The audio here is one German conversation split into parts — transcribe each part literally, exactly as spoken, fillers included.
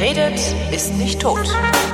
redet, ist nicht tot.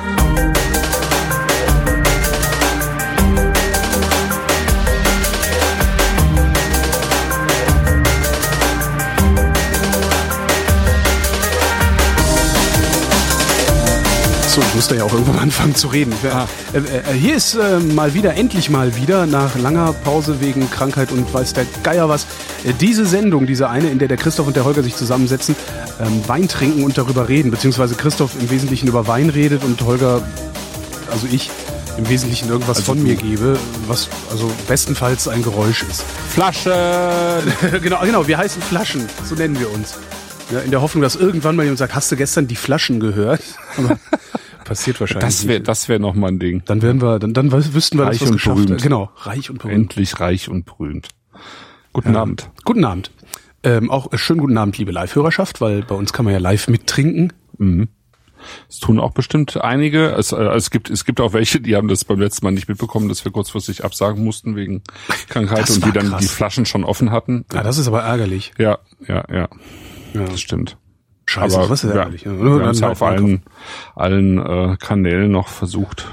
So, ich musste ja auch irgendwann anfangen zu reden. Ah. Äh, äh, hier ist äh, mal wieder, endlich mal wieder, nach langer Pause wegen Krankheit und weiß der Geier was, äh, diese Sendung, diese eine, in der der Christoph und der Holger sich zusammensetzen, ähm, Wein trinken und darüber reden, beziehungsweise Christoph im Wesentlichen über Wein redet und Holger, also ich, im Wesentlichen irgendwas also von mir gebe, was also bestenfalls ein Geräusch ist. Flaschen! genau, genau, wir heißen Flaschen, so nennen wir uns. Ja, in der Hoffnung, dass irgendwann mal jemand sagt, hast du gestern die Flaschen gehört? Aber passiert wahrscheinlich das wär, das wäre nochmal ein Ding. Dann werden wir, dann, dann wüssten wir, reich dass wir es geschafft berühmt. haben. Genau, reich und berühmt. Endlich reich und berühmt. Guten ja. Abend. Guten Abend. Ähm, auch äh, schönen guten Abend, liebe Live-Hörerschaft, weil bei uns kann man ja live mittrinken. Mhm. Das tun auch bestimmt einige. Es, äh, es gibt es gibt auch welche, die haben das beim letzten Mal nicht mitbekommen, dass wir kurzfristig absagen mussten wegen Krankheit und die dann krass. Die Flaschen schon offen hatten. Ja, das ist aber ärgerlich. Ja, ja, ja. Ja. Das stimmt. Scheiße, aber was ist ja, ärgerlich. Ja, wir haben es ja auf allen, allen äh, Kanälen noch versucht.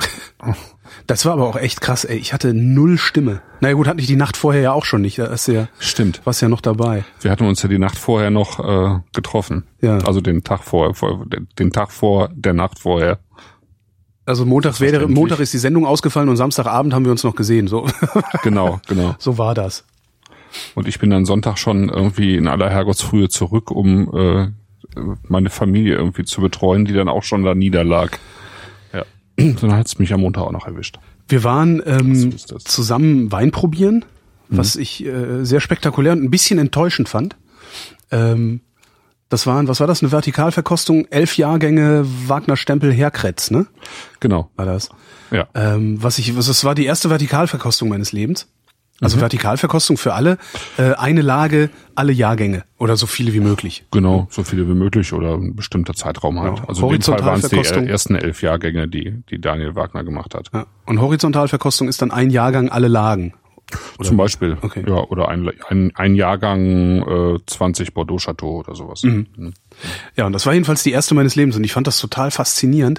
Das war aber auch echt krass, ey. Ich hatte null Stimme. Na ja, gut, hatte ich die Nacht vorher ja auch schon nicht. Da ist ja, stimmt. Warst ja noch dabei. Wir hatten uns ja die Nacht vorher noch äh, getroffen. Ja. Also den Tag vor, vor den Tag vor der Nacht vorher. Also Montag wäre, Montag ist die Sendung ausgefallen und Samstagabend haben wir uns noch gesehen. So. Genau, genau. So war das. Und ich bin dann Sonntag schon irgendwie in aller Herrgottsfrühe zurück, um äh, meine Familie irgendwie zu betreuen, die dann auch schon da niederlag. Ja, dann hat es mich am Montag auch noch erwischt. Wir waren ähm, zusammen Wein probieren, mhm. was ich äh, sehr spektakulär und ein bisschen enttäuschend fand. Ähm, das waren, was war das, eine Vertikalverkostung, elf Jahrgänge Wagner-Stempel Herkretz, ne? Genau. War das. Ja. Ähm, was ich, was, das war die erste Vertikalverkostung meines Lebens. Also mhm. Vertikalverkostung für alle, äh, eine Lage, alle Jahrgänge oder so viele wie möglich. Genau, so viele wie möglich oder ein bestimmter Zeitraum halt. Genau. Also in dem Fall waren es die ersten elf Jahrgänge, die die Daniel Wagner gemacht hat. Ja. Und Horizontalverkostung ist dann ein Jahrgang, alle Lagen. Oder? Zum Beispiel, okay. Ja, oder ein, ein, ein Jahrgang äh, zwanzig Bordeaux Chateau oder sowas. Mhm. Mhm. Ja, und das war jedenfalls die erste meines Lebens und ich fand das total faszinierend,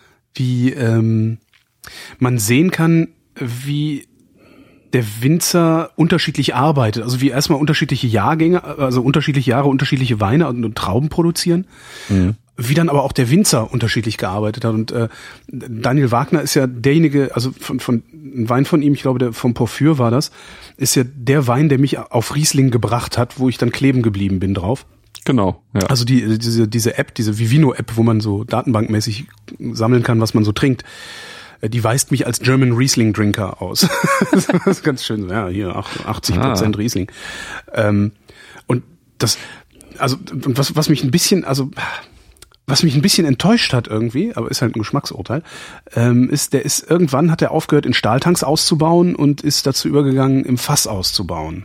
wie ähm, man sehen kann, wie der Winzer unterschiedlich arbeitet, also wie erstmal unterschiedliche Jahrgänge, also unterschiedliche Jahre, unterschiedliche Weine und, und Trauben produzieren, mhm. wie dann aber auch der Winzer unterschiedlich gearbeitet hat. Und äh, Daniel Wagner ist ja derjenige, also von, von ein Wein von ihm, ich glaube, der vom Porphyr war das, ist ja der Wein, der mich auf Riesling gebracht hat, wo ich dann kleben geblieben bin drauf. Genau. Ja. Also die diese diese App, diese Vivino-App, wo man so datenbankmäßig sammeln kann, was man so trinkt. Die weist mich als German Riesling Drinker aus. Das ist ganz schön. Ja, hier achtzig Prozent ah. Riesling. Ähm, und das, also, und was, was mich ein bisschen, also, was mich ein bisschen enttäuscht hat irgendwie, aber ist halt ein Geschmacksurteil, ähm, ist, der ist, irgendwann hat er aufgehört, in Stahltanks auszubauen und ist dazu übergegangen, im Fass auszubauen.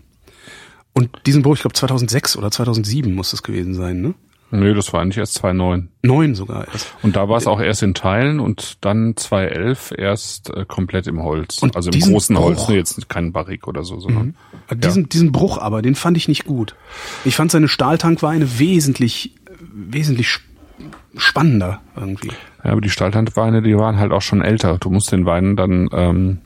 Und diesen Bruch, ich glaube zweitausendsechs oder zweitausendsieben muss das gewesen sein, ne? Nee, das war eigentlich erst zweitausendneun. Neun sogar erst. Und da war es auch erst in Teilen und dann zweitausendelf erst äh, komplett im Holz. Und also im großen Bruch, Holz, nur jetzt kein Barrique oder so, sondern. Mhm. Diesen, ja. diesen Bruch aber, den fand ich nicht gut. Ich fand seine Stahltankweine wesentlich, wesentlich spannender irgendwie. Ja, aber die Stahltankweine, die waren halt auch schon älter. Du musst den Weinen dann, ähm,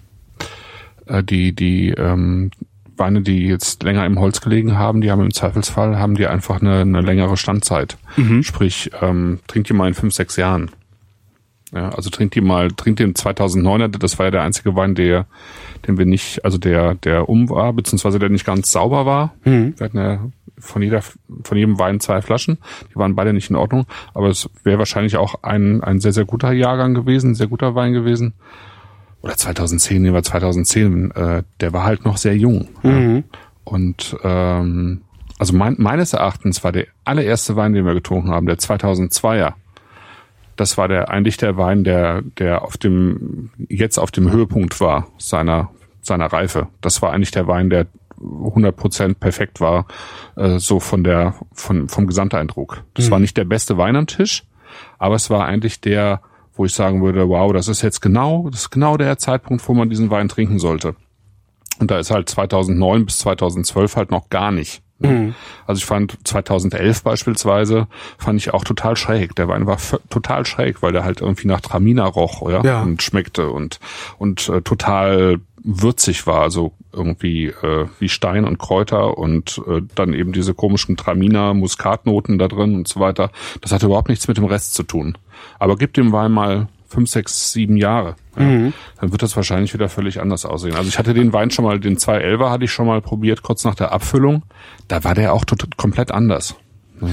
äh, die, die, ähm, Weine, die jetzt länger im Holz gelegen haben, die haben im Zweifelsfall, haben die einfach eine, eine längere Standzeit. Mhm. Sprich, ähm, trinkt die mal in fünf, sechs Jahren. Ja, also trinkt die mal, trinkt den zweitausenddeuner, das war ja der einzige Wein, der, den wir nicht, also der, der um war, beziehungsweise der nicht ganz sauber war. Mhm. Wir hatten ja von jeder, von jedem Wein zwei Flaschen. Die waren beide nicht in Ordnung. Aber es wäre wahrscheinlich auch ein, ein sehr, sehr guter Jahrgang gewesen, sehr guter Wein gewesen. Oder zweitausendzehn, nehmen wir zweitausendzehn, äh, der war halt noch sehr jung. Mhm. Ja. Und ähm, also mein, meines Erachtens war der allererste Wein, den wir getrunken haben, der zweitausendzweier. Das war der eigentlich der Wein, der der auf dem jetzt auf dem Höhepunkt war seiner seiner Reife. Das war eigentlich der Wein, der hundert Prozent perfekt war, äh, so von der von vom Gesamteindruck. Das mhm. war nicht der beste Wein am Tisch, aber es war eigentlich der, wo ich sagen würde, wow, das ist jetzt genau, das ist genau der Zeitpunkt, wo man diesen Wein trinken sollte. Und da ist halt zweitausendneun bis zweitausendzwölf halt noch gar nicht. Mhm. Also ich fand zweitausendelf beispielsweise, fand ich auch total schräg. Der Wein war f- total schräg, weil der halt irgendwie nach Traminer roch, oder? Ja. Und schmeckte und und äh, total würzig war, also irgendwie äh, wie Stein und Kräuter und äh, dann eben diese komischen Traminer, Muskatnoten da drin und so weiter. Das hatte überhaupt nichts mit dem Rest zu tun. Aber gib dem Wein mal fünf, sechs, sieben Jahre, ja, mhm. dann wird das wahrscheinlich wieder völlig anders aussehen. Also ich hatte den Wein schon mal, den zwei elfer hatte ich schon mal probiert, kurz nach der Abfüllung. Da war der auch tot, komplett anders. Ja.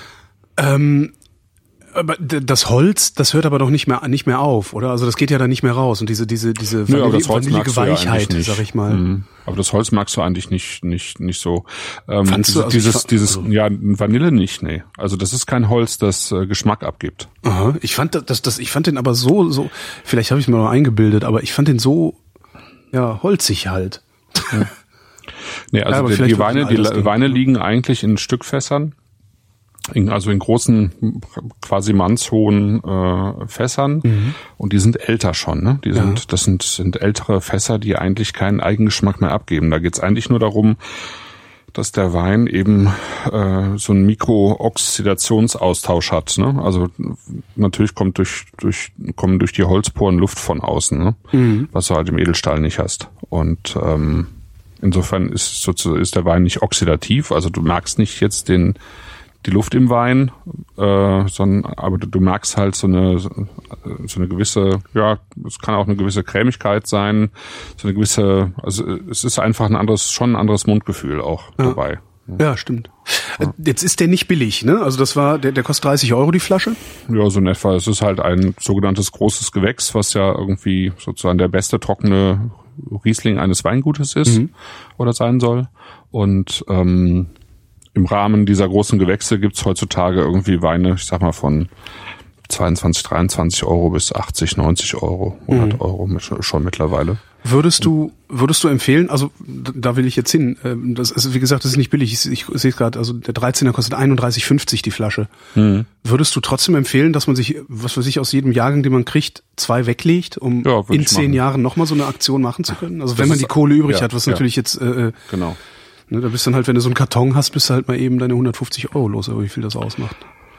Ähm, aber das Holz, das hört aber doch nicht mehr nicht mehr auf, oder? Also das geht ja dann nicht mehr raus und diese diese diese Nö, aber das Holz vanillige magst du ja Weichheit, eigentlich nicht. sag ich mal. Mhm. Aber das Holz magst du eigentlich nicht nicht nicht so. Ähm, Fandst du, also dieses ich, dieses also, ja Vanille nicht, nee. Also das ist kein Holz, das äh, Geschmack abgibt. Aha, ich fand das das ich fand den aber so so vielleicht habe ich es mir noch eingebildet, aber ich fand den so ja holzig halt. Ja. Nee, also ja, die, die Weine die Ding. Weine liegen eigentlich in Stückfässern. In, also in großen, quasi mannshohen äh, Fässern, mhm. und die sind älter schon, ne? Die sind, ja. das sind sind ältere Fässer, die eigentlich keinen Eigengeschmack mehr abgeben. Da geht's eigentlich nur darum, dass der Wein eben äh, so einen Mikrooxidationsaustausch hat, ne? Also natürlich kommt durch durch kommen durch die Holzporen Luft von außen, ne? Mhm. Was du halt im Edelstahl nicht hast. Und ähm, insofern ist sozusagen ist der Wein nicht oxidativ, also du merkst nicht jetzt den die Luft im Wein, äh, sondern aber du, du merkst halt so eine so eine gewisse, ja, es kann auch eine gewisse Cremigkeit sein, so eine gewisse, also es ist einfach ein anderes, schon ein anderes Mundgefühl auch ja. dabei. Ja, stimmt. Ja. Jetzt ist der nicht billig, ne? Also das war, der, der kostet dreißig Euro die Flasche? Ja, so in etwa. Es ist halt ein sogenanntes großes Gewächs, was ja irgendwie sozusagen der beste trockene Riesling eines Weingutes ist, mhm. oder sein soll. Und ähm, im Rahmen dieser großen Gewächse gibt's heutzutage irgendwie Weine, ich sag mal von zweiundzwanzig, dreiundzwanzig Euro bis achtzig, neunzig Euro, hundert mhm. Euro schon mittlerweile. Würdest du, würdest du empfehlen, also da will ich jetzt hin, das ist, wie gesagt, das ist nicht billig, ich, ich sehe es gerade, also der dreizehner kostet einunddreißig fünfzig die Flasche. Mhm. Würdest du trotzdem empfehlen, dass man sich, was weiß ich, aus jedem Jahrgang, den man kriegt, zwei weglegt, um ja, in zehn machen. Jahren nochmal so eine Aktion machen zu können? Also das wenn man die Kohle übrig ja, hat, was ja. natürlich jetzt... Äh, genau. Ne, da bist du dann halt, wenn du so einen Karton hast, bist du halt mal eben deine hundertfünfzig Euro los, aber wie viel das ausmacht.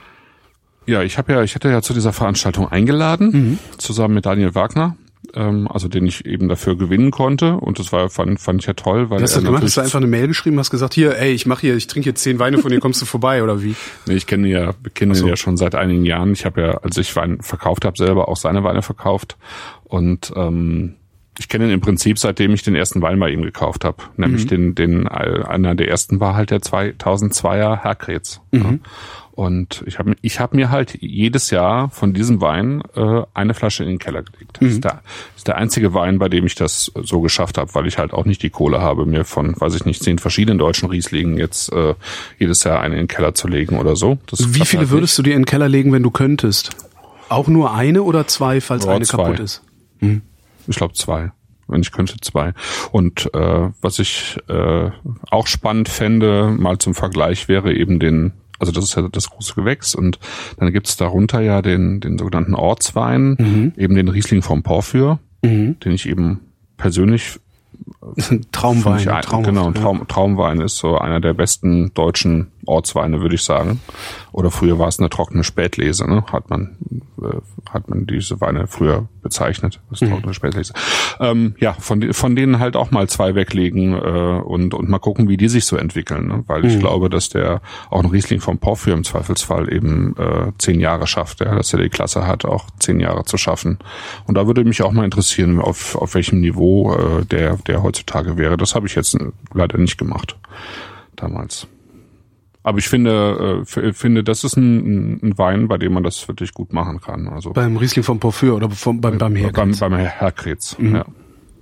Ja, ich habe ja, ich hatte ja zu dieser Veranstaltung eingeladen, mhm. zusammen mit Daniel Wagner, ähm, also den ich eben dafür gewinnen konnte, und das war fand, fand ich ja toll, weil was hast du gemacht? Hast du einfach eine Mail geschrieben, hast gesagt, hier, ey, ich mache hier, ich trinke jetzt zehn Weine von dir, kommst du vorbei oder wie? Nee, ich kenne ja, kenne so. ihn ja schon seit einigen Jahren. Ich habe ja, als ich Wein verkauft habe, selber auch seine Weine verkauft, und ähm, ich kenne ihn im Prinzip, seitdem ich den ersten Wein bei ihm gekauft habe. Nämlich mhm. den, den, einer der ersten war halt der zweitausendzweier Herkretz. Mhm. Ja. Und ich habe ich hab mir halt jedes Jahr von diesem Wein äh, eine Flasche in den Keller gelegt. Das mhm. ist, der, ist der einzige Wein, bei dem ich das so geschafft habe, weil ich halt auch nicht die Kohle habe, mir von, weiß ich nicht, zehn verschiedenen deutschen Rieslingen jetzt äh, jedes Jahr einen in den Keller zu legen oder so. Das Wie viele halt würdest du dir in den Keller legen, wenn du könntest? Auch nur eine oder zwei, falls oder eine zwei. kaputt ist? Mhm. Ich glaube zwei. Wenn ich könnte, zwei. Und äh, was ich äh, auch spannend fände, mal zum Vergleich, wäre eben den, also das ist ja das große Gewächs, und dann gibt's darunter ja den den sogenannten Ortswein, mhm. eben den Riesling vom Porphyr, mhm. den ich eben persönlich Traumwein, ich, Traumhaft, genau, ein Traum, Traumwein ist so einer der besten deutschen Ortsweine, würde ich sagen. Oder früher war es eine trockene Spätlese, ne? Hat man äh, hat man diese Weine früher bezeichnet, das mhm. trockene Spätlese. Ähm, ja, von von denen halt auch mal zwei weglegen äh, und und mal gucken, wie die sich so entwickeln, ne? Weil ich mhm. glaube, dass der auch ein Riesling vom Porphyr im Zweifelsfall eben äh, zehn Jahre schafft, ja, dass er die Klasse hat, auch zehn Jahre zu schaffen. Und da würde mich auch mal interessieren, auf auf welchem Niveau äh, der der heutzutage wäre. Das habe ich jetzt leider nicht gemacht damals. Aber ich finde, äh, finde, das ist ein, ein Wein, bei dem man das wirklich gut machen kann. Also beim Riesling vom Porphyr oder vom, beim, beim Herkretz? Beim, beim Herkretz, mhm. ja.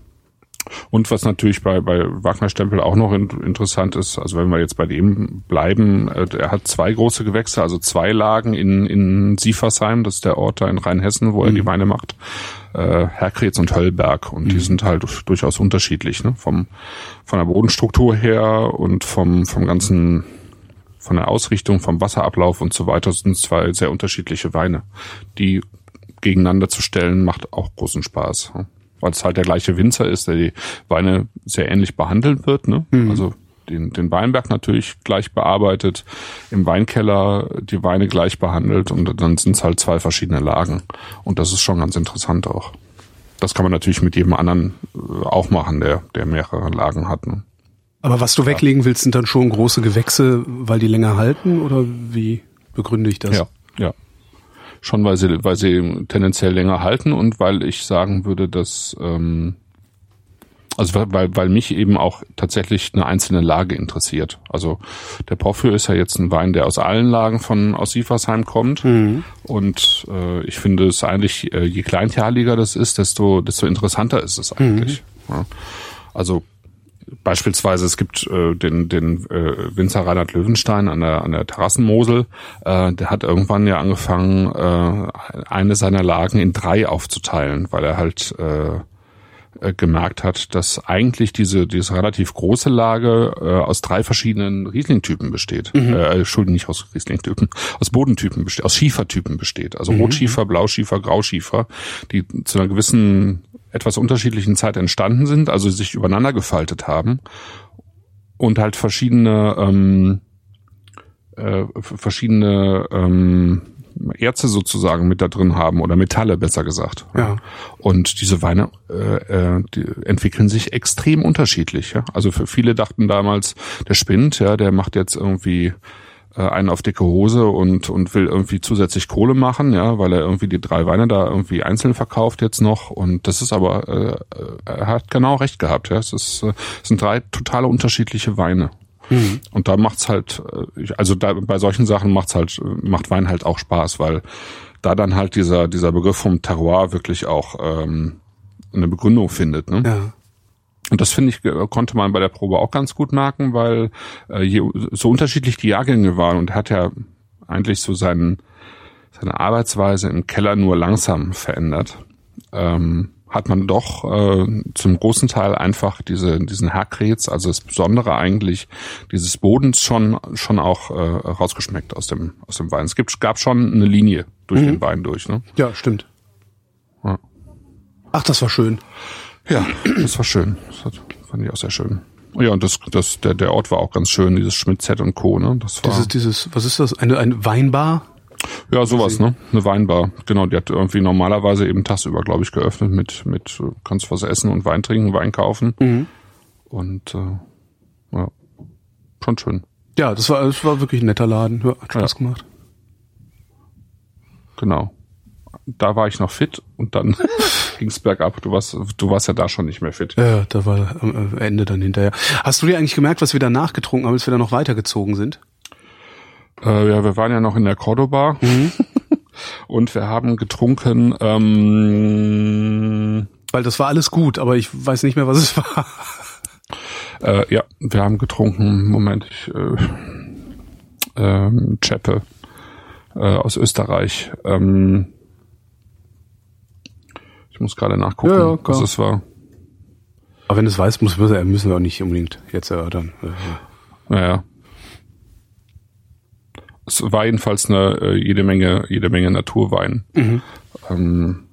Und was natürlich bei, bei Wagner Stempel auch noch in, interessant ist, also wenn wir jetzt bei dem bleiben, äh, er hat zwei große Gewächse, also zwei Lagen in, in Sieversheim, das ist der Ort da in Rheinhessen, wo mhm. er die Weine macht, äh, Herkretz und Höllberg, und mhm. die sind halt durchaus unterschiedlich, ne? Vom, von der Bodenstruktur her und vom, vom ganzen, von der Ausrichtung, vom Wasserablauf und so weiter, sind zwei sehr unterschiedliche Weine. Die gegeneinander zu stellen, macht auch großen Spaß. Weil es halt der gleiche Winzer ist, der die Weine sehr ähnlich behandeln wird. Ne? Mhm. Also den, den Weinberg natürlich gleich bearbeitet, im Weinkeller die Weine gleich behandelt und dann sind es halt zwei verschiedene Lagen. Und das ist schon ganz interessant auch. Das kann man natürlich mit jedem anderen auch machen, der, der mehrere Lagen hat. Ne? Aber was du weglegen willst, sind dann schon große Gewächse, weil die länger halten, oder wie begründe ich das? Ja, ja. Schon, weil sie, weil sie tendenziell länger halten und weil ich sagen würde, dass, ähm, also weil, weil mich eben auch tatsächlich eine einzelne Lage interessiert. Also der Porphyr ist ja jetzt ein Wein, der aus allen Lagen von aus Sieversheim kommt. Mhm. Und äh, ich finde es eigentlich, äh, je kleinteilige das ist, desto, desto interessanter ist es eigentlich. Mhm. Ja. Also beispielsweise, es gibt äh, den, den äh, Winzer Reinhard Löwenstein an der, an der Terrassenmosel. Äh, der hat irgendwann ja angefangen, äh, eine seiner Lagen in drei aufzuteilen, weil er halt äh, äh, gemerkt hat, dass eigentlich diese, diese relativ große Lage äh, aus drei verschiedenen Riesling-Typen besteht. Mhm. Äh, Entschuldigung, nicht aus Riesling-Typen, aus Bodentypen besteht, aus Schiefertypen besteht. Also mhm. Rotschiefer, Blauschiefer, Grauschiefer, die zu einer gewissen etwas unterschiedlichen Zeit entstanden sind, also sich übereinander gefaltet haben und halt verschiedene ähm, äh, verschiedene ähm, Erze sozusagen mit da drin haben oder Metalle besser gesagt. Ja. Und diese Weine äh, äh, die entwickeln sich extrem unterschiedlich. Ja? Also für viele dachten damals, der spinnt, ja, der macht jetzt irgendwie einen auf dicke Hose und und will irgendwie zusätzlich Kohle machen, ja, weil er irgendwie die drei Weine da irgendwie einzeln verkauft jetzt noch und das ist aber äh, er hat genau recht gehabt, ja, es ist es sind drei totale unterschiedliche Weine. Mhm. Und da macht's halt also da bei solchen Sachen macht's halt macht Wein halt auch Spaß, weil da dann halt dieser dieser Begriff vom Terroir wirklich auch ähm, eine Begründung findet, ne? Ja. Und das, finde ich, konnte man bei der Probe auch ganz gut merken, weil äh, je, so unterschiedlich die Jahrgänge waren und er hat ja eigentlich so seinen, seine Arbeitsweise im Keller nur langsam verändert, ähm, hat man doch äh, zum großen Teil einfach diese, diesen Herkretz, also das Besondere eigentlich dieses Bodens schon schon auch äh, rausgeschmeckt aus dem aus dem Wein. Es gibt, gab schon eine Linie durch mhm. den Wein durch, ne? Ja, stimmt. Ja. Ach, das war schön. Ja, das war schön. Das fand ich auch sehr schön. Ja, und das, das, der, der Ort war auch ganz schön, dieses Schmidt-Z und Co., ne? Das war. Dieses, dieses, was ist das? Eine, eine Weinbar? Ja, sowas, ne? Eine Weinbar. Genau, die hat irgendwie normalerweise eben tagsüber, glaube ich, geöffnet mit, mit, kannst was essen und Wein trinken, Wein kaufen. Mhm. Und, äh, ja, schon schön. Ja, das war, das war wirklich ein netter Laden. Ja, hat Spaß ja. gemacht. Genau. Da war ich noch fit und dann ging's bergab. Du warst, du warst ja da schon nicht mehr fit. Ja, da war am Ende dann hinterher. Hast du dir eigentlich gemerkt, was wir danach getrunken haben, als wir da noch weitergezogen sind? Äh, ja, wir waren ja noch in der Cordoba mhm. und wir haben getrunken. Ähm, Weil das war alles gut, aber ich weiß nicht mehr, was es war. Äh, ja, wir haben getrunken. Moment, ich, äh, ähm, Chepe äh, aus Österreich. Ähm, Ich muss gerade nachgucken, ja, ja, was es war. Aber wenn du es weißt, müssen wir, müssen wir auch nicht unbedingt jetzt erörtern. Naja. Es war jedenfalls eine jede Menge, jede Menge Naturwein. Mhm. Ähm,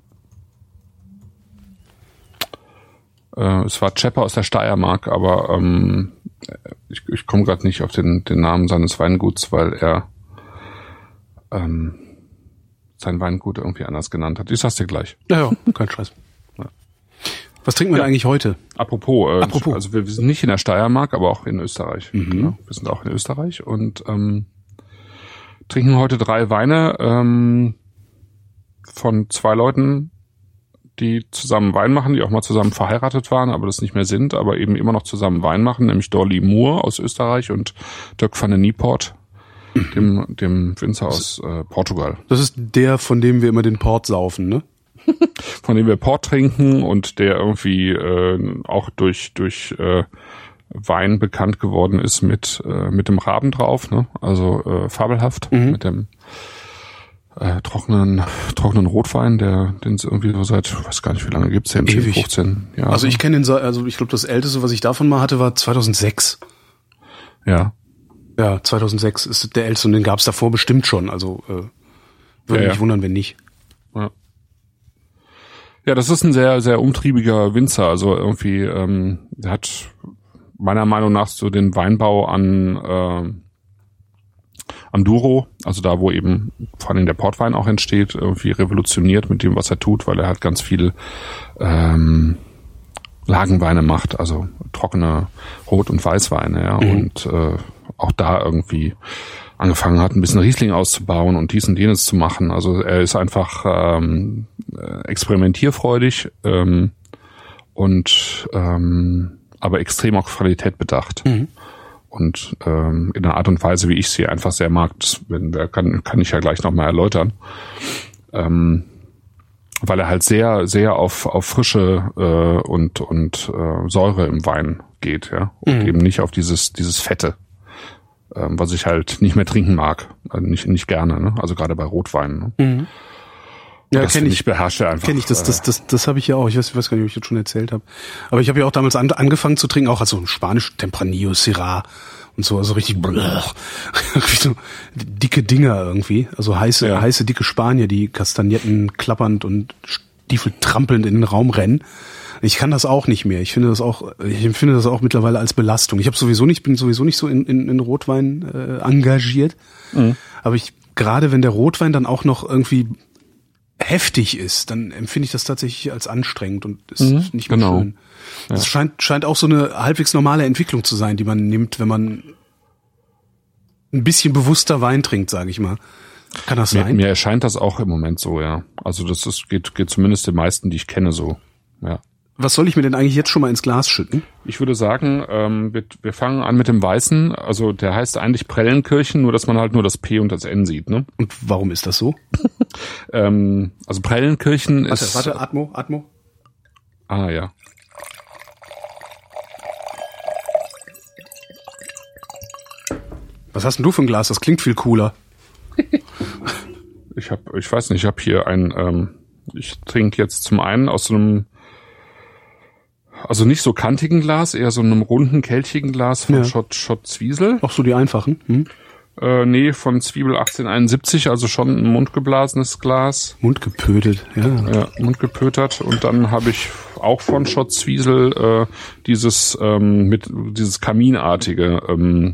äh, es war Chepe aus der Steiermark, aber ähm, ich, ich komme gerade nicht auf den, den Namen seines Weinguts, weil er ähm, sein Weingut irgendwie anders genannt hat. Ich sag's dir gleich. Ja, ja, kein Scheiß. Ja. Was trinken wir ja. eigentlich heute? Apropos, äh, Apropos, also wir, wir sind nicht in der Steiermark, aber auch in Österreich. Mhm. Genau. Wir sind auch in Österreich und ähm, trinken heute drei Weine ähm, von zwei Leuten, die zusammen Wein machen, die auch mal zusammen verheiratet waren, aber das nicht mehr sind, aber eben immer noch zusammen Wein machen, nämlich Dorli Moore aus Österreich und Dirk van den Niepoort, dem, dem Winzer aus äh, Portugal. Das ist der, von dem wir immer den Port saufen, ne? Von dem wir Port trinken und der irgendwie äh, auch durch durch äh, Wein bekannt geworden ist mit äh, mit dem Raben drauf, ne? Also äh, fabelhaft, mhm. mit dem äh, trockenen trockenen Rotwein, der den es irgendwie so seit, ich weiß gar nicht wie lange gibt's, zehn, fünfzehn Jahre. Also ich kenne den, also ich glaube das älteste, was ich davon mal hatte, war zweitausendsechs. Ja. Ja, zweitausendsechs ist der älteste und den gab's davor bestimmt schon, also äh, würde ja, mich ja. wundern, wenn nicht. Ja. Ja, das ist ein sehr, sehr umtriebiger Winzer. Also irgendwie, ähm, der hat meiner Meinung nach so den Weinbau an äh, am Douro, also da, wo eben vor allem der Portwein auch entsteht, irgendwie revolutioniert mit dem, was er tut, weil er halt ganz viel ähm, Lagenweine macht, also trockene Rot- und Weißweine, ja, mhm. und äh, auch da irgendwie angefangen hat, ein bisschen Riesling auszubauen und dies und jenes zu machen. Also er ist einfach ähm, experimentierfreudig ähm, und ähm, aber extrem auf Qualität bedacht. Mhm. Und ähm, in einer Art und Weise, wie ich sie einfach sehr mag, das wenn, kann, kann ich ja gleich nochmal erläutern. Ähm, weil er halt sehr, sehr auf, auf Frische äh, und, und äh, Säure im Wein geht, ja. Und mhm. eben nicht auf dieses, dieses Fette, ähm, was ich halt nicht mehr trinken mag. Also nicht, nicht gerne, ne? Also gerade bei Rotweinen. Ne? Mhm. Ja, kenne ich, beherrsche einfach. Kenn ich, das, das, das, das habe ich ja auch. Ich weiß, ich weiß gar nicht, ob ich das schon erzählt habe. Aber ich habe ja auch damals an, angefangen zu trinken, auch also Spanisch, Tempranillo, Syrah und so, also richtig, richtig so dicke Dinger irgendwie. Also heiße, ja. heiße, dicke Spanier, die Kastagnetten klappernd und Stiefel trampelnd in den Raum rennen. Ich kann das auch nicht mehr. Ich finde das auch, ich empfinde das auch mittlerweile als Belastung. Ich habe sowieso nicht, bin sowieso nicht so in, in, in Rotwein äh, engagiert. Mhm. Aber ich, gerade wenn der Rotwein dann auch noch irgendwie heftig ist, dann empfinde ich das tatsächlich als anstrengend und ist mhm, nicht mehr genau. schön. Das ja. scheint, scheint auch so eine halbwegs normale Entwicklung zu sein, die man nimmt, wenn man ein bisschen bewusster Wein trinkt, sage ich mal. Kann das mir, sein? Mir erscheint das auch im Moment so, ja. Also das ist, geht, geht zumindest den meisten, die ich kenne, so. Ja. Was soll ich mir denn eigentlich jetzt schon mal ins Glas schütten? Ich würde sagen, ähm, wir, wir fangen an mit dem Weißen. Also der heißt eigentlich Prellenkirchen, nur dass man halt nur das P und das N sieht, ne? Und warum ist das so? ähm, also Prellenkirchen warte, ist... Warte, Atmo, Atmo. Ah, ja. Was hast denn du für ein Glas? Das klingt viel cooler. ich hab, ich weiß nicht, ich habe hier ein... Ähm, ich trinke jetzt zum einen aus so einem... Also nicht so kantigen Glas, eher so einem runden, kelchigen Glas von ja. Schott, Schott Zwiesel. Auch so die einfachen? Hm? Äh, nee, von Zwiebel achtzehnhunderteinundsiebzig, also schon ein mundgeblasenes Glas. Mundgepötet, ja. Ja, mundgepötert. Und dann habe ich auch von Schott Zwiesel äh, dieses ähm, mit dieses kaminartige ähm,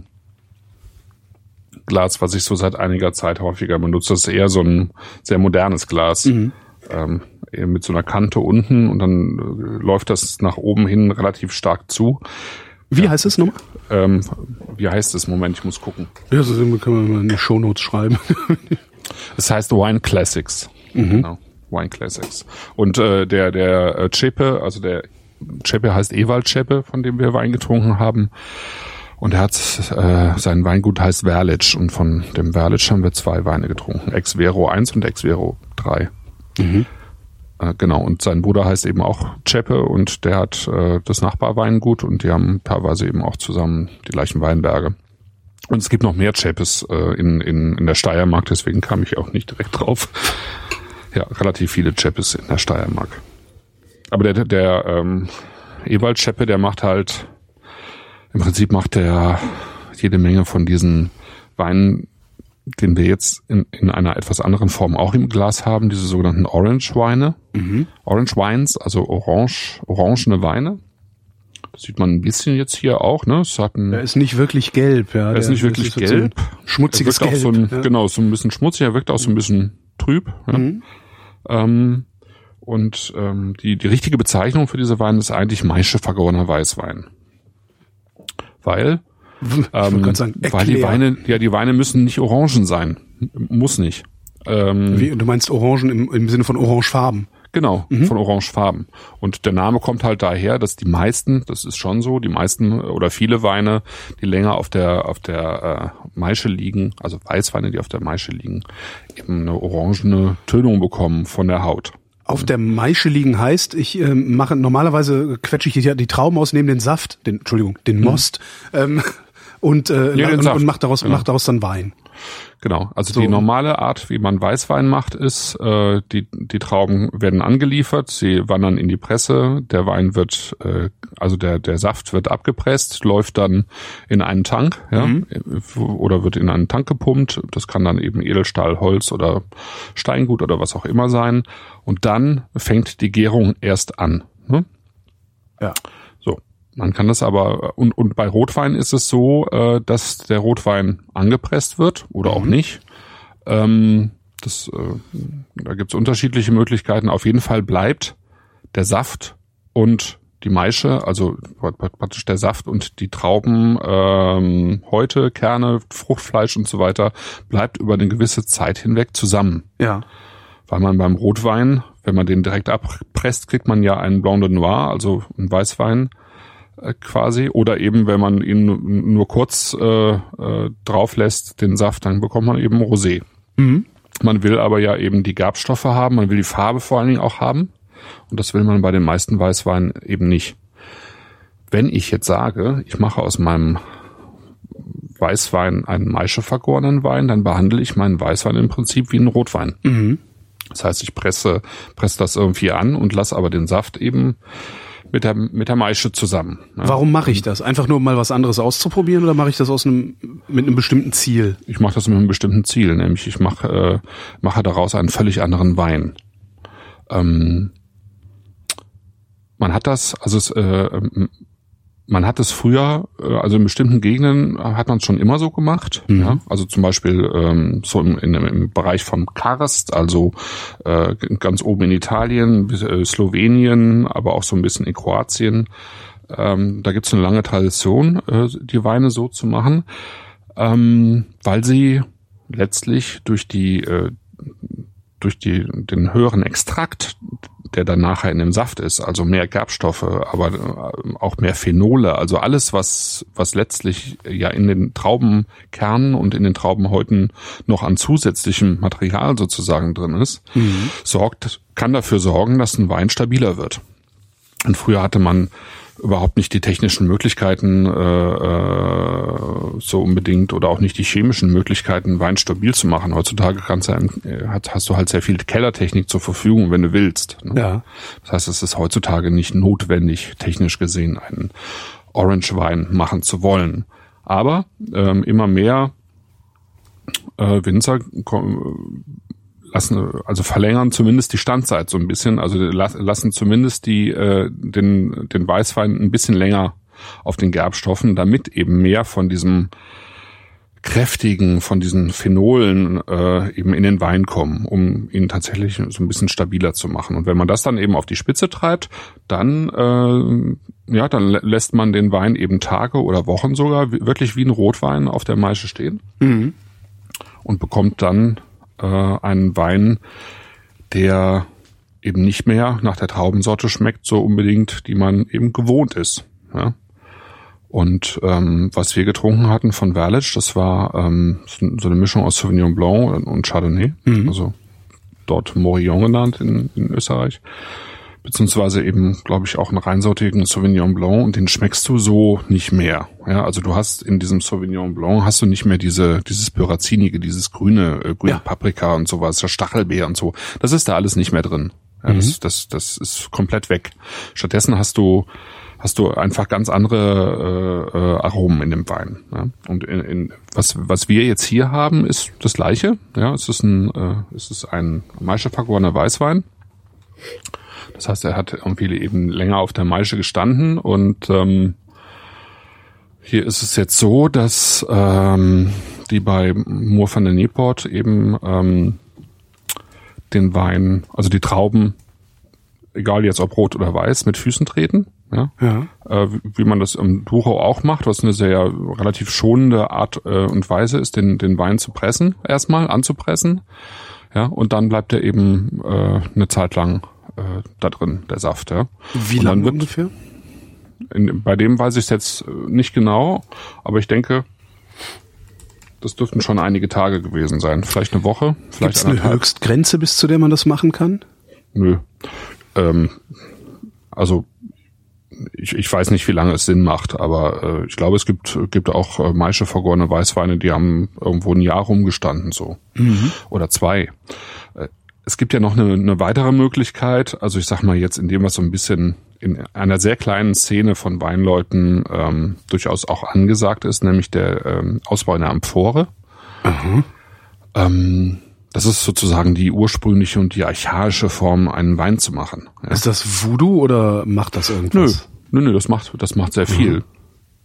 Glas, was ich so seit einiger Zeit häufiger benutze. Das ist eher so ein sehr modernes Glas. Mhm. Ähm, mit so einer Kante unten und dann äh, läuft das nach oben hin relativ stark zu. Wie heißt es nochmal? Ähm, wie heißt es? Moment, ich muss gucken. Ja, so können wir mal in die Shownotes schreiben. Es heißt Wine Classics. Mhm. Genau, Wine Classics. Und äh, der der äh, Cepe, also der Cepe heißt Ewald Cepe, von dem wir Wein getrunken haben. Und er hat äh, sein Weingut heißt Verlic und von dem Verlic haben wir zwei Weine getrunken. Ex Vero eins und Ex Vero drei. Mhm. Äh, genau, und sein Bruder heißt eben auch Cepe und der hat äh, das Nachbarweingut und die haben teilweise eben auch zusammen die gleichen Weinberge. Und es gibt noch mehr Cepes äh, in, in, in der Steiermark, deswegen kam ich auch nicht direkt drauf. Ja, relativ viele Cepes in der Steiermark. Aber der, der ähm, Ewald Cepe, der macht halt, im Prinzip macht der jede Menge von diesen Weinen, den wir jetzt in, in einer etwas anderen Form auch im Glas haben, diese sogenannten Orange-Weine. Mhm. Orange Wines, also orange, orangene Weine. Das sieht man ein bisschen jetzt hier auch, ne? Es hat ein, der ist nicht wirklich gelb, ja. Er ist nicht wirklich ist gelb. So schmutziges Gelb. Auch so ein, ja. Genau, so ein bisschen schmutzig, er wirkt auch so ein bisschen trüb. Ja. Mhm. Ähm, und ähm, die, die richtige Bezeichnung für diese Weine ist eigentlich Maische vergorener Weißwein. Weil Ähm, sagen, weil die Weine, ja, die Weine müssen nicht Orangen sein. Muss nicht. Ähm, Wie, du meinst Orangen im, im Sinne von Orangefarben? Genau, mhm. von Orangefarben. Und der Name kommt halt daher, dass die meisten, das ist schon so, die meisten oder viele Weine, die länger auf der auf der äh, Maische liegen, also Weißweine, die auf der Maische liegen, eben eine orangene Tönung bekommen von der Haut. Auf der Maische liegen heißt, ich äh, mache normalerweise quetsche ich die, die Trauben aus, nehme den Saft, den Entschuldigung, den Most mhm. ähm, und äh, ja, und, und mache daraus genau. mache daraus dann Wein. Genau, also so. Die normale Art, wie man Weißwein macht, ist, äh, die die Trauben werden angeliefert, sie wandern in die Presse, der Wein wird, äh, also der der Saft wird abgepresst, läuft dann in einen Tank, ja, mhm. oder wird in einen Tank gepumpt. Das kann dann eben Edelstahl, Holz oder Steingut oder was auch immer sein. Und dann fängt die Gärung erst an. Ne? Ja. So. Man kann das aber, und, und bei Rotwein ist es so, äh, dass der Rotwein angepresst wird oder mhm. auch nicht. Ähm, das, äh, da gibt's unterschiedliche Möglichkeiten. Auf jeden Fall bleibt der Saft und die Maische, also praktisch der Saft und die Trauben, ähm, Häute, Kerne, Fruchtfleisch und so weiter, bleibt über eine gewisse Zeit hinweg zusammen. Ja. Weil man beim Rotwein, wenn man den direkt abpresst, kriegt man ja einen Blanc de Noir, also einen Weißwein äh, quasi. Oder eben, wenn man ihn nur kurz äh, äh, drauf lässt, den Saft, dann bekommt man eben Rosé. Mhm. Man will aber ja eben die Gerbstoffe haben, man will die Farbe vor allen Dingen auch haben. Und das will man bei den meisten Weißweinen eben nicht. Wenn ich jetzt sage, ich mache aus meinem Weißwein einen Maische vergorenen Wein, dann behandle ich meinen Weißwein im Prinzip wie einen Rotwein. Mhm. Das heißt, ich presse, presse das irgendwie an und lasse aber den Saft eben mit der, mit der Maische zusammen. Ja. Warum mache ich das? Einfach nur, um mal was anderes auszuprobieren, oder mache ich das aus einem, mit einem bestimmten Ziel? Ich mache das mit einem bestimmten Ziel, nämlich ich mache, äh, mache daraus einen völlig anderen Wein. Ähm, Man hat das, also es, äh, man hat es früher, äh, also in bestimmten Gegenden hat man es schon immer so gemacht. Mhm. Ja? Also zum Beispiel ähm, so im, in, im Bereich vom Karst, also äh, ganz oben in Italien, bis, äh, Slowenien, aber auch so ein bisschen in Kroatien. Ähm, da gibt es eine lange Tradition, äh, die Weine so zu machen, ähm, weil sie letztlich durch die äh, durch die den höheren Extrakt, der dann nachher in dem Saft ist, also mehr Gerbstoffe, aber auch mehr Phenole, also alles, was was letztlich ja in den Traubenkernen und in den Traubenhäuten noch an zusätzlichem Material sozusagen drin ist, mhm. sorgt, kann dafür sorgen, dass ein Wein stabiler wird. Und früher hatte man überhaupt nicht die technischen Möglichkeiten äh, so unbedingt oder auch nicht die chemischen Möglichkeiten, Wein stabil zu machen. Heutzutage kannst du, äh, hast du halt sehr viel Kellertechnik zur Verfügung, wenn du willst. Ne? Ja. Das heißt, es ist heutzutage nicht notwendig, technisch gesehen, einen Orange-Wein machen zu wollen. Aber ähm, immer mehr äh, Winzer kommen, lassen, also verlängern zumindest die Standzeit so ein bisschen, also lassen zumindest die äh, den den Weißwein ein bisschen länger auf den Gerbstoffen, damit eben mehr von diesem kräftigen, von diesen Phenolen äh, eben in den Wein kommen, um ihn tatsächlich so ein bisschen stabiler zu machen. Und wenn man das dann eben auf die Spitze treibt, dann äh, ja, dann lässt man den Wein eben Tage oder Wochen sogar wirklich wie ein Rotwein auf der Maische stehen mhm. und bekommt dann einen Wein, der eben nicht mehr nach der Traubensorte schmeckt, so unbedingt, die man eben gewohnt ist. Ja? Und ähm, was wir getrunken hatten von Verletsch, das war ähm, so eine Mischung aus Sauvignon Blanc und Chardonnay, mhm. also dort Morillon genannt in, in Österreich, beziehungsweise eben, glaube ich, auch einen reinsortigen Sauvignon Blanc, und den schmeckst du so nicht mehr. Ja, also du hast in diesem Sauvignon Blanc hast du nicht mehr diese dieses Pyrazinige, dieses grüne äh, grüne ja. Paprika und sowas, der Stachelbeer und so. Das ist da alles nicht mehr drin. Ja, mhm. das, das das ist komplett weg. Stattdessen hast du hast du einfach ganz andere äh, äh, Aromen in dem Wein. Ja? Und in, in, was was wir jetzt hier haben, ist das Gleiche. Ja, es ist ein äh, es ist ein Maische vergorener Weißwein. Das heißt, er hat irgendwie eben länger auf der Maische gestanden, und ähm, hier ist es jetzt so, dass ähm, die bei Moor van der Niepoort eben ähm, den Wein, also die Trauben, egal jetzt ob rot oder weiß, mit Füßen treten. Ja, ja. Äh, wie man das im Douro auch macht, was eine sehr relativ schonende Art äh, und Weise ist, den den Wein zu pressen, erstmal anzupressen. Ja, und dann bleibt er eben äh, eine Zeit lang äh, da drin, der Saft. Ja. Wie lange ungefähr? In, bei dem weiß ich es jetzt nicht genau, aber ich denke, das dürften schon einige Tage gewesen sein. Vielleicht eine Woche, vielleicht Gibt's eine Höchstgrenze, bis zu der man das machen kann? Nö. Ähm, also ich, ich weiß nicht, wie lange es Sinn macht, aber äh, ich glaube, es gibt gibt auch äh, Maische vergorene Weißweine, die haben irgendwo ein Jahr rumgestanden, so. Mhm. Oder zwei. Äh, es gibt ja noch eine, eine weitere Möglichkeit, also ich sag mal jetzt in dem, was so ein bisschen in einer sehr kleinen Szene von Weinleuten ähm, durchaus auch angesagt ist, nämlich der ähm, Ausbau einer Amphore. Mhm. Ähm, das ist sozusagen die ursprüngliche und die archaische Form, einen Wein zu machen. Ja. Ist das Voodoo oder macht das irgendwas? Nö, Nö, nö, das macht, das macht sehr viel. Mhm.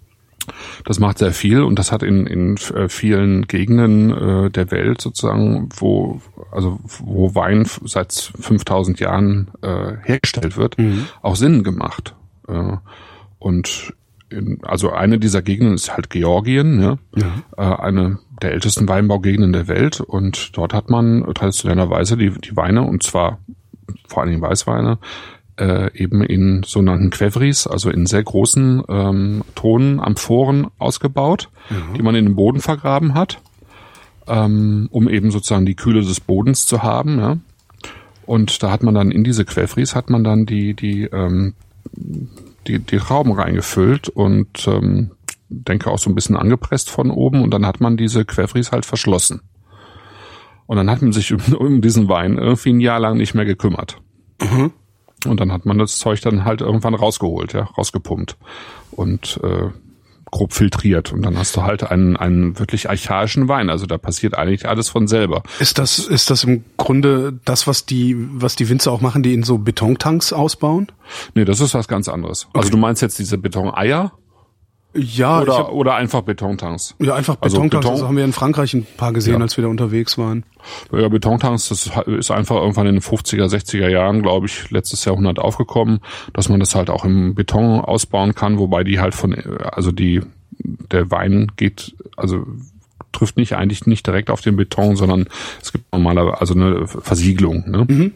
Das macht sehr viel und das hat in, in vielen Gegenden äh, der Welt sozusagen, wo, also, wo Wein seit fünftausend Jahren äh, hergestellt wird, mhm. auch Sinn gemacht. Äh, und in, also eine dieser Gegenden ist halt Georgien, ja? Ja. Äh, eine der ältesten Weinbaugegenden der Welt und dort hat man traditionellerweise die, die Weine, und zwar vor allen Dingen Weißweine, Äh, eben in sogenannten Qvevris, also in sehr großen ähm, Tonamphoren ausgebaut, mhm. die man in den Boden vergraben hat, ähm, um eben sozusagen die Kühle des Bodens zu haben. Ja? Und da hat man dann in diese Qvevris hat man dann die die ähm, die die Trauben reingefüllt und ähm, denke auch so ein bisschen angepresst von oben, und dann hat man diese Qvevris halt verschlossen. Und dann hat man sich um, um diesen Wein irgendwie ein Jahr lang nicht mehr gekümmert. Mhm. Und dann hat man das Zeug dann halt irgendwann rausgeholt, ja, rausgepumpt und äh, grob filtriert. Und dann hast du halt einen einen wirklich archaischen Wein. Also da passiert eigentlich alles von selber. Ist das ist das im Grunde das, was die was die Winzer auch machen, die in so Betontanks ausbauen? Nee, das ist was ganz anderes. Okay. Also du meinst jetzt diese Betoneier? Ja, oder, hab, oder einfach Betontanks. Ja, einfach Betontanks. Also, Beton, also haben wir in Frankreich ein paar gesehen, ja. als wir da unterwegs waren. Ja, Betontanks, das ist einfach irgendwann in den fünfziger, sechziger Jahren, glaube ich, letztes Jahrhundert aufgekommen, dass man das halt auch im Beton ausbauen kann, wobei die halt von, also die, der Wein geht, also trifft nicht eigentlich nicht direkt auf den Beton, sondern es gibt normalerweise also eine Versiegelung, ne? Mhm.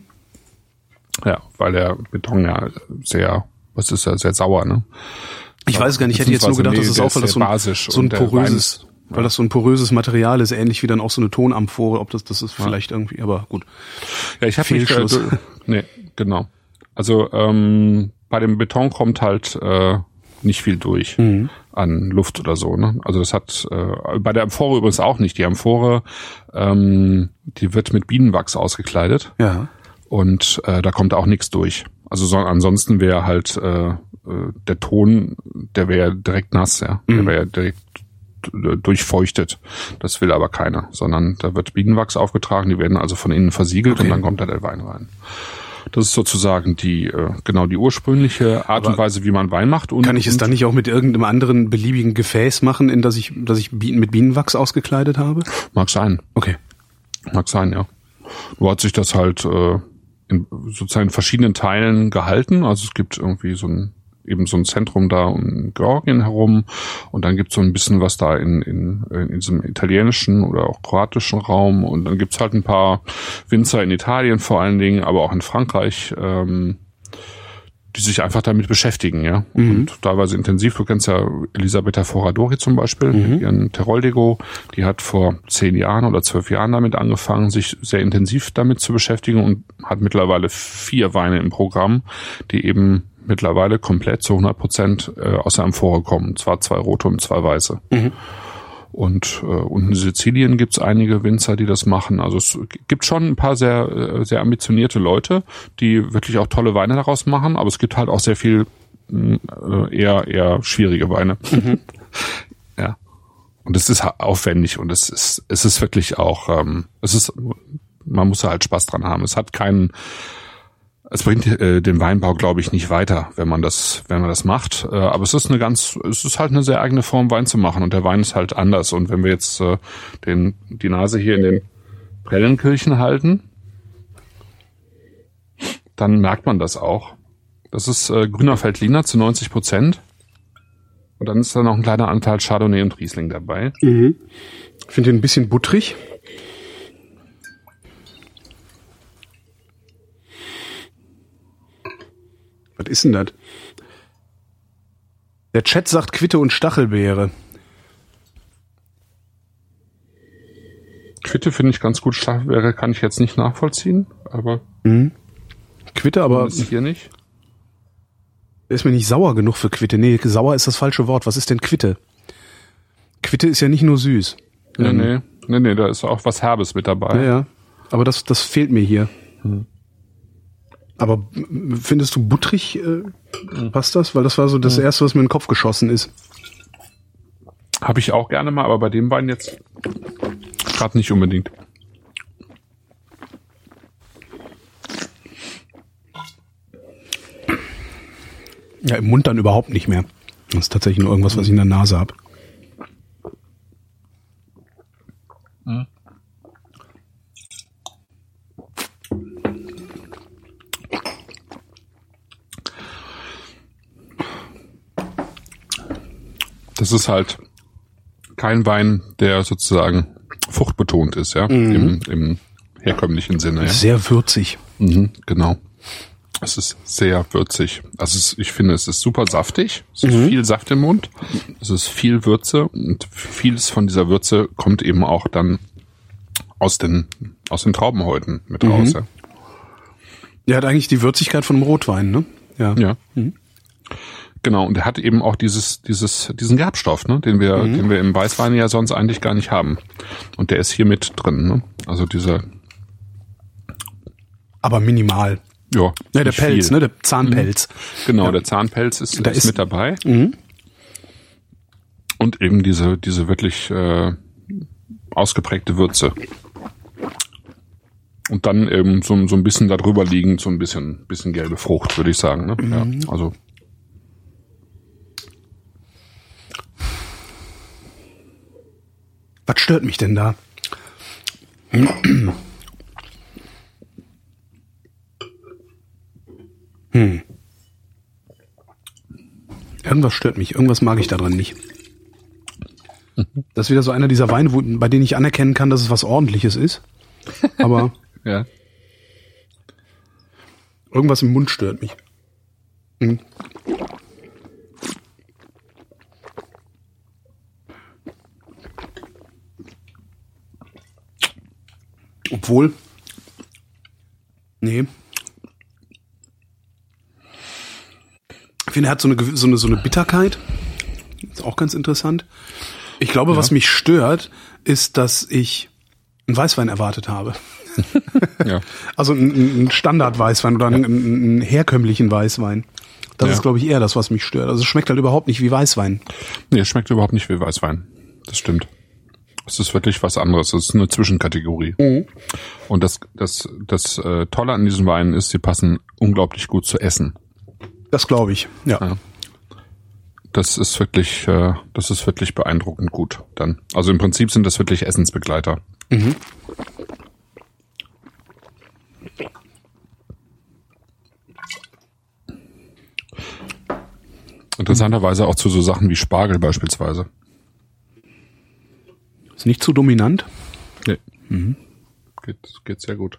Ja, weil der Beton ja sehr, was ist ja, sehr sauer, ne? Ich weiß es gar nicht, ich hätte jetzt nur gedacht, nee, das ist auch, weil das so ein, so ein poröses, ist, ja. weil das so ein poröses Material ist, ähnlich wie dann auch so eine Tonamphore, ob das, das ist vielleicht ja. irgendwie, aber gut. Ja, ich habe mich, äh, nee, genau. Also, ähm, bei dem Beton kommt halt, äh, nicht viel durch mhm. an Luft oder so, ne? Also das hat, äh, bei der Amphore übrigens auch nicht. Die Amphore, ähm, die wird mit Bienenwachs ausgekleidet. Ja. Und, äh, da kommt auch nichts durch. Also so, ansonsten wäre halt, äh, der Ton, der wäre ja direkt nass, ja. Der wäre ja direkt durchfeuchtet. Das will aber keiner, sondern da wird Bienenwachs aufgetragen, die werden also von innen versiegelt okay. und dann kommt da der Wein rein. Das ist sozusagen die, genau die ursprüngliche Art aber und Weise, wie man Wein macht. Und, kann ich es dann nicht auch mit irgendeinem anderen beliebigen Gefäß machen, in das ich, das ich mit Bienenwachs ausgekleidet habe? Mag sein. Okay. Mag sein, ja. Nur hat sich das halt, äh, in, sozusagen in verschiedenen Teilen gehalten. Also es gibt irgendwie so ein eben so ein Zentrum da um Georgien herum und dann gibt's so ein bisschen was da in, in, in diesem italienischen oder auch kroatischen Raum und dann gibt's halt ein paar Winzer in Italien vor allen Dingen, aber auch in Frankreich, ähm, die sich einfach damit beschäftigen, ja. Mhm. Und teilweise intensiv. Du kennst ja Elisabetta Foradori zum Beispiel, mhm. mit ihren Teroldego. Die hat vor zehn Jahren oder zwölf Jahren damit angefangen, sich sehr intensiv damit zu beschäftigen und hat mittlerweile vier Weine im Programm, die eben mittlerweile komplett zu hundert Prozent äh, aus der Amphore kommen. Und zwar zwei rote und zwei weiße. Mhm. Und äh, unten in Sizilien gibt's einige Winzer, die das machen. Also es gibt schon ein paar sehr sehr ambitionierte Leute, die wirklich auch tolle Weine daraus machen. Aber es gibt halt auch sehr viel äh, eher eher schwierige Weine. Mhm. Ja. Und es ist aufwendig und es ist es ist wirklich auch ähm, es ist man muss halt Spaß dran haben. Es hat keinen Es bringt äh, den Weinbau, glaube ich, nicht weiter, wenn man das, wenn man das macht. Äh, aber es ist eine ganz, es ist halt eine sehr eigene Form, Wein zu machen. Und der Wein ist halt anders. Und wenn wir jetzt äh, den die Nase hier in den Prellenkirchen halten, dann merkt man das auch. Das ist äh, grüner Veltliner zu neunzig Prozent. Und dann ist da noch ein kleiner Anteil Chardonnay und Riesling dabei. Mhm. Ich finde den ein bisschen buttrig. Was ist denn das? Der Chat sagt Quitte und Stachelbeere. Quitte finde ich ganz gut. Stachelbeere kann ich jetzt nicht nachvollziehen, aber mhm. Quitte, aber ist hier nicht. Ist mir nicht sauer genug für Quitte. Nee, sauer ist das falsche Wort. Was ist denn Quitte? Quitte ist ja nicht nur süß. Nee, ähm, nee, nee, nee, da ist auch was Herbes mit dabei. Ja, ja. Aber das, das fehlt mir hier. Hm. Aber findest du buttrig, äh, passt das? Weil das war so das hm. Erste, was mir in den Kopf geschossen ist. Habe ich auch gerne mal, aber bei dem Wein jetzt gerade nicht unbedingt. Ja, im Mund dann überhaupt nicht mehr. Das ist tatsächlich nur irgendwas, was ich in der Nase habe. Mhm. Das ist halt kein Wein, der sozusagen fruchtbetont ist, ja, mhm. im, im herkömmlichen Sinne. Ja. Sehr würzig. Mhm, genau. Es ist sehr würzig. Also es, ich finde, es ist super saftig. Es ist mhm. viel Saft im Mund. Es ist viel Würze und vieles von dieser Würze kommt eben auch dann aus den aus den Traubenhäuten mit raus. Mhm. Ja. Der hat eigentlich die Würzigkeit von einem Rotwein, ne? Ja. Ja. Mhm. Genau, und er hat eben auch dieses, dieses, diesen Gerbstoff, ne, den wir, mhm. den wir im Weißwein ja sonst eigentlich gar nicht haben. Und der ist hier mit drin, ne? Also dieser. Aber minimal. Ja. Ja, der Pelz, viel. ne, der Zahnpelz. Mhm. Genau, ja. der Zahnpelz ist, da ist, ist mit dabei. Mhm. Und eben diese, diese wirklich äh, ausgeprägte Würze. Und dann eben so, so ein bisschen darüber liegend, so ein bisschen, bisschen gelbe Frucht, würde ich sagen, ne? Mhm. Ja, also. Was stört mich denn da? Hm. Irgendwas stört mich. Irgendwas mag ich daran nicht. Das ist wieder so einer dieser Weine, wo, bei denen ich anerkennen kann, dass es was Ordentliches ist. Aber ja. Irgendwas im Mund stört mich. Hm. Obwohl, nee. Ich finde, er hat so eine, so eine, so eine Bitterkeit. Ist auch ganz interessant. Ich glaube, ja. was mich stört, ist, dass ich einen Weißwein erwartet habe. Ja. Also einen Standard-Weißwein oder einen, einen herkömmlichen Weißwein. Das ja. ist, glaube ich, eher das, was mich stört. Also es schmeckt halt überhaupt nicht wie Weißwein. Nee, es schmeckt überhaupt nicht wie Weißwein. Das stimmt. Es ist wirklich was anderes. Es ist eine Zwischenkategorie. Mhm. Und das, das, das äh, Tolle an diesen Weinen ist, sie passen unglaublich gut zu Essen. Das glaube ich, ja. ja. Das ist wirklich, äh, das ist wirklich beeindruckend gut dann. Also im Prinzip sind das wirklich Essensbegleiter. Mhm. Interessanterweise auch zu so Sachen wie Spargel beispielsweise. Ist nicht zu dominant? Nee. Mhm. Geht, geht sehr gut.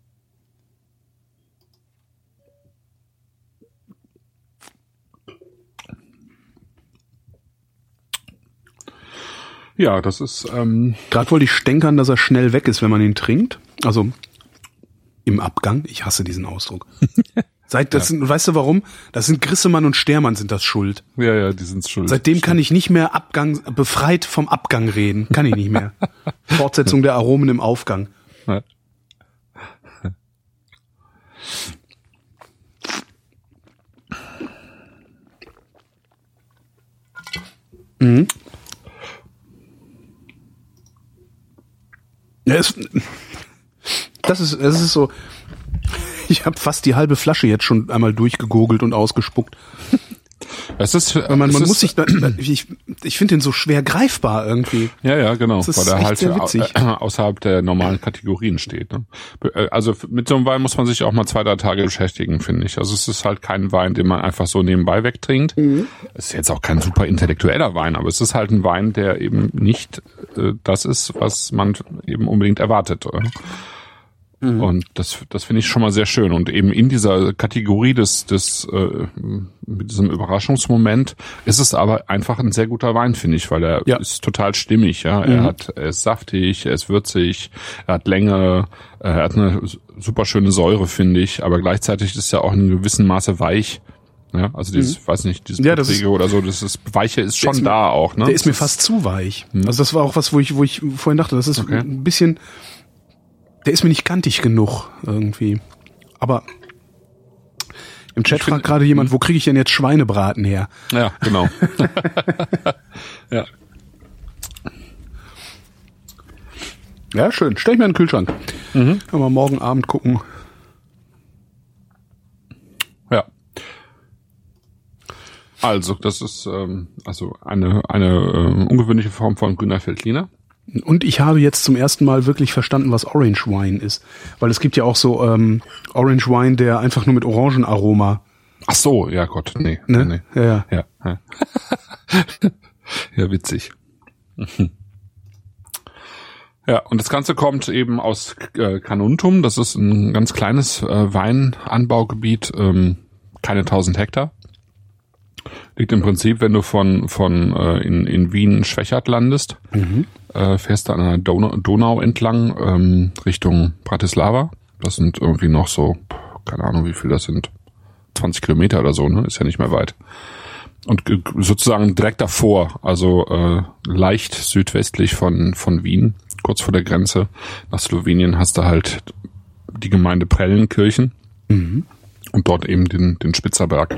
Ja, das ist... Ähm Gerade wollte ich stänkern, dass er schnell weg ist, wenn man ihn trinkt. Also im Abgang. Ich hasse diesen Ausdruck. Seit das ja. sind, weißt du warum? Das sind Grissemann und Stermann sind das schuld. Ja, ja, die sind schuld. Seitdem Stimmt. kann ich nicht mehr Abgang, befreit vom Abgang reden. Kann ich nicht mehr. Fortsetzung der Aromen im Aufgang. Ja. Mhm. Ja, es, das ist, es ist so. Ich habe fast die halbe Flasche jetzt schon einmal durchgegurgelt und ausgespuckt. Es ist, Weil man, es man ist, muss sich, da, ich, ich finde den so schwer greifbar irgendwie. Ja, ja, genau, weil er halt witzig. außerhalb der normalen Kategorien steht. Ne? Also mit so einem Wein muss man sich auch mal zwei, drei Tage beschäftigen, finde ich. Also es ist halt kein Wein, den man einfach so nebenbei wegtrinkt. Mhm. Es ist jetzt auch kein super intellektueller Wein, aber es ist halt ein Wein, der eben nicht äh, das ist, was man eben unbedingt erwartet. Oder? Mhm. Und das, das finde ich schon mal sehr schön. Und eben in dieser Kategorie des, des, äh, mit diesem Überraschungsmoment ist es aber einfach ein sehr guter Wein, finde ich, weil er ja. ist total stimmig, ja. Mhm. Er hat, er ist saftig, er ist würzig, er hat Länge, er hat eine super schöne Säure, finde ich, aber gleichzeitig ist er auch in einem gewissen Maße weich. Ja, also dieses, mhm. weiß nicht, dieses ja, das ist, oder so, das ist, Weiche ist schon ist da mir, auch, ne? Der ist mir fast zu weich. Mhm. Also das war auch was, wo ich, wo ich vorhin dachte, das ist okay. ein bisschen, der ist mir nicht kantig genug irgendwie. Aber im Chat fragt gerade jemand, wo kriege ich denn jetzt Schweinebraten her? Ja, genau. Ja. Ja, schön. Stell ich mir in den Kühlschrank. Mhm. Können wir morgen Abend gucken. Ja. Also, das ist ähm, also eine eine äh, ungewöhnliche Form von grüner Veltliner. Und ich habe jetzt zum ersten Mal wirklich verstanden, was Orange Wine ist. Weil es gibt ja auch so ähm, Orange Wine, der einfach nur mit Orangenaroma. Ach so, ja Gott, nee. Ne? nee. Ja, ja. Ja, ja. Ja, witzig. Ja, und das Ganze kommt eben aus äh, Carnuntum. Das ist ein ganz kleines äh, Weinanbaugebiet, ähm, keine tausend Hektar. Liegt im Prinzip, wenn du von von äh, in in Wien Schwechat landest, mhm. äh, fährst du an der Donau, Donau entlang ähm, Richtung Bratislava. Das sind irgendwie noch so, keine Ahnung, wie viel das sind, zwanzig Kilometer oder so, ne? Ist ja nicht mehr weit. Und äh, sozusagen direkt davor, also äh, leicht südwestlich von von Wien, kurz vor der Grenze nach Slowenien, hast du halt die Gemeinde Prellenkirchen mhm. und dort eben den den Spitzerberg.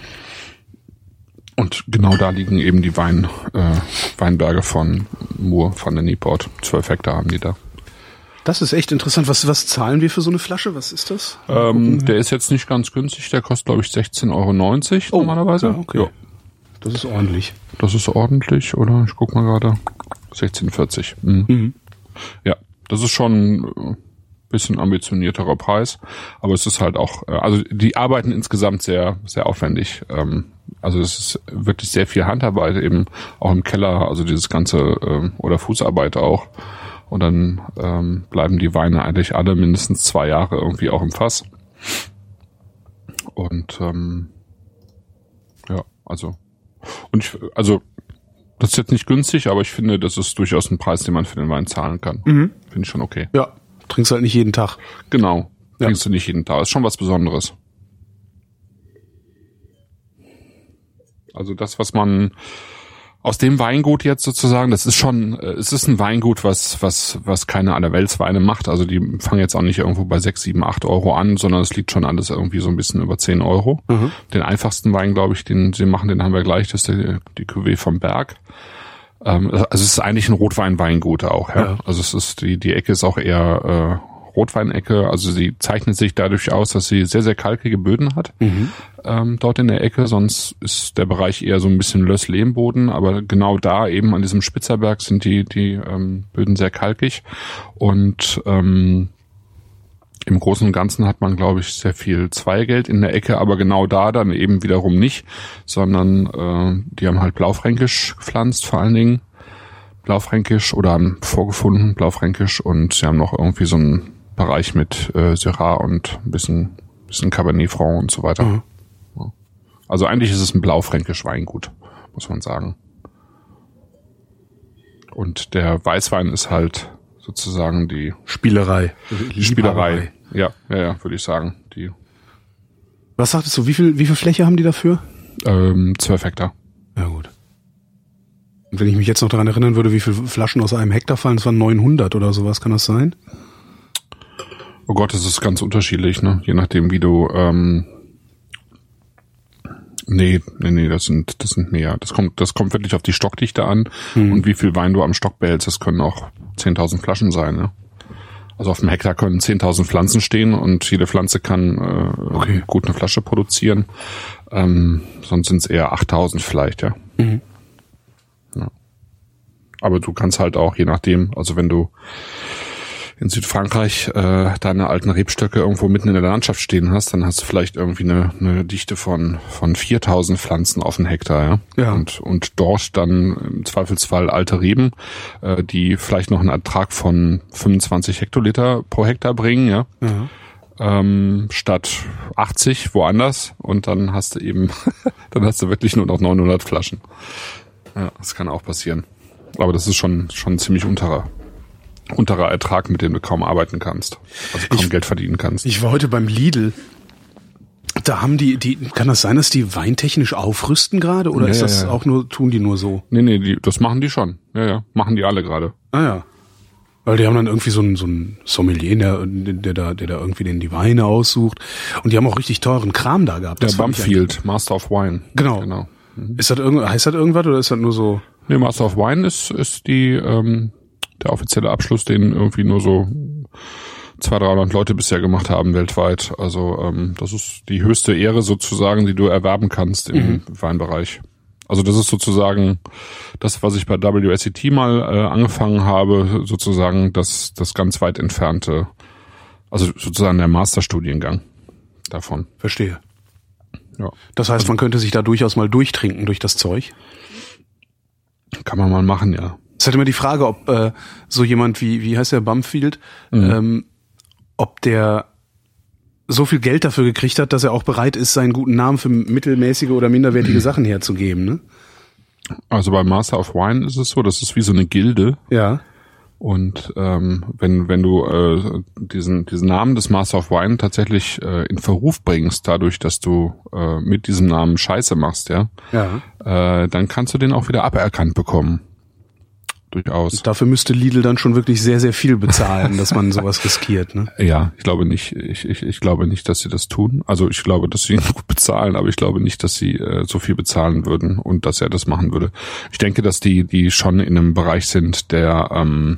Und genau da liegen eben die Wein, äh, Weinberge von Moor van der Nieport. Zwölf Hektar haben die da. Das ist echt interessant. Was, was zahlen wir für so eine Flasche? Was ist das? Ähm, der ist jetzt nicht ganz günstig. Der kostet, glaube ich, sechzehn Euro neunzig oh, normalerweise. Ja, okay. Ja. Das ist ordentlich. Das ist ordentlich, oder? Ich guck mal gerade. sechzehn vierzig. Mhm. Mhm. Ja, das ist schon ein bisschen ambitionierterer Preis. Aber es ist halt auch, also die arbeiten insgesamt sehr, sehr aufwendig. Ähm, Also es ist wirklich sehr viel Handarbeit eben auch im Keller, also dieses ganze ähm, oder Fußarbeit auch. Und dann ähm, bleiben die Weine eigentlich alle mindestens zwei Jahre irgendwie auch im Fass. Und ähm, ja, also und ich, also das ist jetzt nicht günstig, aber ich finde, das ist durchaus ein Preis, den man für den Wein zahlen kann. Mhm. Finde ich schon okay. Ja, trinkst halt nicht jeden Tag. Genau, trinkst ja. du nicht jeden Tag. Ist schon was Besonderes. Also das, was man aus dem Weingut jetzt sozusagen, das ist schon, es ist ein Weingut, was was was keine Allerweltsweine macht. Also die fangen jetzt auch nicht irgendwo bei sechs, sieben, acht Euro an, sondern es liegt schon alles irgendwie so ein bisschen über zehn Euro. Mhm. Den einfachsten Wein, glaube ich, den sie machen, den haben wir gleich, das ist die, die Cuvée vom Berg. Ähm, also es ist eigentlich ein Rotwein-Weingut auch. Ja? Ja. Also es ist die die Ecke ist auch eher äh, Rotweinecke, also sie zeichnet sich dadurch aus, dass sie sehr, sehr kalkige Böden hat, mhm. ähm, dort in der Ecke, sonst ist der Bereich eher so ein bisschen Löss-Lehmboden, aber genau da eben an diesem Spitzerberg sind die die ähm, Böden sehr kalkig und ähm, im Großen und Ganzen hat man, glaube ich, sehr viel Zweigeld in der Ecke, aber genau da dann eben wiederum nicht, sondern äh, die haben halt Blaufränkisch gepflanzt vor allen Dingen, Blaufränkisch oder haben vorgefunden Blaufränkisch und sie haben noch irgendwie so einen Bereich mit äh, Syrah und ein bisschen, bisschen Cabernet Franc und so weiter. Mhm. Ja. Also eigentlich ist es ein Blaufränkisch Weingut, muss man sagen. Und der Weißwein ist halt sozusagen die Spielerei. Die Spielerei. Ja, ja, ja, würde ich sagen. Die. Was sagtest du, wie viel, wie viel Fläche haben die dafür? Ähm, zwölf Hektar. Ja, gut. Und wenn ich mich jetzt noch daran erinnern würde, wie viele Flaschen aus einem Hektar fallen, das waren neunhundert oder sowas, kann das sein? Oh Gott, das ist ganz unterschiedlich, ne? Je nachdem, wie du, ähm, nee, nee, nee, das sind, das sind mehr. Das kommt, das kommt wirklich auf die Stockdichte an hm. und wie viel Wein du am Stock behältst. Das können auch zehntausend Flaschen sein, ne? Also auf dem Hektar können zehntausend Pflanzen stehen und jede Pflanze kann äh, okay. gut eine Flasche produzieren. Ähm, sonst sind es eher achttausend vielleicht, ja. Mhm. Ja. Aber du kannst halt auch, je nachdem, also wenn du in Südfrankreich äh, deine alten Rebstöcke irgendwo mitten in der Landschaft stehen hast, dann hast du vielleicht irgendwie eine, eine Dichte von von viertausend Pflanzen auf einen Hektar, ja. ja. Und und dort dann im Zweifelsfall alte Reben, äh, die vielleicht noch einen Ertrag von fünfundzwanzig Hektoliter pro Hektar bringen, ja. ja. Ähm, statt achtzig woanders und dann hast du eben, dann hast du wirklich nur noch neunhundert Flaschen. Ja, das kann auch passieren. Aber das ist schon schon ein ziemlich unterer unterer Ertrag, mit dem du kaum arbeiten kannst, also kaum ich, Geld verdienen kannst. Ich war heute beim Lidl. Da haben die, die, kann das sein, dass die weintechnisch aufrüsten gerade oder ja, ist das ja, ja. auch nur, tun die nur so? Nee, nee, die, das machen die schon. Ja, ja, machen die alle gerade. Ah ja. Weil die haben dann irgendwie so einen, so einen Sommelier, der, der da, der da irgendwie den die Weine aussucht. Und die haben auch richtig teuren Kram da gehabt. Der Bumfield, Master of Wine. Genau. genau. Mhm. Ist das irgend, heißt das irgendwas oder ist das nur so? Nee, Master of Wine ist, ist die, ähm, der offizielle Abschluss, den irgendwie nur so zweihundert, dreihundert Leute bisher gemacht haben weltweit. Also ähm, das ist die höchste Ehre sozusagen, die du erwerben kannst im mhm. Weinbereich. Also das ist sozusagen das, was ich bei W S E T mal äh, angefangen habe, sozusagen das das ganz weit entfernte, also sozusagen der Masterstudiengang davon. Verstehe. Ja. Das heißt, man könnte sich da durchaus mal durchtrinken durch das Zeug? Kann man mal machen, ja. Es ist halt immer die Frage, ob äh, so jemand wie, wie heißt der, Bumfield, mhm. ähm, ob der so viel Geld dafür gekriegt hat, dass er auch bereit ist, seinen guten Namen für mittelmäßige oder minderwertige mhm. Sachen herzugeben, ne? Also bei Master of Wine ist es so, das ist wie so eine Gilde. Ja. Und ähm, wenn wenn du äh, diesen diesen Namen des Master of Wine tatsächlich äh, in Verruf bringst, dadurch, dass du äh, mit diesem Namen Scheiße machst, ja, ja. Äh, dann kannst du den auch wieder aberkannt bekommen. Durchaus. Und dafür müsste Lidl dann schon wirklich sehr, sehr viel bezahlen, dass man sowas riskiert, ne? Ja, ich glaube nicht. Ich, ich, ich glaube nicht, dass sie das tun. Also ich glaube, dass sie ihn gut bezahlen, aber ich glaube nicht, dass sie äh, so viel bezahlen würden und dass er das machen würde. Ich denke, dass die, die schon in einem Bereich sind, der ähm,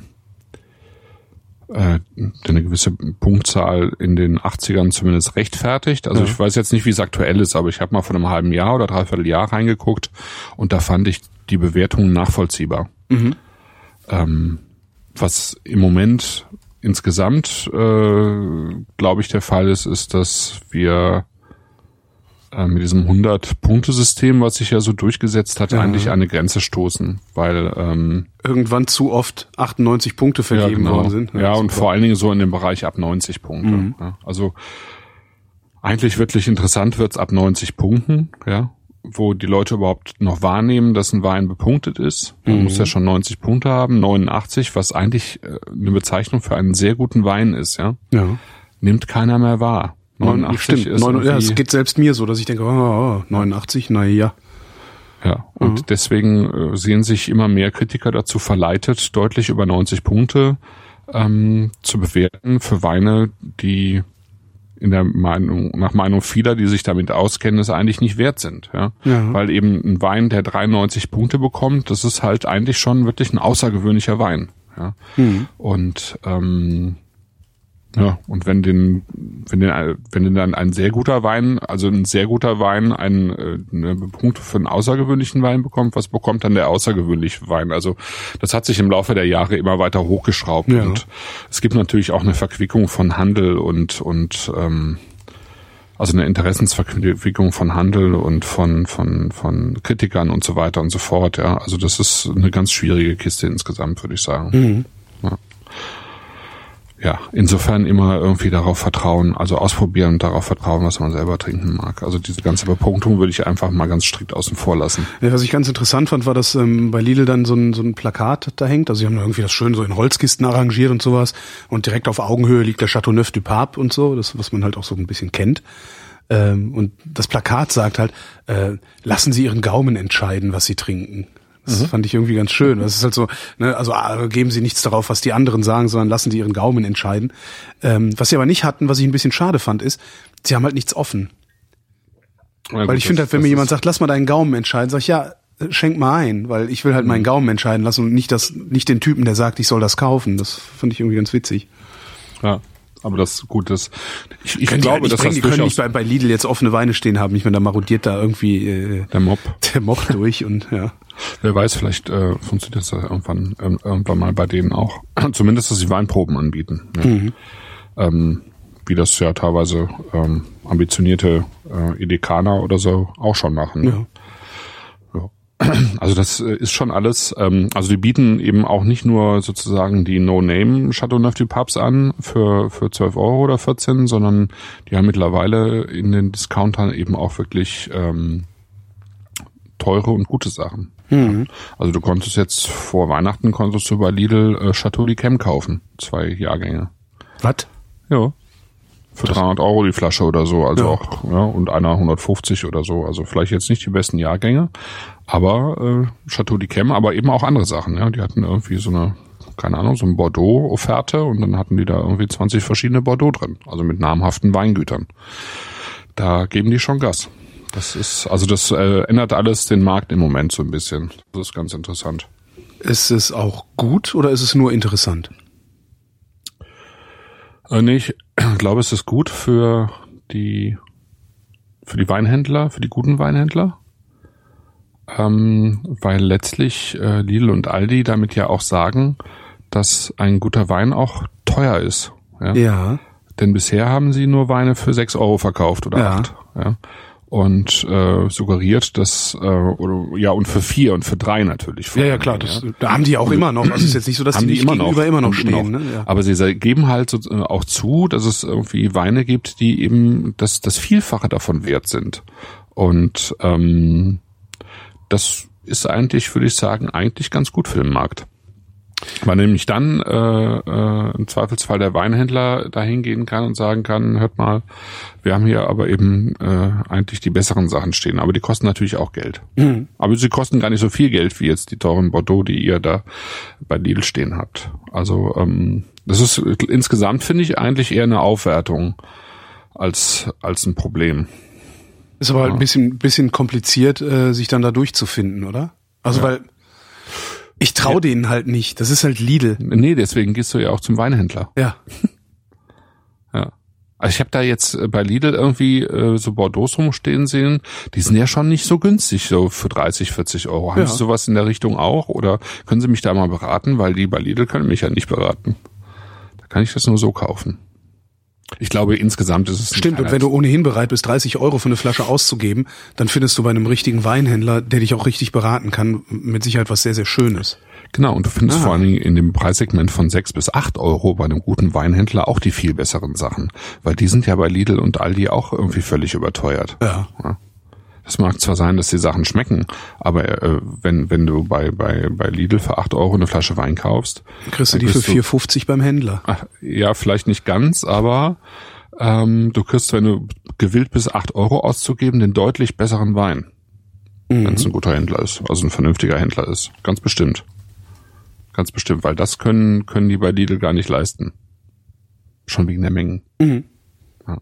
äh, eine gewisse Punktzahl in den achtzigern zumindest rechtfertigt. Also ja. Ich weiß jetzt nicht, wie es aktuell ist, aber ich habe mal vor einem halben Jahr oder dreiviertel Jahr reingeguckt und da fand ich die Bewertungen nachvollziehbar. Mhm. Ähm, was im Moment insgesamt, äh, glaube ich, der Fall ist, ist, dass wir äh, mit diesem hundert-Punkte-System, was sich ja so durchgesetzt hat, ja. eigentlich an eine Grenze stoßen, weil ähm, irgendwann zu oft achtundneunzig Punkte vergeben ja, genau. worden sind. Ja, ja und super. Vor allen Dingen so in dem Bereich ab neunzig Punkte. Mhm. Ja, also eigentlich wirklich interessant wird's ab neunzig Punkten, ja. Wo die Leute überhaupt noch wahrnehmen, dass ein Wein bepunktet ist. Man mhm. muss ja schon neunzig Punkte haben, neunundachtzig, was eigentlich eine Bezeichnung für einen sehr guten Wein ist, ja. Ja. Nimmt keiner mehr wahr. neunundachtzig Stimmt. ist neun, ja, es geht selbst mir so, dass ich denke, oh, oh, neunundachtzig, na ja. Ja, und mhm. deswegen äh, sehen sich immer mehr Kritiker dazu verleitet, deutlich über neunzig Punkte ähm, zu bewerten für Weine, die in der Meinung, nach Meinung vieler, die sich damit auskennen, es eigentlich nicht wert sind, ja? Ja. Weil eben ein Wein, der dreiundneunzig Punkte bekommt, das ist halt eigentlich schon wirklich ein außergewöhnlicher Wein, ja. Mhm. Und ähm, ja, und wenn den, wenn den, wenn den dann ein sehr guter Wein, also ein sehr guter Wein, ein, eine Punkte für einen außergewöhnlichen Wein bekommt, was bekommt dann der außergewöhnliche Wein? Also das hat sich im Laufe der Jahre immer weiter hochgeschraubt ja. und es gibt natürlich auch eine Verquickung von Handel und und ähm, also eine Interessensverquickung von Handel und von von von Kritikern und so weiter und so fort. Ja, also das ist eine ganz schwierige Kiste insgesamt, würde ich sagen. Mhm. Ja. Ja, insofern immer irgendwie darauf vertrauen, also ausprobieren und darauf vertrauen, was man selber trinken mag. Also diese ganze Bepunktung würde ich einfach mal ganz strikt außen vor lassen. Ja, was ich ganz interessant fand, war, dass ähm, bei Lidl dann so ein, so ein Plakat da hängt. Also sie haben da irgendwie das schön so in Holzkisten arrangiert und sowas. Und direkt auf Augenhöhe liegt der Châteauneuf du Pape und so, das was man halt auch so ein bisschen kennt. Ähm, und das Plakat sagt halt, äh, lassen Sie Ihren Gaumen entscheiden, was Sie trinken. Das mhm. fand ich irgendwie ganz schön. Das ist halt so, ne, also geben Sie nichts darauf, was die anderen sagen, sondern lassen Sie Ihren Gaumen entscheiden. Ähm, was Sie aber nicht hatten, was ich ein bisschen schade fand, ist, Sie haben halt nichts offen. Ja, weil gut, ich finde halt, wenn mir jemand sagt, lass mal deinen Gaumen entscheiden, sag ich, ja, schenk mal ein, weil ich will halt mhm. meinen Gaumen entscheiden lassen und nicht das, nicht den Typen, der sagt, ich soll das kaufen. Das fand ich irgendwie ganz witzig. Ja. Aber das gut ist. Ich, ich können glaube, halt dass bringen, das die können nicht bei, bei Lidl jetzt offene Weine stehen haben. Ich meine, da marodiert da irgendwie äh, der Mob, der Mob durch und ja. Wer weiß, vielleicht äh, funktioniert das irgendwann äh, irgendwann mal bei denen auch. Zumindest, dass sie Weinproben anbieten. Ja. Mhm. Ähm, wie das ja teilweise ähm, ambitionierte äh, Edekaner oder so auch schon machen. Ja. Also das ist schon alles, ähm, also die bieten eben auch nicht nur sozusagen die No-Name Châteauneuf du Papes an für für zwölf Euro oder vierzehn, sondern die haben mittlerweile in den Discountern eben auch wirklich ähm, teure und gute Sachen. Mhm. Also du konntest jetzt vor Weihnachten konntest du bei Lidl äh, Château d'Yquem kaufen, zwei Jahrgänge. Was? Ja. Für das dreihundert Euro die Flasche oder so, also ja. auch, ja, und einer hundertfünfzig oder so, also vielleicht jetzt nicht die besten Jahrgänge, aber äh, Château d'Yquem, aber eben auch andere Sachen, ja, die hatten irgendwie so eine, keine Ahnung, so eine Bordeaux-Offerte und dann hatten die da irgendwie zwanzig verschiedene Bordeaux drin, also mit namhaften Weingütern. Da geben die schon Gas. Das ist, also das äh, ändert alles den Markt im Moment so ein bisschen. Das ist ganz interessant. Ist es auch gut oder ist es nur interessant? Äh, nee, ich glaube, es ist gut für die für die Weinhändler, für die guten Weinhändler, ähm, weil letztlich äh, Lidl und Aldi damit ja auch sagen, dass ein guter Wein auch teuer ist. Ja. Ja. Denn bisher haben sie nur Weine für sechs Euro verkauft oder Ja. acht. Ja. Und äh, suggeriert, dass äh, oder ja und für vier und für drei natürlich. Ja, ja, klar. Das, ja. Da haben die auch immer noch. Also es ist jetzt nicht so, dass haben die, die nicht immer gegenüber noch, immer noch stehen. stehen. Noch. Ne? Ja. Aber sie geben halt so, äh, auch zu, dass es irgendwie Weine gibt, die eben das, das Vielfache davon wert sind. Und ähm, das ist eigentlich, würde ich sagen, eigentlich ganz gut für den Markt. Weil nämlich dann äh, äh, im Zweifelsfall der Weinhändler dahin gehen kann und sagen kann, hört mal, wir haben hier aber eben äh, eigentlich die besseren Sachen stehen. Aber die kosten natürlich auch Geld. Mhm. Aber sie kosten gar nicht so viel Geld wie jetzt die teuren Bordeaux, die ihr da bei Lidl stehen habt. Also ähm, das ist insgesamt, finde ich, eigentlich eher eine Aufwertung als als ein Problem. Ist aber halt ja. ein bisschen bisschen kompliziert, äh, sich dann da durchzufinden, oder? Also ja. weil ich traue ja. denen halt nicht. Das ist halt Lidl. Nee, deswegen gehst du ja auch zum Weinhändler. Ja. Ja. Also ich habe da jetzt bei Lidl irgendwie äh, so Bordeaux rumstehen sehen. Die sind ja schon nicht so günstig, so für dreißig, vierzig Euro. Haben ja. Sie sowas in der Richtung auch? Oder können Sie mich da mal beraten? Weil die bei Lidl können mich ja nicht beraten. Da kann ich das nur so kaufen. Ich glaube, insgesamt ist es... Stimmt, und wenn du ohnehin bereit bist, dreißig Euro für eine Flasche auszugeben, dann findest du bei einem richtigen Weinhändler, der dich auch richtig beraten kann, mit Sicherheit was sehr, sehr Schönes. Genau, und du findest ah. vor allen Dingen in dem Preissegment von sechs bis acht Euro bei einem guten Weinhändler auch die viel besseren Sachen. Weil die sind ja bei Lidl und Aldi auch irgendwie völlig überteuert. Ja. ja. Das mag zwar sein, dass die Sachen schmecken, aber äh, wenn wenn du bei bei bei Lidl für acht Euro eine Flasche Wein kaufst, kriegst du die für vier fünfzig beim Händler. Ach, ja, vielleicht nicht ganz, aber ähm, du kriegst, wenn du gewillt bist, acht Euro auszugeben, den deutlich besseren Wein, mhm. wenn es ein guter Händler ist, also ein vernünftiger Händler ist, ganz bestimmt, ganz bestimmt, weil das können können die bei Lidl gar nicht leisten, schon wegen der Mengen. Mhm. Ja.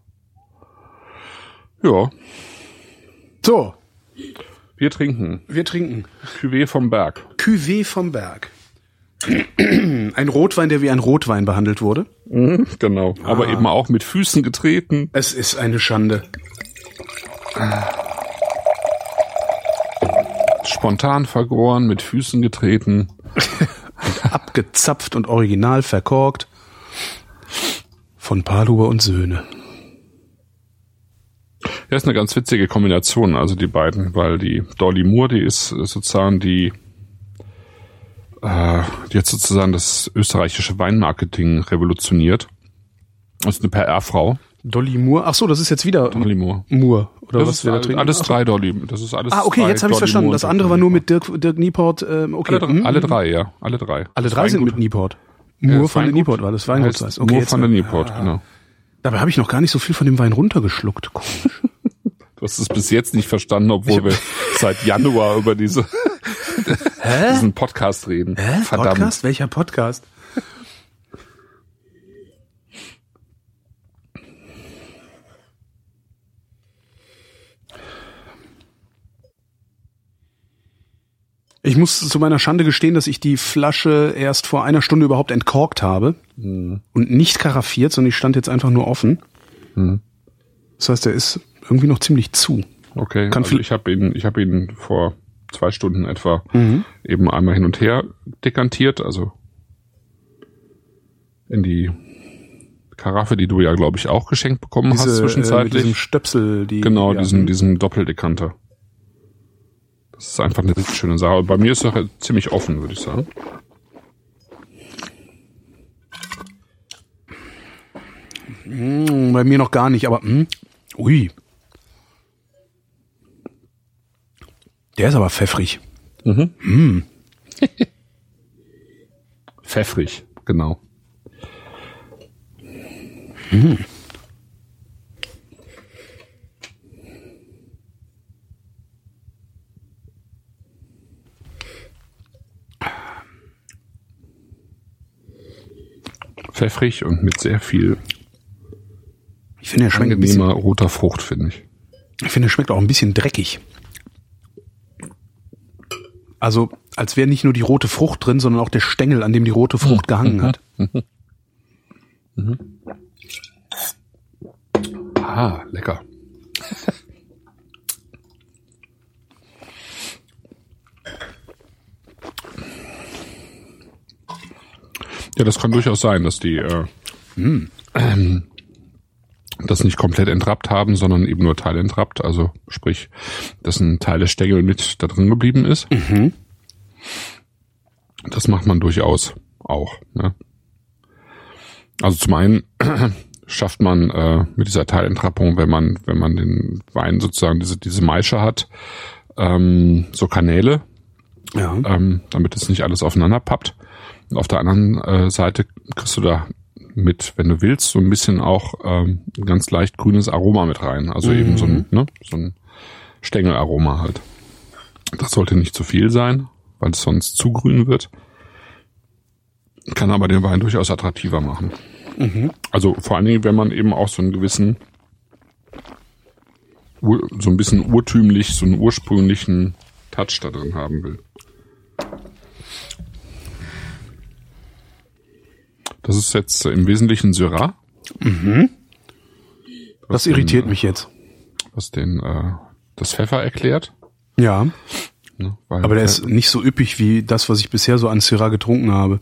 ja. So. Wir trinken. Wir trinken. Cuvée vom Berg. Cuvée vom Berg. Ein Rotwein, der wie ein Rotwein behandelt wurde. Mhm, genau. Ah. Aber eben auch mit Füßen getreten. Es ist eine Schande. Spontan vergoren, mit Füßen getreten. Abgezapft und original verkorkt. Von Paluber und Söhne. Ja, ist eine ganz witzige Kombination, also die beiden, weil die Dolly Moore, die ist sozusagen die, äh, die hat sozusagen das österreichische Weinmarketing revolutioniert. Das ist eine P R-Frau. Dolly Moore, ach so, das ist jetzt wieder Dolly Moore. Moore, oder das was ist wir da trinken? Alles drei Dolly, das ist alles Ah, okay, jetzt habe ich verstanden. Das andere war nur mit Dirk, Dirk Nieport, ähm, okay. Alle, mhm. alle drei, ja, alle drei. Alle drei sind mit Nieport. Moore von der Nieport war das Weingut heißt. Okay, Moore von der Nieport, ja. Genau. Dabei habe ich noch gar nicht so viel von dem Wein runtergeschluckt. Komisch. Du hast es bis jetzt nicht verstanden, obwohl wir seit Januar über diese Hä? diesen Podcast reden. Hä? Verdammt. Podcast? Welcher Podcast? Ich muss zu meiner Schande gestehen, dass ich die Flasche erst vor einer Stunde überhaupt entkorkt habe mhm. und nicht karaffiert, sondern ich stand jetzt einfach nur offen. Mhm. Das heißt, er ist irgendwie noch ziemlich zu. Okay, Kann also ich habe ihn, ich habe ihn vor zwei Stunden etwa mhm. eben einmal hin und her dekantiert, also in die Karaffe, die du ja, glaube ich, auch geschenkt bekommen Diese, hast zwischenzeitlich. Äh, mit diesem Stöpsel, die genau, ja, diesen, diesen Doppeldekanter. Das ist einfach eine richtig schöne Sache. Bei mir ist es ziemlich offen, würde ich sagen. Bei mir noch gar nicht, aber mh. ui. Der ist aber pfeffrig. Mhm. Mm. Pfeffrig, genau. Mm. Pfeffrig und mit sehr viel ich finde, er schmeckt angenehmer ein bisschen, roter Frucht, finde ich. Ich finde, er schmeckt auch ein bisschen dreckig. Also, als wäre nicht nur die rote Frucht drin, sondern auch der Stängel, an dem die rote Frucht gehangen hat. Mhm. Ah, lecker. Ja, das kann durchaus sein, dass die äh, ähm, das nicht komplett entrappt haben, sondern eben nur teilentrappt. Also sprich, dass ein Teil des Stängel mit da drin geblieben ist. Mhm. Das macht man durchaus auch. Ne? Also zum einen schafft man äh, mit dieser Teilentrappung, wenn man wenn man den Wein sozusagen diese diese Maische hat, ähm, so Kanäle, Ja. ähm, damit es nicht alles aufeinander pappt. Und auf der anderen äh, Seite kriegst du da mit, wenn du willst, so ein bisschen auch ähm, ein ganz leicht grünes Aroma mit rein. Also Mhm. eben so ein, ne, so ein Stängelaroma halt. Das sollte nicht zu viel sein, weil es sonst zu grün wird. Kann aber den Wein durchaus attraktiver machen. Mhm. Also vor allen Dingen, wenn man eben auch so einen gewissen, ur, so ein bisschen urtümlich, so einen ursprünglichen Touch da drin haben will. Das ist jetzt im Wesentlichen Syrah. Mhm. Das irritiert den, mich jetzt. Was den äh, das Pfeffer erklärt. Ja, Ne? Weil aber der Pfe- ist nicht so üppig wie das, was ich bisher so an Syrah getrunken habe.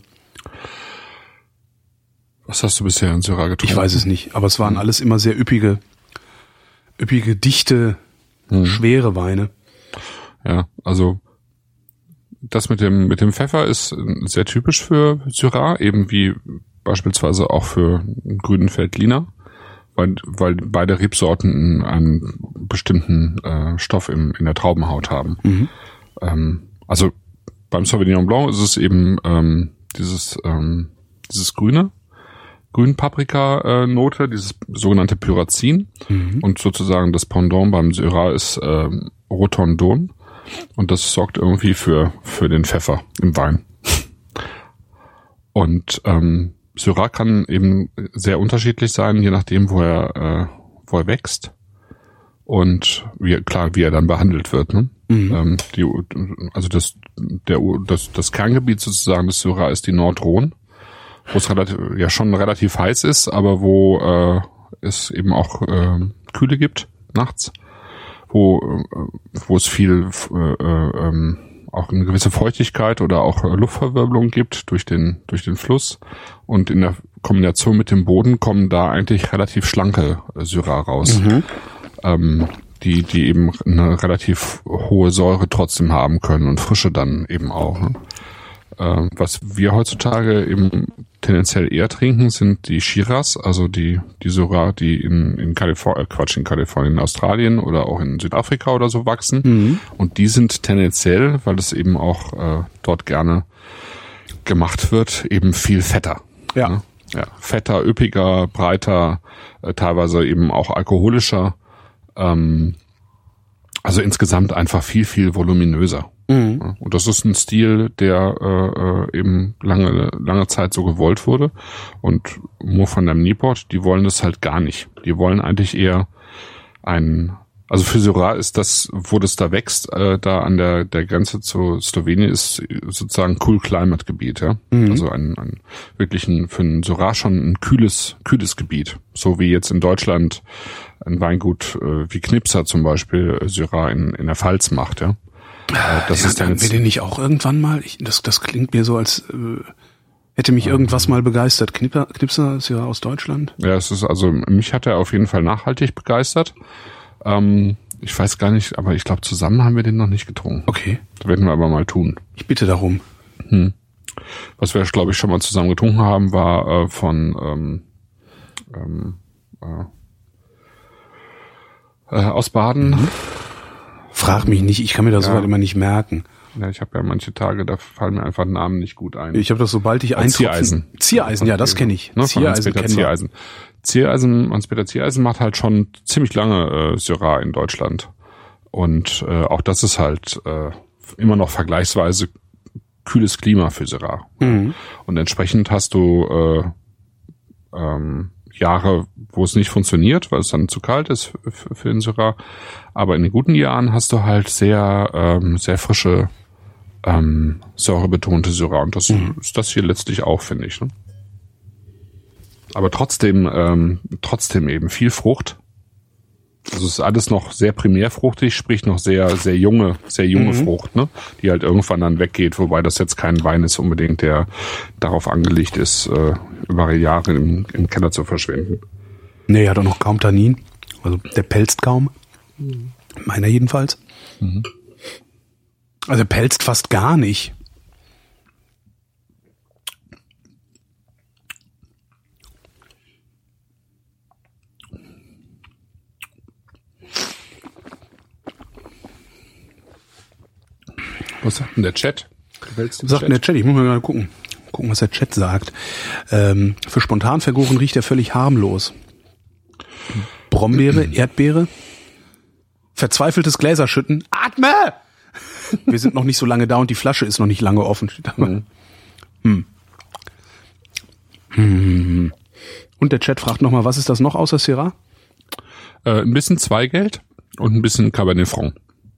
Was hast du bisher in Syrah getrunken? Ich weiß es nicht, aber es waren alles immer sehr üppige, üppige, dichte, Hm. schwere Weine. Ja, also das mit dem mit dem Pfeffer ist sehr typisch für Syrah, eben wie beispielsweise auch für einen grünen Veltliner, weil weil beide Rebsorten einen bestimmten äh, Stoff im, in der Traubenhaut haben. Mhm. Ähm, also beim Sauvignon Blanc ist es eben ähm, dieses ähm, dieses grüne Grün-Paprika-Note, dieses sogenannte Pyrazin. Mhm. Und sozusagen das Pendant beim Syrah ist ähm, Rotondon. Und das sorgt irgendwie für für den Pfeffer im Wein. Und ähm, Syrah kann eben sehr unterschiedlich sein, je nachdem, wo er, äh, wo er wächst. Und wie, klar, wie er dann behandelt wird. Ne? Mhm. Ähm, die, also das, der, das, das Kerngebiet sozusagen des Syrah ist die Nordrhone, wo es relativ, ja schon relativ heiß ist, aber wo äh, es eben auch äh, Kühle gibt nachts, wo äh, wo es viel äh, äh, ähm, auch eine gewisse Feuchtigkeit oder auch äh, Luftverwirbelung gibt durch den durch den Fluss, und in der Kombination mit dem Boden kommen da eigentlich relativ schlanke äh, Syrah raus, Mhm. ähm, die die eben eine relativ hohe Säure trotzdem haben können und Frische dann eben auch. Ne? Äh, was wir heutzutage eben tendenziell eher trinken, sind die Shiraz, also die die Syrah, die in in Kalifornien, äh, Quatsch, in Kalifornien, in Australien oder auch in Südafrika oder so wachsen. Mhm. Und die sind tendenziell, weil es eben auch äh, dort gerne gemacht wird, eben viel fetter. Ja. Ne? Ja, fetter, üppiger, breiter, äh, teilweise eben auch alkoholischer. Ähm, also insgesamt einfach viel, viel voluminöser. Mhm. Ja, und das ist ein Stil, der äh, eben lange lange Zeit so gewollt wurde. Und Moor van der Nieport, die wollen das halt gar nicht. Die wollen eigentlich eher ein, also für Syrah ist das, wo das da wächst, äh, da an der der Grenze zu Slowenien, ist sozusagen Cool Climate Gebiet, ja. Mhm. Also ein, ein wirklich ein, für einen Syrah schon ein kühles kühles Gebiet, so wie jetzt in Deutschland ein Weingut äh, wie Knipser zum Beispiel äh, Syrah in in der Pfalz macht, ja. Das ja, ist dann haben wir jetzt, den nicht auch irgendwann mal? Ich, das, das klingt mir so, als äh, hätte mich irgendwas mal begeistert. Knipper, Knipser ist ja aus Deutschland. ja, es ist also, mich hat er auf jeden Fall nachhaltig begeistert. Ähm, ich weiß gar nicht, aber ich glaube, zusammen haben wir den noch nicht getrunken. Okay, Das werden wir aber mal tun. ich bitte darum. Hm. Was wir, glaube ich, schon mal zusammen getrunken haben, war äh, von ähm, ähm, äh, äh, aus Baden. Mhm. Frag mich nicht, ich kann mir das Ja. soweit immer nicht merken. Ja, ich habe ja manche Tage, da fallen mir einfach Namen nicht gut ein. Ich habe das, sobald ich ein Ziereisen. Ziereisen, ja, das kenne ich. Ne, von Ziereisen Hans-Peter kennen wir. Ziereisen. Ziereisen, Hans-Peter Ziereisen macht halt schon ziemlich lange äh, Syrah in Deutschland. Und äh, auch das ist halt äh, immer noch vergleichsweise kühles Klima für Syrah. Mhm. Und entsprechend hast du äh, ähm, Jahre, wo es nicht funktioniert, weil es dann zu kalt ist für, für den Syrah. Aber in den guten Jahren hast du halt sehr, ähm, sehr frische, ähm, säurebetonte Syrah. Und das Mhm. ist das hier letztlich auch, finde ich. Ne? aber trotzdem, ähm, trotzdem eben viel Frucht. Also es ist alles noch sehr primärfruchtig, sprich noch sehr, sehr junge, sehr junge mhm. Frucht, ne? Die halt irgendwann dann weggeht, wobei das jetzt kein Wein ist unbedingt, der darauf angelegt ist, äh, über Jahre im, im Keller zu verschwinden. Nee, hat auch noch kaum Tannin. Also der pelzt kaum. Mhm. Meiner jedenfalls. Mhm. Also pelzt fast gar nicht. Was sagt denn der Chat? Was sagt denn der Chat? Ich muss mal gerade gucken. Gucken, was der Chat sagt. Ähm, für spontan vergoren riecht er völlig harmlos. Brombeere, Erdbeere. Verzweifeltes Gläserschütten. Atme! Wir sind noch nicht so lange da und die Flasche ist noch nicht lange offen. Mhm. Hm. Hm. Und der Chat fragt nochmal, was ist das noch außer Syrah? Äh, ein bisschen Zweigeld und ein bisschen Cabernet Franc.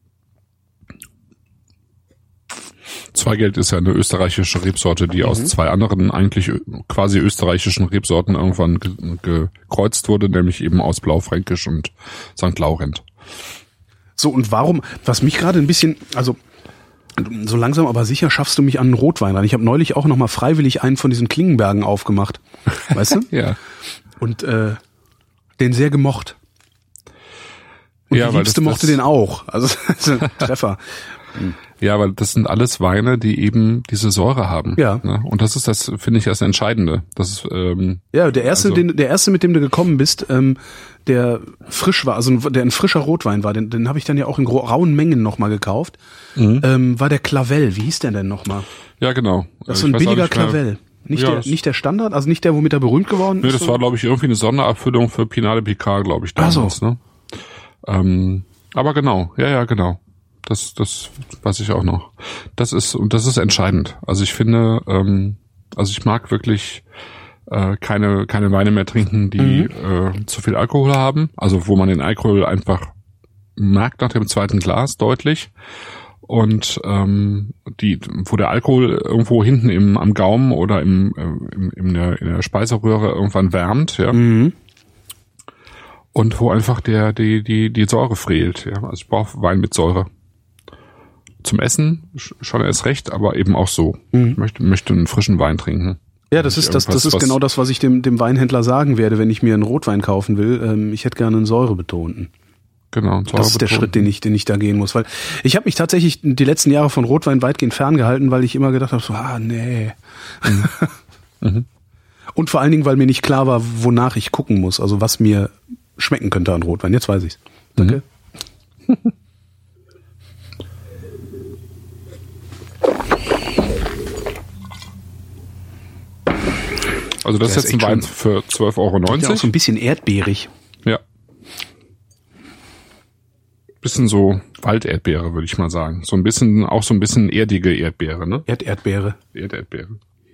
Zweigeld ist ja eine österreichische Rebsorte, die mhm. aus zwei anderen eigentlich quasi österreichischen Rebsorten irgendwann ge- gekreuzt wurde, nämlich eben aus Blaufränkisch und Sankt Laurent. So, und warum, was mich gerade ein bisschen, also so langsam aber sicher schaffst du mich an einen Rotwein ran. Ich habe neulich auch nochmal freiwillig einen von diesen Klingenbergen aufgemacht, weißt du? Ja. Und äh, den sehr gemocht. Und ja, die Liebste das, mochte das, den auch. Also das ist ein Treffer. Ja, weil das sind alles Weine, die eben diese Säure haben. Ja. Ne? Und das ist das, finde ich, das Entscheidende. Das ist, ähm, ja, der erste, also, den, der erste, mit dem du gekommen bist, ähm, der frisch war, also der ein frischer Rotwein war, den, den habe ich dann ja auch in rauen Mengen nochmal gekauft, mhm. ähm, war der Clavel. Wie hieß der denn nochmal? Ja, genau. Das ist so ein billiger Clavel. Nicht, ja, der, nicht der Standard, also nicht der, womit er berühmt geworden nee, ist? Nee, das so? war, glaube ich, irgendwie eine Sonderabfüllung für Pinot de Picard, glaube ich, damals. Ach so. Ne? Ähm, aber genau, ja, ja, genau. Das, das weiß ich auch noch. Das ist, und das ist entscheidend. Also ich finde, ähm, also ich mag wirklich äh, keine, keine Weine mehr trinken, die mhm. äh, zu viel Alkohol haben. Also wo man den Alkohol einfach merkt nach dem zweiten Glas deutlich. Und ähm, die, wo der Alkohol irgendwo hinten im am Gaumen oder im, äh, im in der in der Speiseröhre irgendwann wärmt, ja. Mhm. Und wo einfach der die die die Säure fehlt, ja. Also ich brauche Wein mit Säure. Zum Essen schon erst recht, aber eben auch so. Mhm. Ich möchte möchte einen frischen Wein trinken. Ja, das ist das das ist genau das, was ich dem dem Weinhändler sagen werde, wenn ich mir einen Rotwein kaufen will. Ähm, ich hätte gerne einen säurebetonten. Genau, das ist der Schritt, den ich, den ich da gehen muss, weil ich habe mich tatsächlich die letzten Jahre von Rotwein weitgehend ferngehalten, weil ich immer gedacht habe, so, ah nee. Mhm. mhm. Und vor allen Dingen, weil mir nicht klar war, wonach ich gucken muss, also was mir schmecken könnte an Rotwein. Jetzt weiß ich's. Danke. Mhm. Also das ist jetzt ein Wein für zwölf Euro neunzig. Ja, auch so ein bisschen erdbeerig. Ja. Bisschen so Walderdbeere, würde ich mal sagen. So ein bisschen, auch so ein bisschen erdige Erdbeere, ne? Erderdbeere. Erderdbeere.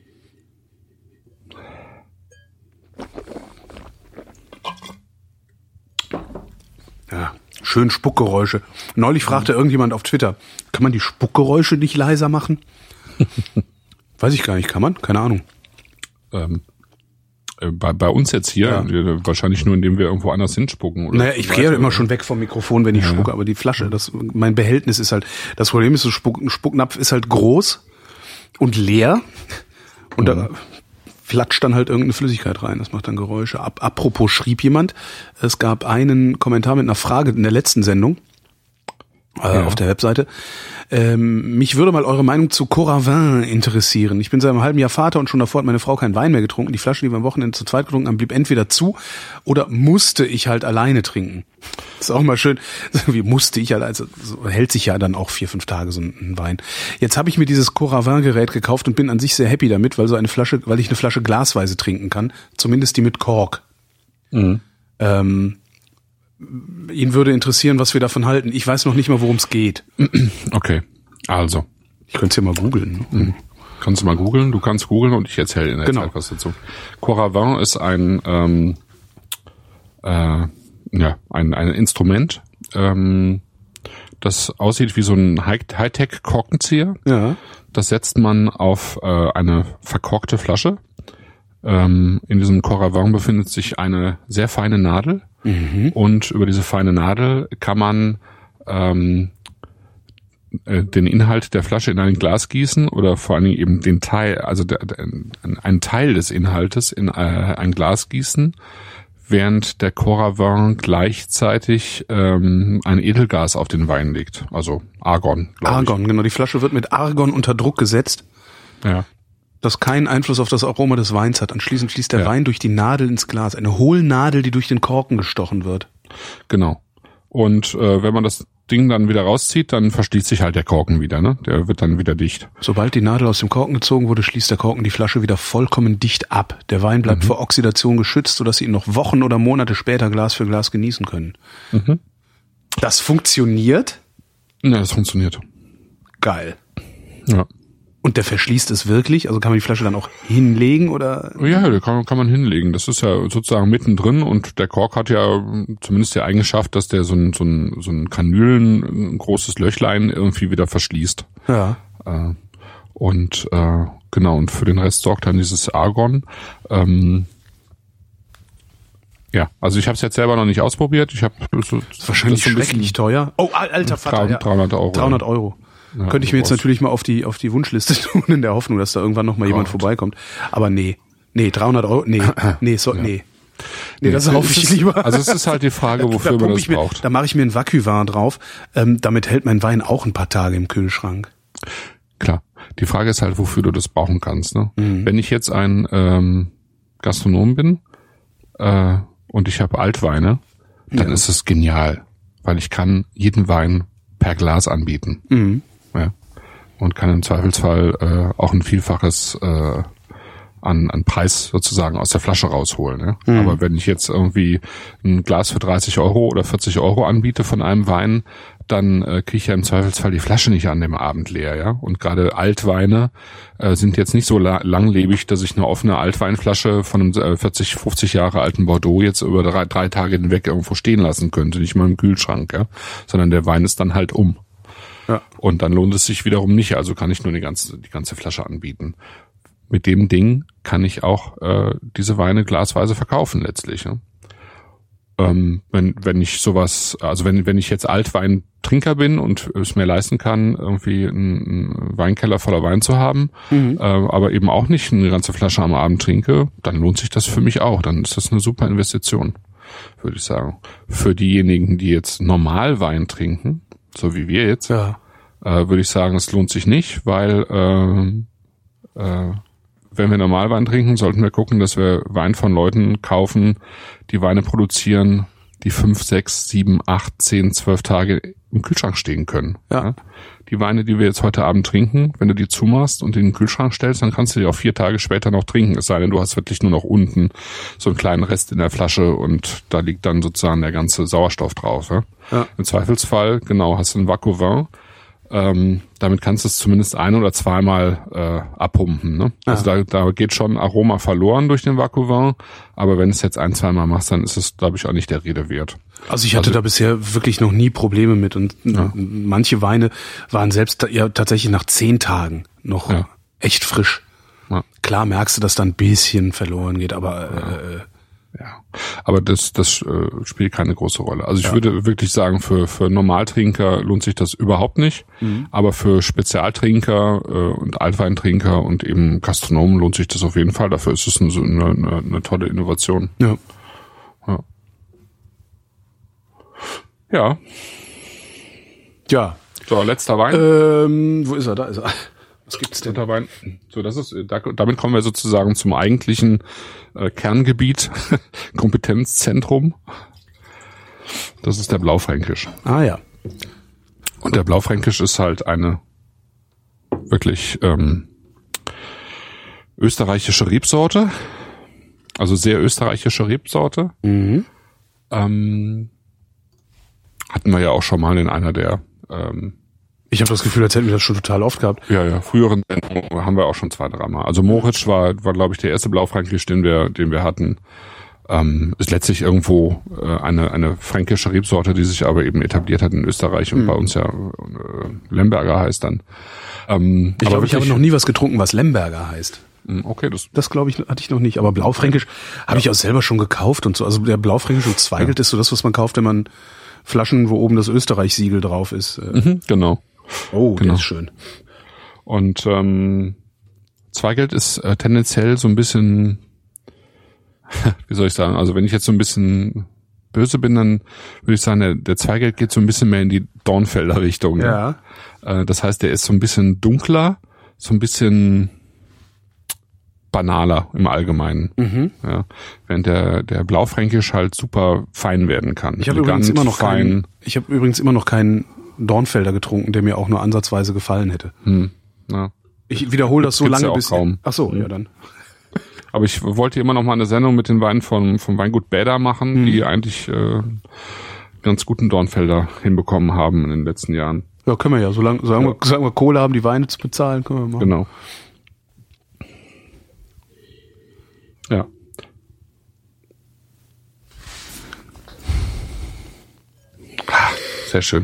Ja, schön Spuckgeräusche. Neulich fragte irgendjemand auf Twitter, kann man die Spuckgeräusche nicht leiser machen? Weiß ich gar nicht, kann man? Keine Ahnung. Ähm, äh, bei, bei uns jetzt hier, ja. Wahrscheinlich nur, indem wir irgendwo anders hinspucken. Oder naja, ich gehe ja immer schon weg vom Mikrofon, wenn ich ja, spucke, aber die Flasche, das, mein Behältnis ist halt, das Problem ist, so Spuck, ein Spucknapf ist halt groß und leer und mhm. da flatscht dann halt irgendeine Flüssigkeit rein, das macht dann Geräusche. Ap- apropos schrieb jemand, es gab einen Kommentar mit einer Frage in der letzten Sendung, äh, ja. auf der Webseite. Ähm, mich würde mal eure Meinung zu Coravin interessieren. Ich bin seit einem halben Jahr Vater und schon davor hat meine Frau keinen Wein mehr getrunken. Die Flasche, die wir am Wochenende zu zweit getrunken haben, blieb entweder zu oder musste ich halt alleine trinken. Das ist auch mal schön. Wie musste ich halt, also so hält sich ja dann auch vier, fünf Tage so ein Wein. Jetzt habe ich mir dieses Coravin-Gerät gekauft und bin an sich sehr happy damit, weil so eine Flasche, weil ich eine Flasche glasweise trinken kann. Zumindest die mit Kork. Mhm. Ähm, ihn würde interessieren, was wir davon halten. Ich weiß noch nicht mal, worum es geht. Okay, also. Ich könnte es ja mal googeln. Mhm. Kannst du mal googeln? Du kannst googeln und ich erzähle in der genau. Zeit was dazu. Coravin ist ein, ähm, äh, ja, ein, ein Instrument, ähm, das aussieht wie so ein Hightech-Korkenzieher. Ja. Das setzt man auf äh, eine verkorkte Flasche. Ähm, in diesem Coravin befindet sich eine sehr feine Nadel. Mhm. Und über diese feine Nadel kann man ähm, den Inhalt der Flasche in ein Glas gießen oder vor allen Dingen eben den Teil, also der, der, einen Teil des Inhaltes in äh, ein Glas gießen, während der Coravin gleichzeitig ähm, ein Edelgas auf den Wein legt, also Argon. Argon, ich. Genau. Die Flasche wird mit Argon unter Druck gesetzt, ja. das keinen Einfluss auf das Aroma des Weins hat. Anschließend fließt der ja. Wein durch die Nadel ins Glas, eine Hohlnadel, die durch den Korken gestochen wird. Genau. Und äh, wenn man das Ding dann wieder rauszieht, dann verschließt sich halt der Korken wieder, ne? Der wird dann wieder dicht. Sobald die Nadel aus dem Korken gezogen wurde, schließt der Korken die Flasche wieder vollkommen dicht ab. Der Wein bleibt mhm. vor Oxidation geschützt, sodass Sie ihn noch Wochen oder Monate später Glas für Glas genießen können. Mhm. Das funktioniert? Ja, das funktioniert. Geil. Ja. Und der verschließt es wirklich? Also kann man die Flasche dann auch hinlegen oder? Ja, der kann, kann man hinlegen. Das ist ja sozusagen mittendrin und der Kork hat ja zumindest die Eigenschaft, dass der so ein, so ein, so ein Kanülen, ein großes Löchlein irgendwie wieder verschließt. Ja. Äh, und äh, genau, und für den Rest sorgt dann dieses Argon. Ähm, ja, also ich habe es jetzt selber noch nicht ausprobiert. Ich habe so, das ist wahrscheinlich das so schrecklich teuer. Oh, alter Vater, dreihundert Euro. dreihundert Euro. Ja, könnte ich mir jetzt natürlich mal auf die auf die Wunschliste tun, in der Hoffnung, dass da irgendwann noch mal jemand vorbeikommt. Aber nee, nee, dreihundert Euro, nee, nee, so, ja. nee. Nee, das hoffe ich lieber. Also es ist halt die Frage, wofür man das mir, braucht. Da mache ich mir ein Vacuum drauf. Ähm, damit hält mein Wein auch ein paar Tage im Kühlschrank. Klar. Die Frage ist halt, wofür du das brauchen kannst. Ne? Mhm. Wenn ich jetzt ein ähm, Gastronom bin äh, und ich habe Altweine, dann ja. ist es genial, weil ich kann jeden Wein per Glas anbieten. Mhm. Ja. Und kann im Zweifelsfall äh, auch ein Vielfaches äh, an, an Preis sozusagen aus der Flasche rausholen. Ja? Mhm. Aber wenn ich jetzt irgendwie ein Glas für dreißig Euro oder vierzig Euro anbiete von einem Wein, dann äh, kriege ich ja im Zweifelsfall die Flasche nicht an dem Abend leer. Ja. Und gerade Altweine äh, sind jetzt nicht so la- langlebig, dass ich eine offene Altweinflasche von einem äh, vierzig, fünfzig Jahre alten Bordeaux jetzt über drei, drei Tage hinweg irgendwo stehen lassen könnte, nicht mal im Kühlschrank. Ja. Sondern der Wein ist dann halt um. Ja. Und dann lohnt es sich wiederum nicht, also kann ich nur die ganze, die ganze Flasche anbieten. Mit dem Ding kann ich auch äh, diese Weine glasweise verkaufen letztlich. Ja? Ähm, wenn wenn ich sowas, also wenn wenn ich jetzt Altweintrinker bin und es mir leisten kann, irgendwie einen, einen Weinkeller voller Wein zu haben, mhm. äh, aber eben auch nicht eine ganze Flasche am Abend trinke, dann lohnt sich das für mich auch. Dann ist das eine super Investition, würde ich sagen. Für diejenigen, die jetzt normal Wein trinken, so wie wir jetzt, ja. äh, würde ich sagen, es lohnt sich nicht, weil äh, äh, wenn wir Normalwein trinken, sollten wir gucken, dass wir Wein von Leuten kaufen, die Weine produzieren, die fünf, sechs, sieben, acht, zehn, zwölf Tage im Kühlschrank stehen können. Ja. Ja? Die Weine, die wir jetzt heute Abend trinken, wenn du die zumachst und in den Kühlschrank stellst, dann kannst du die auch vier Tage später noch trinken. Es sei denn, du hast wirklich nur noch unten so einen kleinen Rest in der Flasche und da liegt dann sozusagen der ganze Sauerstoff drauf. Ja? Ja. Im Zweifelsfall, genau, hast du ein Vacuum. Ähm, damit kannst du es zumindest ein- oder zweimal äh, abpumpen. Ne? Ja. Also da, da geht schon Aroma verloren durch den Vacuum, aber wenn es jetzt ein-, zweimal machst, dann ist es, glaube ich, auch nicht der Rede wert. Also ich hatte also, da bisher wirklich noch nie Probleme mit und ja. manche Weine waren selbst ja tatsächlich nach zehn Tagen noch ja. echt frisch. Ja. Klar merkst du, dass da ein bisschen verloren geht, aber ja. äh, Ja, aber das das äh, spielt keine große Rolle. Also ich ja. würde wirklich sagen, für für Normaltrinker lohnt sich das überhaupt nicht, mhm. aber für Spezialtrinker äh, und Altweintrinker und eben Gastronomen lohnt sich das auf jeden Fall. Dafür ist es eine, eine, eine tolle Innovation. Ja. Ja. Ja. Ja. So, letzter Wein. Ähm, wo ist er? Da ist er. Was gibt's denn? Wein. So, das ist, da, damit kommen wir sozusagen zum eigentlichen äh, Kerngebiet, Kompetenzzentrum. Das ist der Blaufränkisch. Ah ja. Und der Blaufränkisch ist halt eine wirklich ähm, österreichische Rebsorte, also sehr österreichische Rebsorte. Mhm. Ähm, hatten wir ja auch schon mal in einer der ähm, Ich habe das Gefühl, als hätten wir das schon total oft gehabt. Ja, ja, früheren Sendungen haben wir auch schon zwei, dreimal. Also Moritz war, war glaube ich, der erste Blaufränkisch, den wir, den wir hatten. Ähm, ist letztlich irgendwo äh, eine eine fränkische Rebsorte, die sich aber eben etabliert hat in Österreich und mhm. bei uns ja äh, Lemberger heißt dann. Ähm, ich glaube, ich habe noch nie was getrunken, was Lemberger heißt. Okay, das. Das glaube ich hatte ich noch nicht, aber Blaufränkisch habe ich auch selber schon gekauft und so. Also der Blaufränkisch und Zweigelt ja. ist so das, was man kauft, wenn man Flaschen, wo oben das Österreich-Siegel drauf ist. Mhm, genau. Oh, genau. Das ist schön. Und ähm, Zweigelt ist äh, tendenziell so ein bisschen, wie soll ich sagen, also wenn ich jetzt so ein bisschen böse bin, dann würde ich sagen, der, der Zweigelt geht so ein bisschen mehr in die Dornfelder Richtung. Ja. Ne? Äh, das heißt, der ist so ein bisschen dunkler, so ein bisschen banaler im Allgemeinen. Mhm. Ja, während der der Blaufränkisch halt super fein werden kann. Ich habe übrigens immer noch keinen. Ich habe übrigens immer noch keinen Dornfelder getrunken, der mir auch nur ansatzweise gefallen hätte. Hm. Ja. Ich wiederhole das so Gibt's lange ja auch bis. Kaum. Ach so, hm. ja dann. Aber ich wollte immer noch mal eine Sendung mit den Weinen von vom Weingut Bäder machen, hm. die eigentlich äh, ganz guten Dornfelder hinbekommen haben in den letzten Jahren. Ja, können wir ja. Solange, solange, ja. wir, solange wir Kohle haben, die Weine zu bezahlen, können wir machen. Genau. Ja. Sehr schön.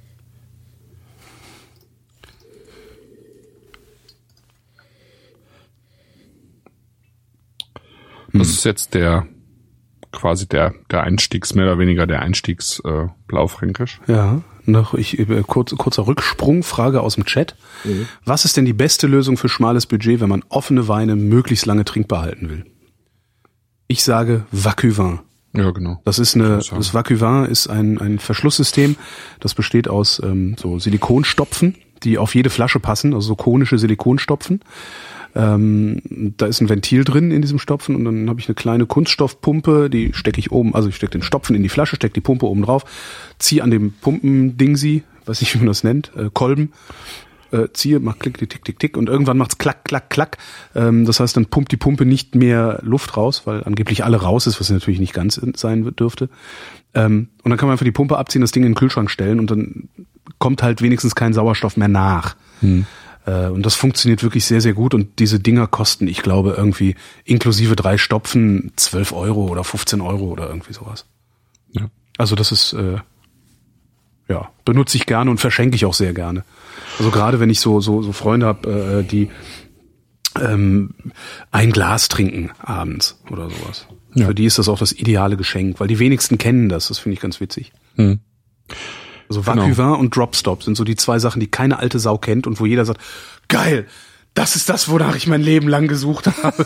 Das hm. ist jetzt der quasi der der Einstiegs, mehr oder weniger der Einstiegs äh, Blaufränkisch. Ja, noch ich äh, kurz, kurzer Rücksprung, Frage aus dem Chat. Mhm. Was ist denn die beste Lösung für schmales Budget, wenn man offene Weine möglichst lange trinkbar halten will? Ich sage Vacuvin. Ja, genau. Das ist eine, das Vacuvin ist ein, ein Verschlusssystem, das besteht aus ähm, so Silikonstopfen, die auf jede Flasche passen, also so konische Silikonstopfen. Ähm, da ist ein Ventil drin in diesem Stopfen und dann habe ich eine kleine Kunststoffpumpe, die stecke ich oben, also ich stecke den Stopfen in die Flasche, stecke die Pumpe oben drauf, ziehe an dem Pumpendingsi, weiß nicht, wie man das nennt, äh, Kolben, äh, ziehe, mach klick, tick, tick, tick und irgendwann macht's klack, klack, klack. Ähm, das heißt, dann pumpt die Pumpe nicht mehr Luft raus, weil angeblich alle raus ist, was natürlich nicht ganz sein dürfte. Ähm, und dann kann man einfach die Pumpe abziehen, das Ding in den Kühlschrank stellen und dann kommt halt wenigstens kein Sauerstoff mehr nach. Hm. Äh, und das funktioniert wirklich sehr, sehr gut und diese Dinger kosten, ich glaube, irgendwie inklusive drei Stopfen zwölf Euro oder fünfzehn Euro oder irgendwie sowas. Ja. Also das ist, äh, ja, benutze ich gerne und verschenke ich auch sehr gerne. Also gerade wenn ich so so so Freunde habe, äh, die ähm, ein Glas trinken abends oder sowas. Ja. Für die ist das auch das ideale Geschenk, weil die wenigsten kennen das. Das finde ich ganz witzig. Hm. Also Vacuvin genau. und Dropstop sind so die zwei Sachen, die keine alte Sau kennt und wo jeder sagt, geil, das ist das, wonach ich mein Leben lang gesucht habe.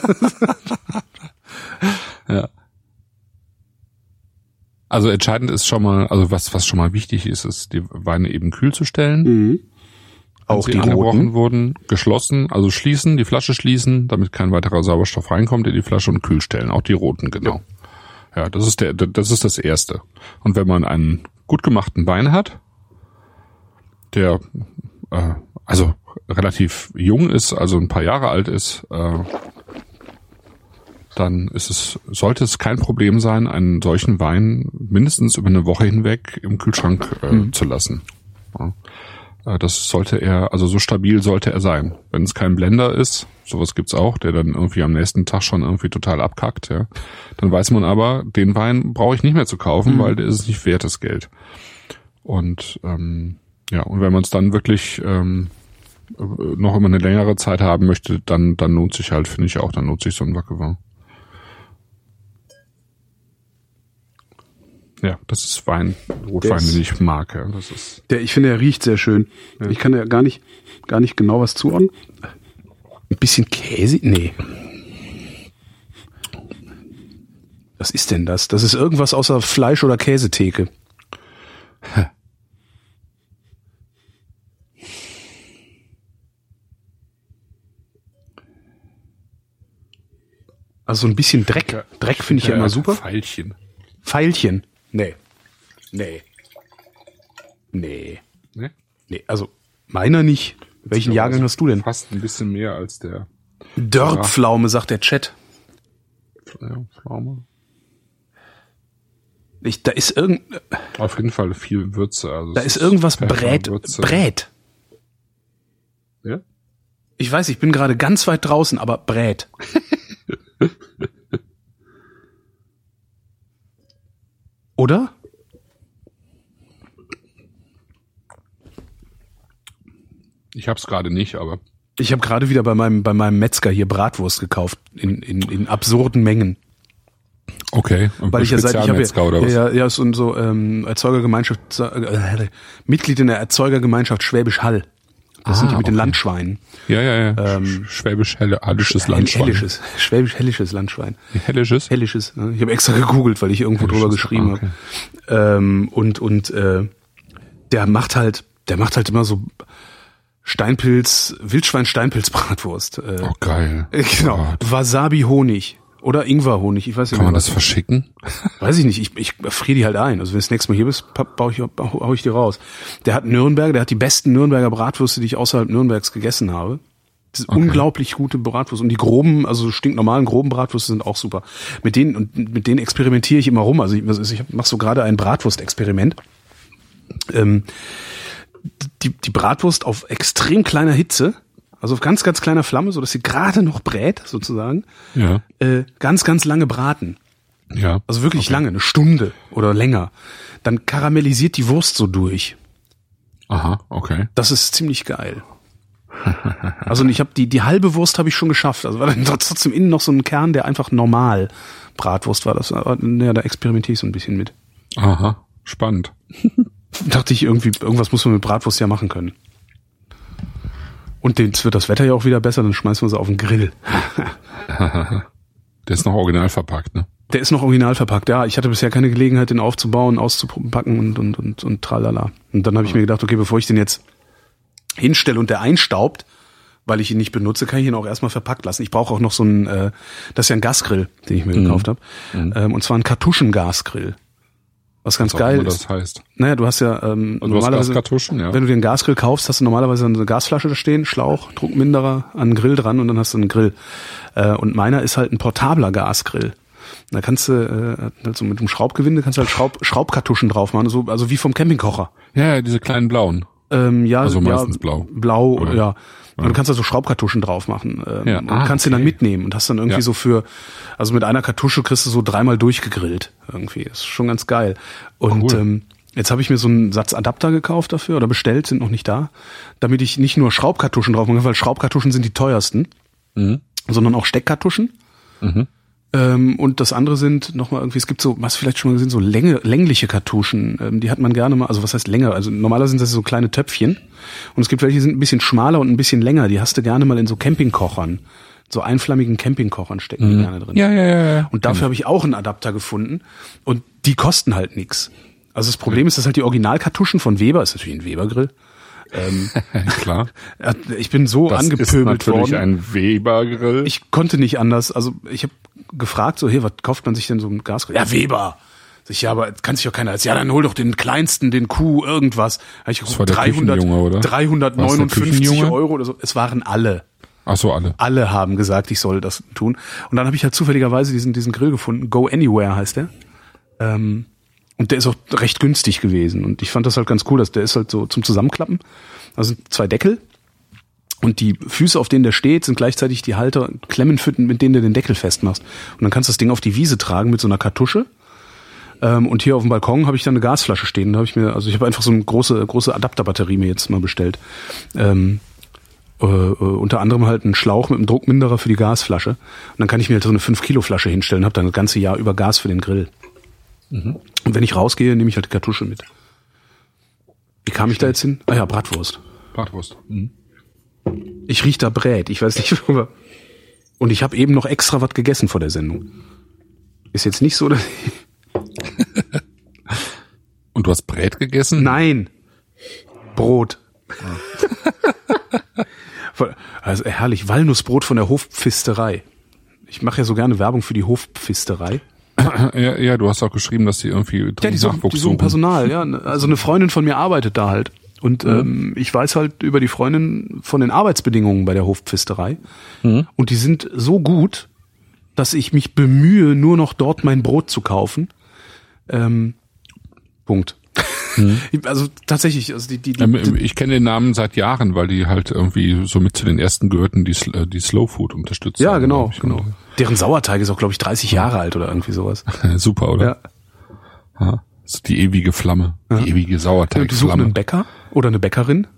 Ja. Also entscheidend ist schon mal, also was was schon mal wichtig ist, ist die Weine eben kühl zu stellen. Mhm. Auch die angebrochen wurden, geschlossen, also schließen, die Flasche schließen, damit kein weiterer Sauerstoff reinkommt in die Flasche und kühl stellen. Auch die roten, genau. Ja, ja das ist der, das ist das Erste. Und wenn man einen gut gemachten Wein hat, der äh, also relativ jung ist, also ein paar Jahre alt ist, äh, dann ist es, sollte es kein Problem sein, einen solchen Wein mindestens über eine Woche hinweg im Kühlschrank äh, mhm. zu lassen. Ja. Äh, das sollte er, also so stabil sollte er sein. Wenn es kein Blender ist, sowas gibt's auch, der dann irgendwie am nächsten Tag schon irgendwie total abkackt, ja, dann weiß man aber, den Wein brauche ich nicht mehr zu kaufen, mhm. weil der ist nicht wert, das Geld. Und ähm, ja, und wenn man es dann wirklich ähm, noch immer eine längere Zeit haben möchte, dann dann lohnt sich halt, finde ich auch, dann lohnt sich so ein Vacuvin. Ja, das ist Wein, Rotwein, den ich mag. Ja. Das ist der, ich finde, er riecht sehr schön. Ja. Ich kann ja gar nicht, gar nicht genau was zuordnen. Ein bisschen Käse? Nee. Was ist denn das? Das ist irgendwas außer Fleisch- oder Käsetheke. Also so ein bisschen Dreck. Ja. Dreck finde ich ja, ja immer super. Veilchen. Veilchen. Nee. Nee. Nee. Nee? Nee, also meiner nicht. Welchen Jahrgang hast du denn? Fast ein bisschen mehr als der. Dörrpflaume, sagt der Chat. Ja, Pflaume. Ich, da ist irgend... Auf jeden Fall viel Würze. Also da ist irgendwas Brät. Brät. Ja? Ich weiß, ich bin gerade ganz weit draußen, aber Brät. Oder? Ich hab's gerade nicht, aber Ich habe gerade wieder bei meinem bei meinem Metzger hier Bratwurst gekauft in in, in absurden Mengen. Okay, und weil ich ja seit ich habe ja, oder was? ja ja so ein so ähm, Erzeugergemeinschaft äh, Mitglied in der Erzeugergemeinschaft Schwäbisch Hall. Das ah, sind die mit okay. den Landschweinen. Ja ja ja. Ähm, Schwäbisch-Hellisches Landschwein. Hellisches, Schwäbisch-Hellisches Landschwein. Hellisches? Hellisches. Ne? Ich habe extra gegoogelt, weil ich irgendwo Hellisches, drüber geschrieben okay. habe. Ähm, und und äh, der macht halt der macht halt immer so Steinpilz, Wildschwein-Steinpilz-Bratwurst. Äh, oh, geil. Äh, genau. Gott. Wasabi-Honig oder Ingwer-Honig. Ich weiß nicht. Kann man das verschicken? Weiß ich nicht. Ich, ich friere die halt ein. Also wenn du das nächste Mal hier bist, baue ich, hau ich die raus. Der hat Nürnberger, der hat die besten Nürnberger Bratwürste, die ich außerhalb Nürnbergs gegessen habe. Das ist okay. Unglaublich gute Bratwurst. Und die groben, also stinknormalen groben Bratwürste sind auch super. Mit denen, und mit denen experimentiere ich immer rum. Also ich, ich mache so gerade ein Bratwurstexperiment. Ähm, Die, die Bratwurst auf extrem kleiner Hitze, also auf ganz, ganz kleiner Flamme, so dass sie gerade noch brät, sozusagen, ja. äh, ganz, ganz lange braten. Ja. Also wirklich okay. lange, eine Stunde oder länger. Dann karamellisiert die Wurst so durch. Aha, okay. Das ist ziemlich geil. Also ich habe die die halbe Wurst habe ich schon geschafft. Also war dann trotzdem innen noch so ein Kern, der einfach normal Bratwurst war. Das, ja, da experimentiere ich so ein bisschen mit. Aha, spannend. Dachte ich irgendwie, irgendwas muss man mit Bratwurst ja machen können. Und jetzt wird das Wetter ja auch wieder besser, dann schmeißen wir sie auf den Grill. Der ist noch original verpackt, ne? Der ist noch original verpackt, ja. Ich hatte bisher keine Gelegenheit, den aufzubauen, auszupacken und und und, und tralala. Und dann habe ich mir gedacht, okay, bevor ich den jetzt hinstelle und der einstaubt, weil ich ihn nicht benutze, kann ich ihn auch erstmal verpackt lassen. Ich brauche auch noch so einen, äh, das ist ja ein Gasgrill, den ich mir mhm. gekauft habe. Mhm. Ähm, und zwar ein Kartuschengasgrill. Was ganz was geil auch immer ist. Das heißt. Naja, du hast ja ähm, also normalerweise, Gaskartuschen, ja. wenn du dir einen Gasgrill kaufst, hast du normalerweise eine Gasflasche da stehen, Schlauch, Druckminderer an den Grill dran und dann hast du einen Grill. Äh, und meiner ist halt ein portabler Gasgrill. Da kannst du äh, also mit dem Schraubgewinde kannst du halt Schraub, Schraubkartuschen drauf machen, so, also wie vom Campingkocher. Ja, ja, diese kleinen blauen. Ähm, ja, also meistens ja, blau. Blau, oder? ja. Und du kannst da so Schraubkartuschen drauf machen ähm, ja. und ah, kannst okay. den dann mitnehmen und hast dann irgendwie ja. so für, also mit einer Kartusche kriegst du so dreimal durchgegrillt irgendwie. Das ist schon ganz geil. Und cool. ähm, jetzt habe ich mir so einen Satz Adapter gekauft dafür oder bestellt, sind noch nicht da, damit ich nicht nur Schraubkartuschen drauf mache, weil Schraubkartuschen sind die teuersten, mhm. sondern auch Steckkartuschen. Mhm. Ähm, und das andere sind nochmal irgendwie, es gibt so, was vielleicht schon mal gesehen, so Länge, längliche Kartuschen, ähm, die hat man gerne mal, also was heißt länger, also normalerweise sind das so kleine Töpfchen und es gibt welche, die sind ein bisschen schmaler und ein bisschen länger, die hast du gerne mal in so Campingkochern, so einflammigen Campingkochern stecken die mhm. gerne drin. Ja, ja, ja, ja. Und dafür habe ich auch einen Adapter gefunden und die kosten halt nix. Also das Problem ja. ist, dass halt die Originalkartuschen von Weber, ist natürlich ein Weber-Grill, Ähm, Klar. Ich bin so das angepöbelt worden. Das ist natürlich ein Weber-Grill. Ich konnte nicht anders. Also ich habe gefragt, so, hey, was kauft man sich denn so ein Gasgrill? Ja, Weber. Ich, ja, aber kann sich doch keiner als, ja, dann hol doch den kleinsten, den Q, irgendwas. Ich das war der Küchenjunge, oder? dreihundertneunundfünfzig Euro oder so. Es waren alle. Ach so, alle. Alle haben gesagt, ich soll das tun. Und dann habe ich halt zufälligerweise diesen, diesen Grill gefunden. Go Anywhere heißt der. Ähm, Und der ist auch recht günstig gewesen. Und ich fand das halt ganz cool, dass der ist halt so zum Zusammenklappen. Da sind zwei Deckel. Und die Füße, auf denen der steht, sind gleichzeitig die Halter, Klemmen, mit denen du den Deckel festmachst. Und dann kannst du das Ding auf die Wiese tragen mit so einer Kartusche. Und hier auf dem Balkon habe ich dann eine Gasflasche stehen. Da habe ich mir, also ich habe einfach so eine große, große Adapterbatterie mir jetzt mal bestellt. Ähm, äh, unter anderem halt einen Schlauch mit einem Druckminderer für die Gasflasche. Und dann kann ich mir halt so eine fünf Kilo Flasche hinstellen, habe dann das ganze Jahr über Gas für den Grill. Mhm. Und wenn ich rausgehe, nehme ich halt die Kartusche mit. Wie kam ich da jetzt hin? Ah ja, Bratwurst. Bratwurst. Mhm. Ich riech da Brät. Ich weiß nicht, worüber. Und ich habe eben noch extra was gegessen vor der Sendung. Ist jetzt nicht so, dass ich Und du hast Brät gegessen? Nein. Brot. Ah. Also herrlich. Walnussbrot von der Hofpfisterei. Ich mache ja so gerne Werbung für die Hofpfisterei. Ja, ja, du hast auch geschrieben, dass die irgendwie ja, die suchen, Nachwuchs die suchen Personal, ja. Also eine Freundin von mir arbeitet da halt. Und mhm. ähm, ich weiß halt über die Freundin von den Arbeitsbedingungen bei der Hofpfisterei. Mhm. Und die sind so gut, dass ich mich bemühe, nur noch dort mein Brot zu kaufen. Ähm, Punkt. Mhm. Also tatsächlich, also die, die, die, die ich kenne den Namen seit Jahren, weil die halt irgendwie so mit zu den ersten gehörten, die die Slow Food unterstützen. Ja, genau, genau. Deren Sauerteig ist auch, glaube ich, dreißig Jahre alt oder irgendwie sowas. Super, oder? Ja. Ja. Das ist die ewige Flamme, ja. die ewige Sauerteigflamme. Die suchen einen Bäcker oder eine Bäckerin.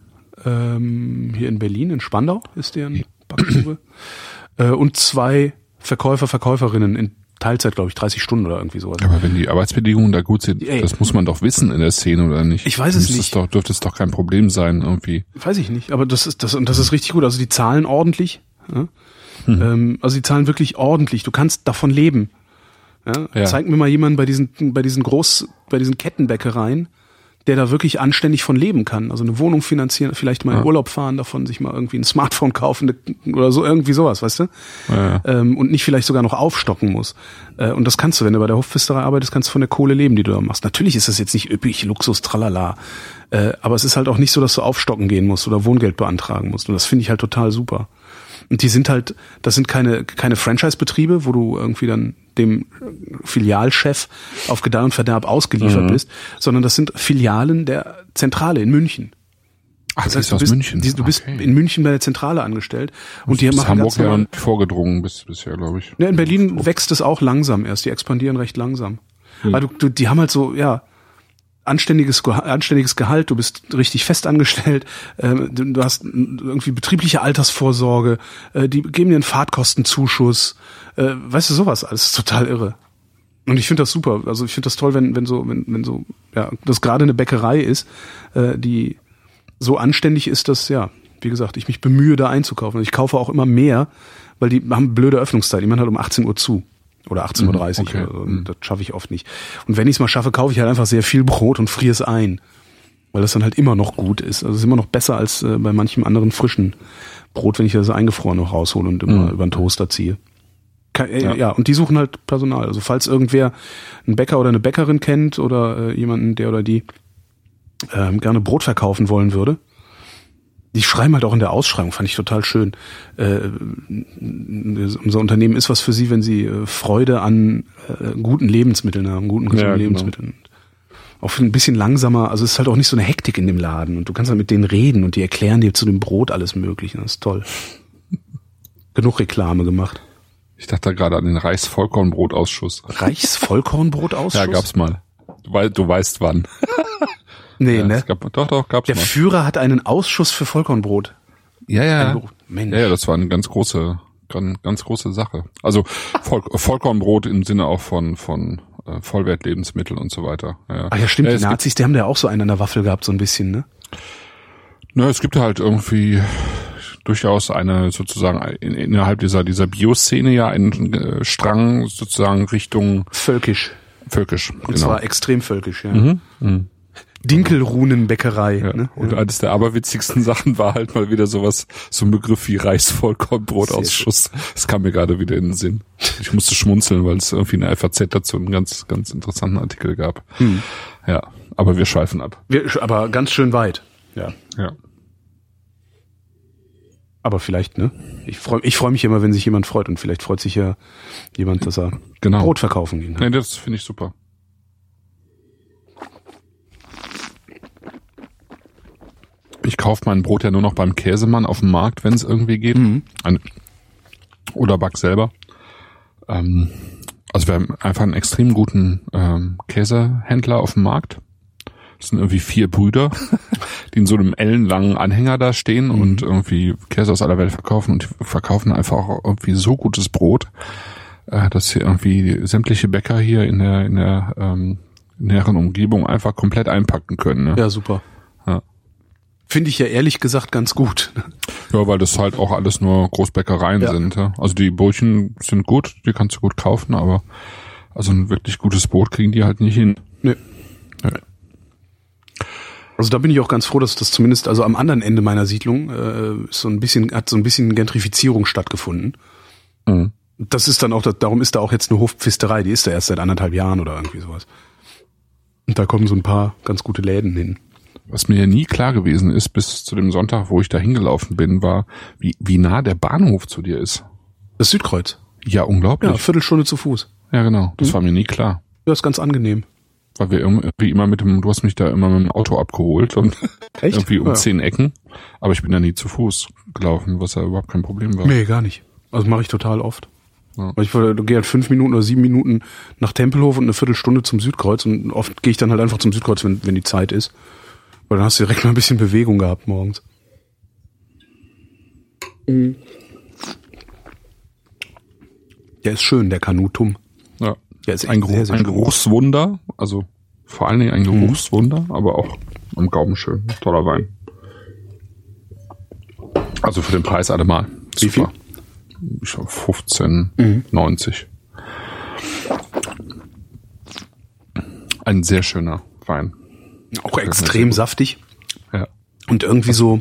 ähm, hier in Berlin, in Spandau ist deren Backstube. äh, und zwei Verkäufer, Verkäuferinnen in Teilzeit, glaube ich, dreißig Stunden oder irgendwie sowas. Aber wenn die Arbeitsbedingungen da gut sind, Ey. das muss man doch wissen in der Szene, oder nicht? Ich weiß es nicht. Doch, dürfte es doch kein Problem sein, irgendwie. Weiß ich nicht, aber das ist das und das ist richtig gut. Also die zahlen ordentlich. Ja? Hm. Ähm, also die zahlen wirklich ordentlich. Du kannst davon leben. Ja? Ja. Zeig mir mal jemanden bei diesen bei diesen Groß bei diesen Kettenbäckereien, der da wirklich anständig von leben kann. Also eine Wohnung finanzieren, vielleicht mal in ja. Urlaub fahren davon, sich mal irgendwie ein Smartphone kaufen oder so, irgendwie sowas, weißt du? Ja, ja. Ähm, und nicht vielleicht sogar noch aufstocken muss. Äh, und das kannst du, wenn du bei der Hofpfisterei arbeitest, kannst du von der Kohle leben, die du da machst. Natürlich ist das jetzt nicht üppig, Luxus, tralala. Äh, aber es ist halt auch nicht so, dass du aufstocken gehen musst oder Wohngeld beantragen musst. Und das finde ich halt total super. Und die sind halt, das sind keine keine Franchise-Betriebe, wo du irgendwie dann dem Filialchef auf Gedeih und Verderb ausgeliefert mhm. bist, sondern das sind Filialen der Zentrale in München. Ach, das heißt, du bist, München. Die, du okay. bist in München bei der Zentrale angestellt. Und die machen Hamburg ja nicht vorgedrungen bis bisher, glaube ich. Ja, in Berlin oh. wächst es auch langsam erst. Die expandieren recht langsam. Mhm. Aber du, du, die haben halt so, ja, anständiges anständiges Gehalt, du bist richtig fest angestellt, äh, du, du hast irgendwie betriebliche Altersvorsorge, äh, die geben dir einen Fahrtkostenzuschuss, äh, weißt du, sowas, alles ist total irre. Und ich finde das super, also ich finde das toll, wenn wenn so wenn wenn so ja, das gerade eine Bäckerei ist, äh, die so anständig ist, dass ja, wie gesagt, ich mich bemühe da einzukaufen. Und ich kaufe auch immer mehr, weil die haben blöde Öffnungszeit, die machen halt um achtzehn Uhr zu. Oder achtzehn Uhr dreißig. Okay. Oder so. Das schaffe ich oft nicht. Und wenn ich es mal schaffe, kaufe ich halt einfach sehr viel Brot und friere es ein. Weil das dann halt immer noch gut ist. Also es ist immer noch besser als äh, bei manchem anderen frischen Brot, wenn ich das eingefroren noch raushole und immer mhm. über den Toaster ziehe. Ke- äh, ja. ja, und die suchen halt Personal. Also falls irgendwer einen Bäcker oder eine Bäckerin kennt oder äh, jemanden, der oder die ähm, gerne Brot verkaufen wollen würde, die schreiben halt auch in der Ausschreibung, fand ich total schön. Äh, unser Unternehmen ist was für sie, wenn sie äh, Freude an äh, guten Lebensmitteln haben, guten, gesunden ja, genau. Lebensmitteln. Auch ein bisschen langsamer, also es ist halt auch nicht so eine Hektik in dem Laden und du kannst halt mit denen reden und die erklären dir zu dem Brot alles Mögliche. Das ist toll. Genug Reklame gemacht. Ich dachte gerade an den Reichsvollkornbrotausschuss. Reichsvollkornbrotausschuss? Ja, gab's mal. Du, wei- du weißt wann. Nee, ja, ne? Es gab, doch, doch, gab's Der mal. Der Führer hat einen Ausschuss für Vollkornbrot. Ja, ja. Mensch. Ja, ja, das war eine ganz große, ganz, ganz große Sache. Also Voll, Vollkornbrot im Sinne auch von von äh, Vollwertlebensmitteln und so weiter. Ja. Ach ja, stimmt. Ja, die Nazis, gibt, die haben ja auch so einen an der Waffel gehabt, so ein bisschen, ne? Na, es gibt halt irgendwie durchaus eine sozusagen in, innerhalb dieser dieser Bioszene ja einen äh, Strang sozusagen Richtung völkisch. Völkisch. Und genau. zwar extrem völkisch, ja. Mhm, mh. Dinkelruhnenbäckerei. Ja. Ne? Und ja. eines der aberwitzigsten Sachen war halt mal wieder sowas, so ein Begriff wie Reichsvollkornbrotausschuss. Das kam mir gerade wieder in den Sinn. Ich musste schmunzeln, weil es irgendwie in der F A Z dazu einen ganz, ganz interessanten Artikel gab. Hm. Ja, aber wir schweifen ab. Wir, aber ganz schön weit. Ja. Ja. Aber vielleicht, ne? Ich freue ich freu mich immer, wenn sich jemand freut und vielleicht freut sich ja jemand, dass er genau. Brot verkaufen ging. Nee, das finde ich super. Ich kaufe mein Brot ja nur noch beim Käsemann auf dem Markt, wenn es irgendwie geht. Mhm. Ein, oder back selber. Ähm, also wir haben einfach einen extrem guten ähm, Käsehändler auf dem Markt. Das sind irgendwie vier Brüder, die in so einem ellenlangen Anhänger da stehen mhm. und irgendwie Käse aus aller Welt verkaufen. Und die verkaufen einfach auch irgendwie so gutes Brot, äh, dass hier irgendwie sämtliche Bäcker hier in der in der ähm, näheren Umgebung einfach komplett einpacken können. Ne? Ja, super. Ja. Finde ich ja ehrlich gesagt ganz gut. Ja, weil das halt auch alles nur Großbäckereien ja. sind. Ja? Also die Brötchen sind gut, die kannst du gut kaufen, aber also ein wirklich gutes Brot kriegen die halt nicht hin. Nee. Ja. Also da bin ich auch ganz froh, dass das zumindest, also am anderen Ende meiner Siedlung äh, so ein bisschen hat so ein bisschen Gentrifizierung stattgefunden. Mhm. Das ist dann auch, darum ist da auch jetzt eine Hofpfisterei, die ist da erst seit anderthalb Jahren oder irgendwie sowas. Und da kommen so ein paar ganz gute Läden hin. Was mir ja nie klar gewesen ist, bis zu dem Sonntag, wo ich da hingelaufen bin, war, wie, wie nah der Bahnhof zu dir ist. Das Südkreuz. Ja, unglaublich. Ja, Viertelstunde zu Fuß. Ja, genau. Das mhm. war mir nie klar. Ja, ist ganz angenehm. Weil wir irgendwie immer mit dem, du hast mich da immer mit dem Auto abgeholt und Echt? irgendwie um ja. zehn Ecken. Aber ich bin da nie zu Fuß gelaufen, was ja überhaupt kein Problem war. Nee, gar nicht. Also mache ich total oft. Ja. Weil ich gehe halt fünf Minuten oder sieben Minuten nach Tempelhof und eine Viertelstunde zum Südkreuz und oft gehe ich dann halt einfach zum Südkreuz, wenn, wenn die Zeit ist. Weil dann hast du direkt mal ein bisschen Bewegung gehabt morgens. Mhm. Der ist schön, der Canutum. Ja. Der ist echt ein, Geruch, sehr, sehr ein schön. Geruchswunder, also vor allen Dingen ein Geruchswunder, mhm. aber auch am Gaumen schön. Toller Wein. Also für den Preis allemal. Wie Super. Viel? Ich glaube fünfzehn neunzig. Mhm. Ein sehr schöner Wein. Auch extrem saftig. Ja. Und irgendwie so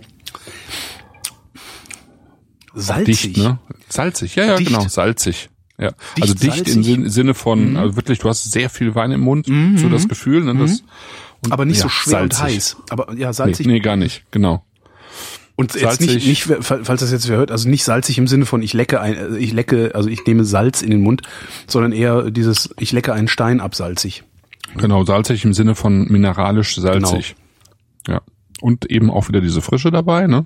salzig. Dicht, ne? Salzig, ja, ja, dicht. genau, salzig. Ja. Dicht, also dicht salzig. im Sin- Sinne von, mhm. also wirklich, du hast sehr viel Wein im Mund, mhm. so das Gefühl, ne? Das, und, aber nicht ja, so schwer salzig. und heiß. Aber ja, salzig. Nee, nee, gar nicht, genau. Und jetzt nicht, nicht, falls das jetzt wer hört, also nicht salzig im Sinne von ich lecke ein, ich lecke, also ich nehme Salz in den Mund, sondern eher dieses, ich lecke einen Stein ab salzig. Genau, salzig im Sinne von mineralisch salzig. Genau. Ja. Und eben auch wieder diese Frische dabei, ne?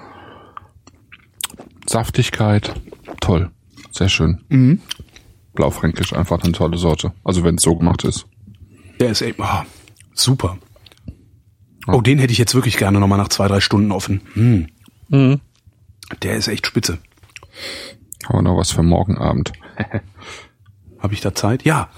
Saftigkeit, toll. Sehr schön. Mhm. Blaufränkisch, einfach eine tolle Sorte. Also wenn es so gemacht ist. Der ist eben, oh, super. Oh, den hätte ich jetzt wirklich gerne nochmal nach zwei, drei Stunden offen. Hm. Mhm. Der ist echt spitze. Haben wir noch was für morgen Abend? Habe ich da Zeit? Ja.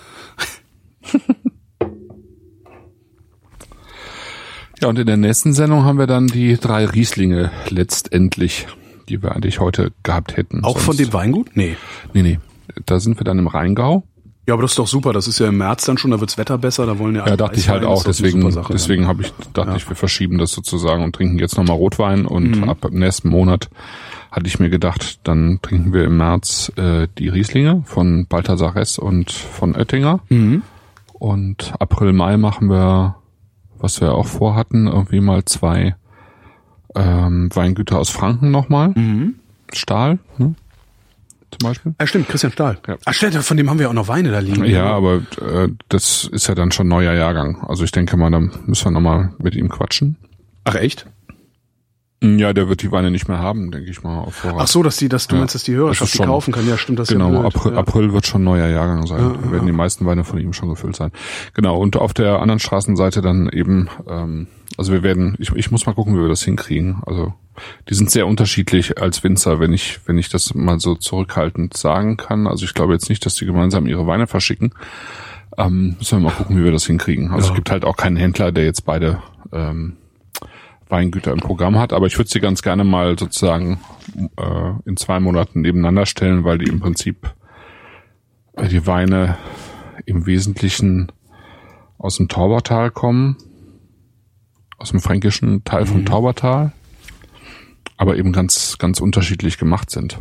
Ja, und in der nächsten Sendung haben wir dann die drei Rieslinge letztendlich, die wir eigentlich heute gehabt hätten. Auch Sonst von dem Weingut? Nee. Nee, nee. Da sind wir dann im Rheingau. Ja, aber das ist doch super. Das ist ja im März dann schon, da wirds Wetter besser, da wollen ja alle Ja, dachte ich halt auch. Deswegen, deswegen habe ich, dachte ja. ich, wir verschieben das sozusagen und trinken jetzt nochmal Rotwein. Und mhm. ab nächsten Monat hatte ich mir gedacht, dann trinken wir im März äh, die Rieslinge von Balthasar Hess und von Oettinger. Mhm. Und April, Mai machen wir, was wir auch vorhatten, irgendwie mal zwei ähm, Weingüter aus Franken nochmal. Mhm. Stahl, ne? Zum Beispiel. Ja, stimmt, Christian Stahl. Ja. Ach, stimmt, von dem haben wir auch noch Weine da liegen. Ja, aber äh, das ist ja dann schon neuer Jahrgang. Also ich denke mal, da müssen wir nochmal mit ihm quatschen. Ach, echt? Ja, der wird die Weine nicht mehr haben, denke ich mal, auf Vorrat. Ach so, dass die, dass du Ja. meinst, dass die Hörerschaft Das ist die schon- kaufen kann. Ja, stimmt, das ist Genau, ja blöd. April, ja. April wird schon neuer Jahrgang sein. Ja, Da ja. werden die meisten Weine von ihm schon gefüllt sein. Genau, und auf der anderen Straßenseite dann eben, ähm, also wir werden, ich, ich muss mal gucken, wie wir das hinkriegen. Also die sind sehr unterschiedlich als Winzer, wenn ich, wenn ich das mal so zurückhaltend sagen kann. Also ich glaube jetzt nicht, dass die gemeinsam ihre Weine verschicken. Ähm, müssen wir mal gucken, wie wir das hinkriegen. Also Ja. es gibt halt auch keinen Händler, der jetzt beide ähm, Weingüter im Programm hat, aber ich würde sie ganz gerne mal sozusagen äh, in zwei Monaten nebeneinander stellen, weil die im Prinzip äh, die Weine im Wesentlichen aus dem Taubertal kommen, aus dem fränkischen Teil vom Mhm. Taubertal, aber eben ganz ganz unterschiedlich gemacht sind.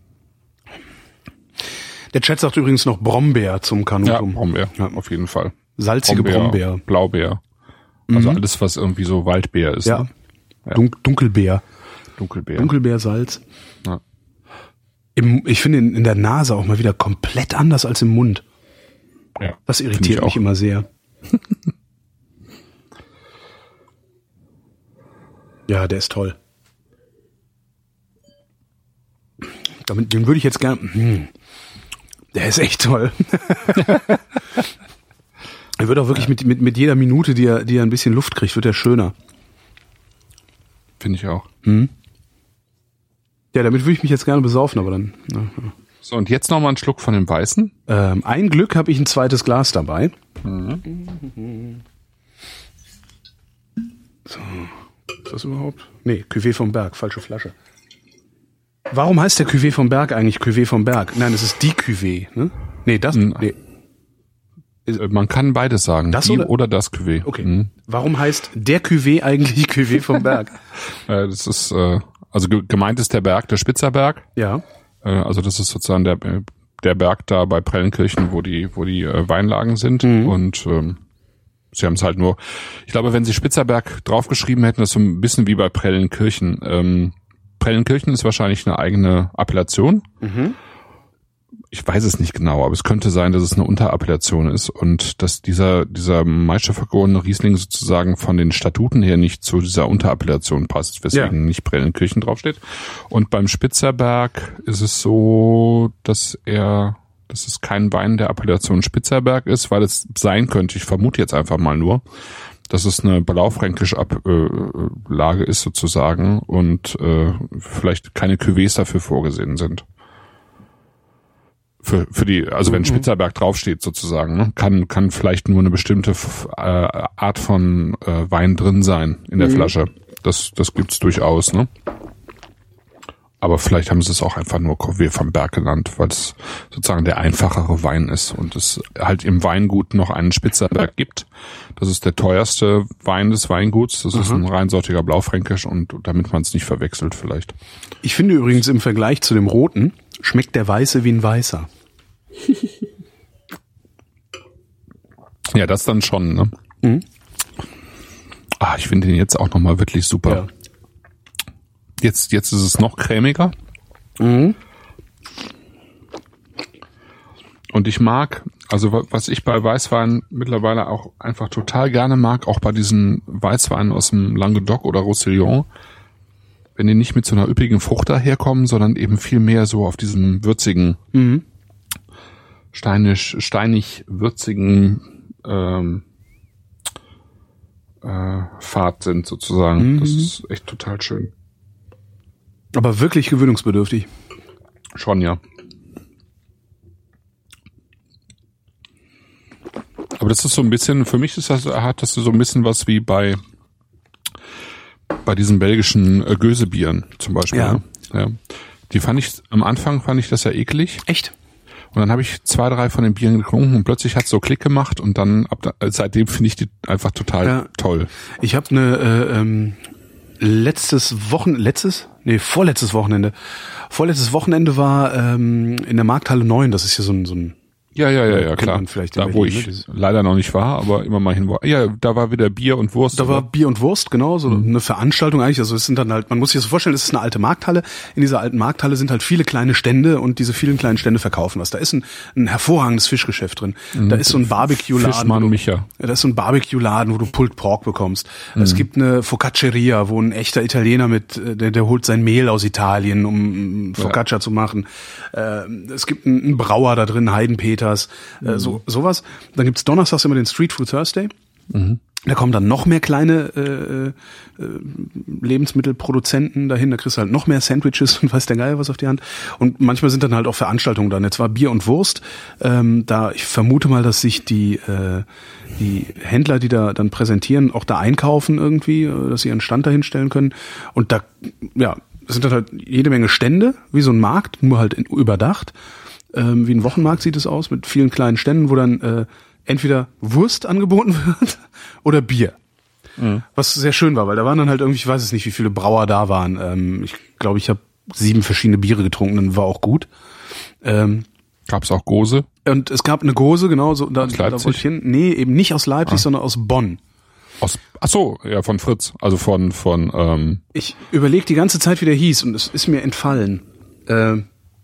Der Chat sagt übrigens noch Brombeer zum Ja, Canutum. Brombeer, Ja. auf jeden Fall. Salzige Brombeer. Blaubeer, also alles, was irgendwie so Waldbeer ist. Ja. Ne? Ja. Dun Dunkelbeer. Dunkelbeer. Dunkelbeersalz. Ja. Im, ich finde in, in der Nase auch mal wieder komplett anders als im Mund. Ja. Das Finde irritiert ich mich auch. immer sehr. Ja, der ist toll. Damit, den würde ich jetzt gern. Hm, der ist echt toll. Er wird auch wirklich mit, mit, mit jeder Minute, die er, die er ein bisschen Luft kriegt, wird er schöner. Finde ich auch. Hm? Ja, damit würde ich mich jetzt gerne besaufen, aber dann. Ja, ja. So, und jetzt noch mal einen Schluck von dem Weißen. Ähm, ein Glück habe ich ein zweites Glas dabei. Mhm. So, ist das überhaupt? Nee, Cuvée vom Berg, falsche Flasche. Warum heißt der Cuvée vom Berg eigentlich Cuvée vom Berg? Nein, es ist die Cuvée, ne? Nee, das, Mhm. nee. Äh, Man kann beides sagen. Das Die oder- oder das Cuvée. Okay. Mhm. Warum heißt der Cuvée eigentlich Cuvée vom Berg? Äh, das ist, äh, also ge- gemeint ist der Berg, der Spitzerberg. Ja. Äh, also das ist sozusagen der, äh, der Berg da bei Prellenkirchen, wo die, wo die äh, Weinlagen sind. Mhm. Und ähm, sie haben es halt nur, ich glaube, wenn sie Spitzerberg draufgeschrieben hätten, das ist so ein bisschen wie bei Prellenkirchen. Ähm, Prellenkirchen ist wahrscheinlich eine eigene Appellation. Mhm. Ich weiß es nicht genau, aber es könnte sein, dass es eine Unterappellation ist und dass dieser dieser Maischefvergorene Riesling sozusagen von den Statuten her nicht zu dieser Unterappellation passt, weswegen Ja. nicht Prellenkirchen draufsteht. Und beim Spitzerberg ist es so, dass er, dass es kein Wein der Appellation Spitzerberg ist, weil es sein könnte, ich vermute jetzt einfach mal nur, dass es eine blaufränkische Ablage ist sozusagen und äh, vielleicht keine Cuvées dafür vorgesehen sind. Für für die, also wenn Spitzerberg draufsteht sozusagen, ne, kann kann vielleicht nur eine bestimmte äh, Art von äh, Wein drin sein in der mhm. Flasche. Das das gibt's durchaus, ne? Aber vielleicht haben sie es auch einfach nur Cuvée vom Berg genannt, weil es sozusagen der einfachere Wein ist und es halt im Weingut noch einen Spitzerberg gibt. Das ist der teuerste Wein des Weinguts. Das mhm. ist ein reinsortiger Blaufränkisch und damit man es nicht verwechselt vielleicht. Ich finde übrigens im Vergleich zu dem Roten schmeckt der Weiße wie ein Weißer. Ja, das dann schon, ne? Mhm. Ah, ich finde den jetzt auch nochmal wirklich super. Ja. Jetzt, jetzt ist es noch cremiger. Mhm. Und ich mag, also was ich bei Weißwein mittlerweile auch einfach total gerne mag, auch bei diesen Weißweinen aus dem Languedoc oder Roussillon, wenn die nicht mit so einer üppigen Frucht daherkommen, sondern eben viel mehr so auf diesem würzigen, mhm. steinisch, steinig würzigen ähm, äh, Pfad sind sozusagen. Mhm. Das ist echt total schön. Aber wirklich gewöhnungsbedürftig. Schon, ja. Aber das ist so ein bisschen, für mich ist das, hat das so ein bisschen was wie bei bei diesen belgischen äh, Gösebieren zum Beispiel. Ja. Ne? Ja. Die fand ich, am Anfang fand ich das ja eklig. Echt? Und dann habe ich zwei, drei von den Bieren getrunken und plötzlich hat es so Klick gemacht und dann ab da, seitdem finde ich die einfach total ja. toll. Ich habe eine äh, ähm, letztes Wochen, letztes? Nee, vorletztes Wochenende. Vorletztes Wochenende war ähm, in der Markthalle neun, das ist ja so ein, so ein Ja, ja, ja, ja, klar. Vielleicht da, wo Berlin, ich ne? leider noch nicht war, aber immer mal hin war. Ja, da war wieder Bier und Wurst. Da oder? war Bier und Wurst, genau, so mhm. eine Veranstaltung eigentlich. Also es sind dann halt, man muss sich das so vorstellen, es ist eine alte Markthalle. In dieser alten Markthalle sind halt viele kleine Stände und diese vielen kleinen Stände verkaufen was. Da ist ein, ein hervorragendes Fischgeschäft drin. Mhm. Da ist so ein Barbecue-Laden. Fischmann du, Micha. Da ist so ein Barbecue-Laden, wo du Pulled Pork bekommst. Mhm. Es gibt eine Focacceria, wo ein echter Italiener mit, der, der holt sein Mehl aus Italien, um Focaccia ja. zu machen. Äh, es gibt einen, einen Brauer da drin, Heidenpeters, mhm. äh, so sowas. Dann gibt's donnerstags immer den Street Food Thursday. Mhm. Da kommen dann noch mehr kleine äh, äh, Lebensmittelproduzenten dahin. Da kriegst du halt noch mehr Sandwiches und weiß der Geier was auf die Hand. Und manchmal sind dann halt auch Veranstaltungen dann. Jetzt war Bier und Wurst. Ähm, da ich vermute mal, dass sich die äh, die Händler, die da dann präsentieren, auch da einkaufen irgendwie, dass sie ihren Stand dahin stellen können. Und da ja sind dann halt jede Menge Stände, wie so ein Markt, nur halt in, überdacht. Ähm, wie ein Wochenmarkt sieht es aus, mit vielen kleinen Ständen, wo dann äh, entweder Wurst angeboten wird oder Bier. Mhm. Was sehr schön war, weil da waren dann halt irgendwie, ich weiß es nicht, wie viele Brauer da waren. Ähm, ich glaube, ich habe sieben verschiedene Biere getrunken, dann war auch gut. Ähm, gab es auch Gose? Und es gab eine Gose, genau. So, da, aus Leipzig? Da wollte ich hin. Nee, eben nicht aus Leipzig, ah. sondern aus Bonn. Aus, ach so, ja, von Fritz, also von, von, ähm. Ich überlege die ganze Zeit, wie der hieß und es ist mir entfallen. Äh,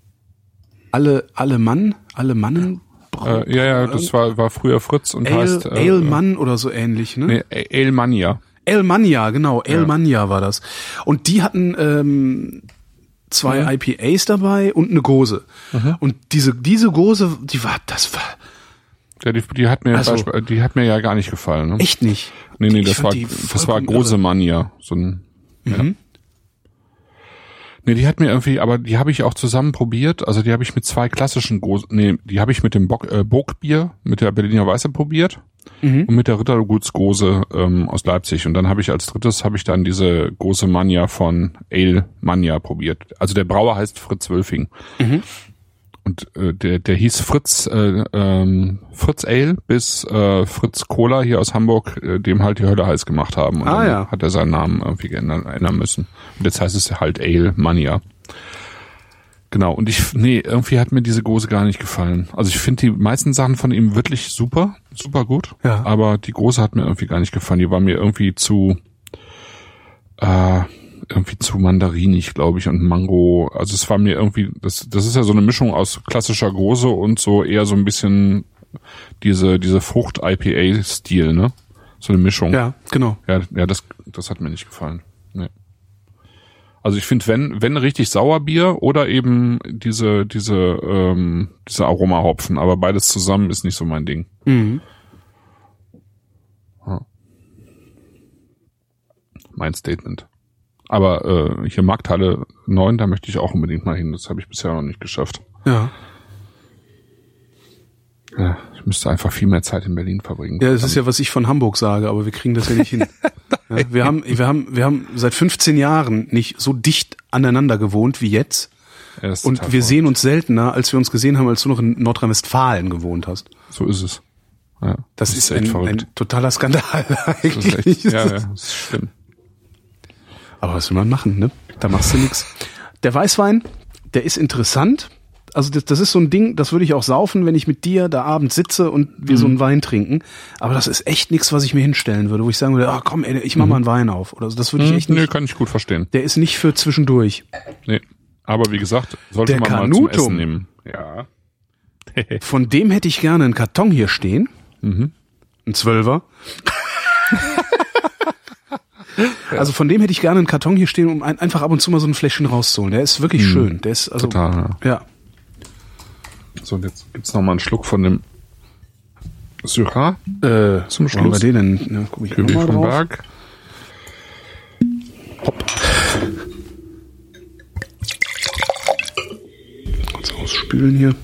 alle, alle Mann, alle Mannen? Äh, ja, ja, das war, war früher Fritz und Ale, heißt, äh, Ale Mann oder so ähnlich, ne? Nee, Ale Mania. Ale Mania, genau, Ale ja. Mania war das. Und die hatten, ähm, zwei ja. I P As dabei und eine Gose. Mhm. Und diese, diese Gose, die war, das war, ja, die, die hat mir, also, die hat mir ja gar nicht gefallen, ne? Echt nicht? Nee, nee, das war, das war Gose Mania, so ein, mhm. ja. Nee, die hat mir irgendwie, aber die habe ich auch zusammen probiert. Also die habe ich mit zwei klassischen Gose, nee, die habe ich mit dem Bock, äh, Burgbier, mit der Berliner Weiße probiert mhm. und mit der Rittergutsgose ähm, aus Leipzig. Und dann habe ich als drittes, habe ich dann diese Gose Mania von Ale Mania probiert. Also der Brauer heißt Fritz Wölfing. Mhm. Und äh, der der hieß Fritz äh, ähm, Fritz Ale bis äh, Fritz Cola hier aus Hamburg, äh, dem halt die Hölle heiß gemacht haben. Und ah, dann ja. hat er seinen Namen irgendwie geändert, ändern müssen. Und jetzt heißt es halt Ale Mania. Genau, und ich, nee, irgendwie hat mir diese Gose gar nicht gefallen. Also ich finde die meisten Sachen von ihm wirklich super, super gut. Ja. Aber die Gose hat mir irgendwie gar nicht gefallen. Die war mir irgendwie zu äh, irgendwie zu mandarinig, glaube ich, und Mango. Also es war mir irgendwie, das das ist ja so eine Mischung aus klassischer Gose und so eher so ein bisschen diese diese Frucht-I P A-Stil, ne? So eine Mischung. Ja, genau. Ja, ja, das das hat mir nicht gefallen. Nee. Also ich finde, wenn wenn richtig Sauerbier oder eben diese diese ähm, diese Aromahopfen, aber beides zusammen ist nicht so mein Ding. Mhm. mein Statement. Aber äh, hier Markthalle neun, da möchte ich auch unbedingt mal hin. Das habe ich bisher noch nicht geschafft. Ja. Ja, ich müsste einfach viel mehr Zeit in Berlin verbringen. Ja, das ist ja, was ich von Hamburg sage, aber wir kriegen das ja nicht hin. Ja, wir haben, wir haben, wir haben seit fünfzehn Jahren nicht so dicht aneinander gewohnt wie jetzt. Ja, und wir verrückt. sehen uns seltener, als wir uns gesehen haben, als du noch in Nordrhein-Westfalen gewohnt hast. So ist es. Ja, das, das ist, ist ein, ein totaler Skandal eigentlich. Das ist echt, ja, ja, das ist schlimm. Aber was will man machen, ne? Da machst du nix. Der Weißwein, der ist interessant. Also das, das ist so ein Ding, das würde ich auch saufen, wenn ich mit dir da abends sitze und wir mhm. so einen Wein trinken. Aber das ist echt nix, was ich mir hinstellen würde, wo ich sagen würde, ah komm, ey, ich mach mhm. mal einen Wein auf. Oder so. Das würde ich echt nicht. Nee, kann ich gut verstehen. Der ist nicht für zwischendurch. Nee. Aber wie gesagt, sollte der man Canutum, mal zum Essen nehmen. Ja. Von dem hätte ich gerne einen Karton hier stehen. Mhm. Ein Zwölfer. Also von dem hätte ich gerne einen Karton hier stehen, um ein, einfach ab und zu mal so ein Fläschchen rauszuholen. Der ist wirklich mhm. schön. Der ist also total. Ja. ja. So, und jetzt gibt's noch mal einen Schluck von dem Syrah äh, zum Schluss. Was wir den denn? Ja, guck ich König mal von drauf. Berg. Hopp. Kurz ausspülen hier.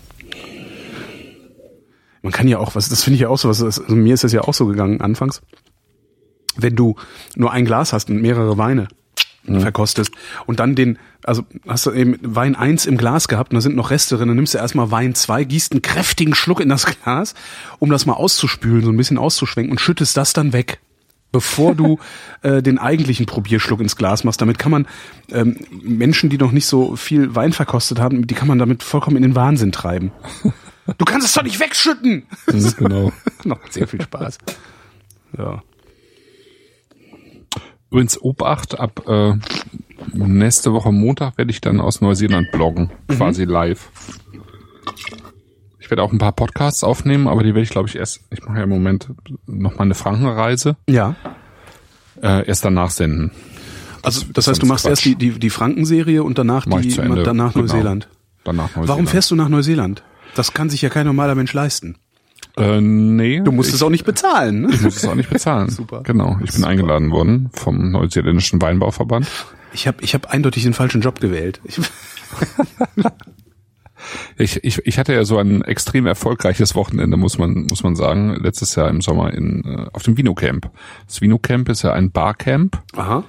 Man kann ja auch, was das finde ich ja auch so, was also mir ist das ja auch so gegangen anfangs. Wenn du nur ein Glas hast und mehrere Weine mhm. verkostest und dann den, also hast du eben Wein eins im Glas gehabt und da sind noch Reste drin, dann nimmst du erstmal Wein zwei, gießt einen kräftigen Schluck in das Glas, um das mal auszuspülen, so ein bisschen auszuschwenken und schüttest das dann weg, bevor du äh, den eigentlichen Probierschluck ins Glas machst. Damit kann man ähm, Menschen, die noch nicht so viel Wein verkostet haben, die kann man damit vollkommen in den Wahnsinn treiben. Du kannst es doch nicht wegschütten! Mhm, genau. Macht sehr viel Spaß. Ja. Übrigens, Obacht, ab äh, nächste Woche Montag werde ich dann aus Neuseeland bloggen, mhm. quasi live. Ich werde auch ein paar Podcasts aufnehmen, aber die werde ich, glaube ich, erst, ich mache ja im Moment noch mal eine Frankenreise. Ja. Äh, erst danach senden. Also das, das heißt, du machst Quatsch. erst die, die, die Frankenserie und danach die danach genau. Neuseeland. Danach Neuseeland. Warum fährst du nach Neuseeland? Das kann sich ja kein normaler Mensch leisten. Äh, nee. Du musst ich, es auch nicht bezahlen. Ne? Ich muss es auch nicht bezahlen. Super. Genau. Ich bin Super. eingeladen worden vom Neuseeländischen Weinbauverband. Ich habe ich hab eindeutig den falschen Job gewählt. Ich, ich, ich, ich hatte ja so ein extrem erfolgreiches Wochenende, muss man muss man sagen, letztes Jahr im Sommer in auf dem Vinocamp. Das Vinocamp ist ja ein Barcamp. Aha.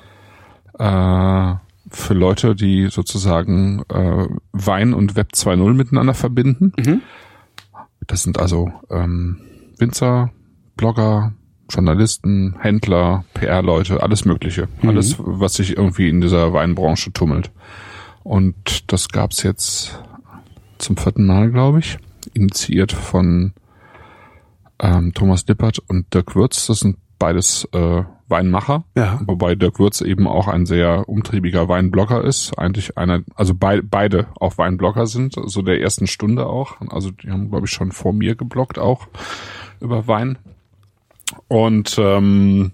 Äh, für Leute, die sozusagen äh, Wein und Web zwei Punkt null miteinander verbinden. Mhm. Das sind also ähm, Winzer, Blogger, Journalisten, Händler, P R-Leute, alles Mögliche. Mhm. Alles, was sich irgendwie in dieser Weinbranche tummelt. Und das gab's jetzt zum vierten Mal, glaube ich, initiiert von ähm, Thomas Lippert und Dirk Würz. Das sind beides äh, Weinmacher, ja. Wobei Dirk Würz eben auch ein sehr umtriebiger Weinblogger ist. Eigentlich einer, also be- beide auch Weinblogger sind, so der ersten Stunde auch. Also die haben, glaube ich, schon vor mir gebloggt auch über Wein. Und ähm,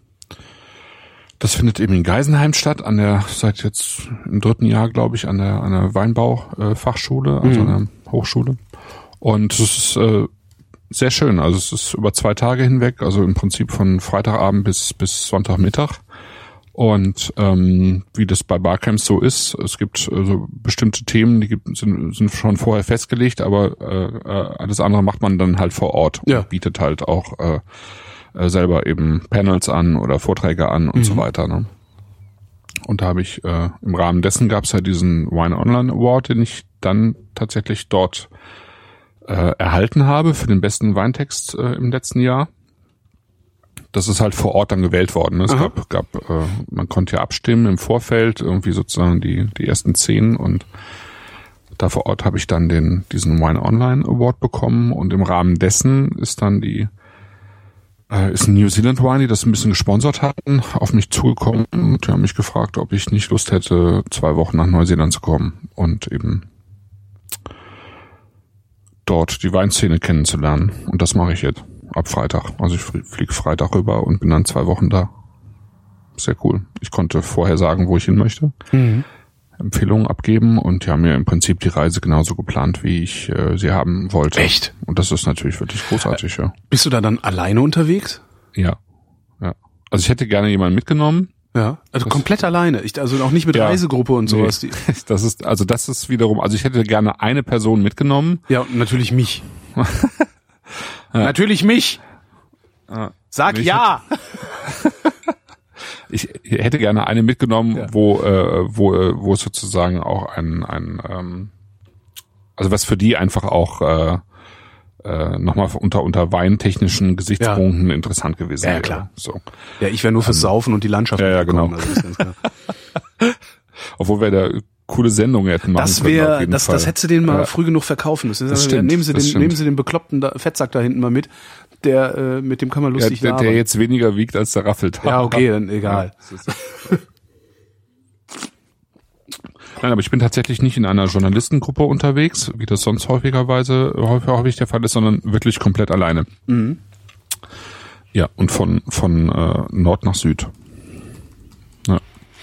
das findet eben in Geisenheim statt, an der seit jetzt im dritten Jahr, glaube ich, an der an der Weinbaufachschule, also mhm. an der Hochschule. Und es ist äh, sehr schön. Also es ist über zwei Tage hinweg, also im Prinzip von Freitagabend bis bis Sonntagmittag. Und ähm, wie das bei Barcamps so ist, es gibt also bestimmte Themen, die gibt, sind, sind schon vorher festgelegt, aber äh, alles andere macht man dann halt vor Ort und ja. bietet halt auch äh, äh, selber eben Panels an oder Vorträge an und mhm. so weiter. Ne? Und da habe ich äh, im Rahmen dessen gab es ja diesen Wine Online Award, den ich dann tatsächlich dort äh, erhalten habe für den besten Weintext äh, im letzten Jahr. Das ist halt vor Ort dann gewählt worden. Es Aha. gab, gab äh, man konnte ja abstimmen im Vorfeld, irgendwie sozusagen die die ersten zehn, und da vor Ort habe ich dann den diesen Wine Online Award bekommen, und im Rahmen dessen ist dann die äh, ist ein New Zealand Wine, die das ein bisschen gesponsert hatten, auf mich zugekommen und die haben mich gefragt, ob ich nicht Lust hätte, zwei Wochen nach Neuseeland zu kommen und eben dort die Weinszene kennenzulernen. Und das mache ich jetzt ab Freitag. Also ich fliege Freitag rüber und bin dann zwei Wochen da. Sehr cool. Ich konnte vorher sagen, wo ich hin möchte. Mhm. Empfehlungen abgeben, und die haben mir im Prinzip die Reise genauso geplant, wie ich äh, sie haben wollte. Echt? Und das ist natürlich wirklich großartig, ja. Bist du da dann alleine unterwegs? Ja. Ja. Also ich hätte gerne jemanden mitgenommen, Ja, also das, komplett alleine. Ich, also auch nicht mit ja, Reisegruppe und sowas. Nee. Das ist, also das ist wiederum, also ich hätte gerne eine Person mitgenommen. Ja, und natürlich mich. ja. Natürlich mich. Ja. Sag ich ja. Ich hätte gerne eine mitgenommen, ja. wo, äh, wo, äh, wo es sozusagen auch ein, ein, ähm, also was für die einfach auch äh, äh, nochmal unter unter weintechnischen Gesichtspunkten ja. interessant gewesen wäre. Ja, klar. So. Ja, ich wäre nur fürs ähm, Saufen und die Landschaft. Ja, ja, genau. Also ist ganz klar. Obwohl wir da coole Sendungen hätten machen das wär, können. Das, das hättest du denen mal ja. früh genug verkaufen müssen. Das stimmt, nehmen Sie das den, stimmt. nehmen Sie den bekloppten da, Fettsack da hinten mal mit. Der, äh, mit dem kann man lustig ja, der, der jetzt weniger wiegt als der Raffeltag. Ja, okay, dann egal. Ja, Nein, aber ich bin tatsächlich nicht in einer Journalistengruppe unterwegs, wie das sonst häufigerweise häufig, häufig der Fall ist, sondern wirklich komplett alleine. Mhm. Ja, und von von äh, Nord nach Süd. Ja.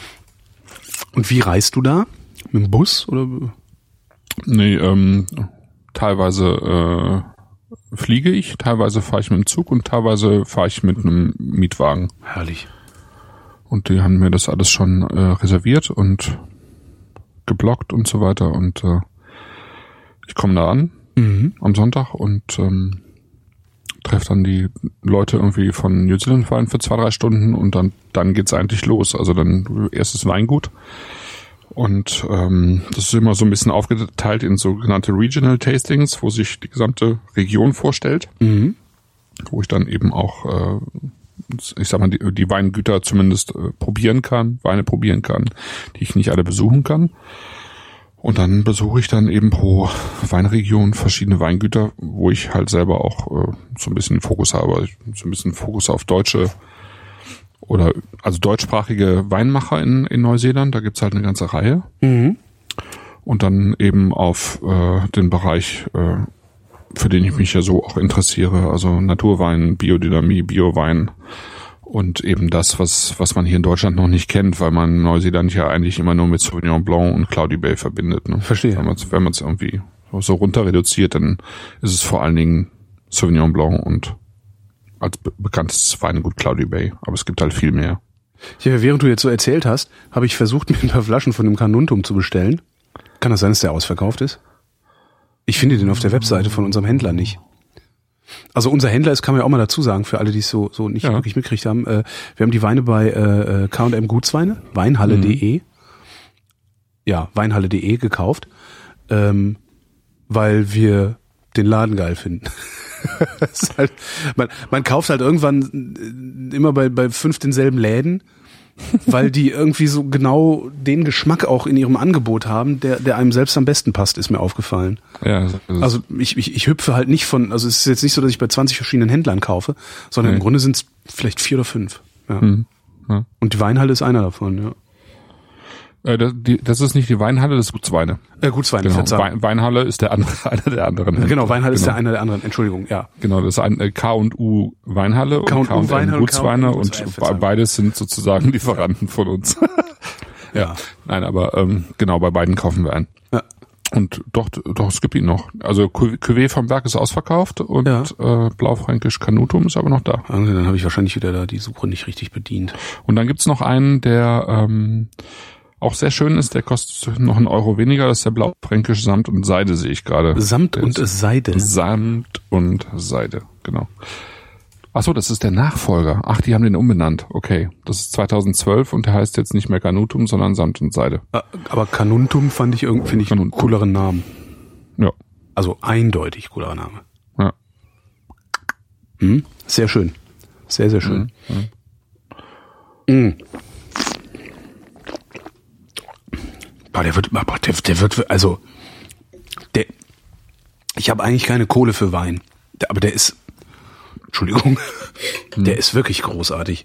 Und wie reist du da? Mit dem Bus oder? Nee, ähm, teilweise äh, fliege ich, teilweise fahre ich mit dem Zug und teilweise fahre ich mit einem Mietwagen. Herrlich. Und die haben mir das alles schon äh, reserviert und geblockt und so weiter und äh, ich komme da an mhm. am Sonntag und ähm, treffe dann die Leute irgendwie von New Zealand Wein für zwei, drei Stunden und dann dann geht's eigentlich los. Also dann erstes Weingut und ähm, das ist immer so ein bisschen aufgeteilt in sogenannte Regional Tastings, wo sich die gesamte Region vorstellt, mhm. wo ich dann eben auch äh, ich sag mal, die, die Weingüter zumindest äh, probieren kann, Weine probieren kann, die ich nicht alle besuchen kann. Und dann besuche ich dann eben pro Weinregion verschiedene Weingüter, wo ich halt selber auch äh, so ein bisschen Fokus habe, so ein bisschen Fokus auf deutsche oder also deutschsprachige Weinmacher in, in Neuseeland, da gibt's halt eine ganze Reihe. Mhm. Und dann eben auf äh, den Bereich äh, für den ich mich ja so auch interessiere, also Naturwein, Biodynamie, Biowein und eben das, was was man hier in Deutschland noch nicht kennt, weil man Neuseeland ja eigentlich immer nur mit Sauvignon Blanc und Cloudy Bay verbindet. Ne? Verstehe. Wenn man es wenn man es irgendwie so runter reduziert, dann ist es vor allen Dingen Sauvignon Blanc und als be- bekanntes Weingut Cloudy Bay, aber es gibt halt viel mehr. Ja, während du jetzt so erzählt hast, habe ich versucht, mir ein paar Flaschen von dem Carnuntum zu bestellen. Kann das sein, dass der ausverkauft ist? Ich finde den auf der Webseite von unserem Händler nicht. Also unser Händler ist, kann man ja auch mal dazu sagen, für alle, die es so so nicht ja. wirklich mitgekriegt haben. Äh, wir haben die Weine bei äh, K und M Gutsweine, weinhalle punkt de. Mhm. Ja, weinhalle punkt de gekauft, ähm, weil wir den Laden geil finden. Das ist halt, man, man kauft halt irgendwann immer bei, bei fünf denselben Läden, weil die irgendwie so genau den Geschmack auch in ihrem Angebot haben, der der einem selbst am besten passt, ist mir aufgefallen. Ja, also ich, ich ich hüpfe halt nicht von, also es ist jetzt nicht so, dass ich bei zwanzig verschiedenen Händlern kaufe, sondern nee. Im Grunde sind es vielleicht vier oder fünf. Ja. Hm. Ja. Und die Weinhalle ist einer davon, ja. Äh, das, die, das ist nicht die Weinhalle, das ist Gutsweine. Äh, Gutsweine, genau. Wein, Weinhalle ist der andere, einer der anderen. Händler. Genau, Weinhalle genau. ist der einer der anderen, Entschuldigung, ja. Genau, das ist ein äh, K und U Weinhalle K und, und K und M Gutsweine und, und be- beides sind sozusagen Lieferanten von uns. ja. ja, nein, aber ähm, genau, bei beiden kaufen wir ein. Ja. Und doch, doch, es gibt ihn noch. Also Cuvée vom Berg ist ausverkauft und ja. äh, Blaufränkisch Carnuntum ist aber noch da. Also, dann habe ich wahrscheinlich wieder da die Suche nicht richtig bedient. Und dann gibt's noch einen, der ähm, auch sehr schön ist, der kostet noch einen Euro weniger, das ist der Blaufränkisch Samt und Seide, sehe ich gerade. Samt und Seide? Samt und Seide, genau. Ach so, das ist der Nachfolger. Ach, die haben den umbenannt. Okay, das ist zweitausendzwölf und der heißt jetzt nicht mehr Carnuntum, sondern Samt und Seide. Aber Carnuntum fand ich irgendwie, finde ich, einen cooleren Namen. Ja. Also eindeutig coolerer Name. Ja. Hm? Sehr schön. Sehr, sehr schön. Mhm. Mhm. Boah, der wird, boah, der, der wird, also, der, ich habe eigentlich keine Kohle für Wein, der, aber der ist, Entschuldigung, hm. der ist wirklich großartig.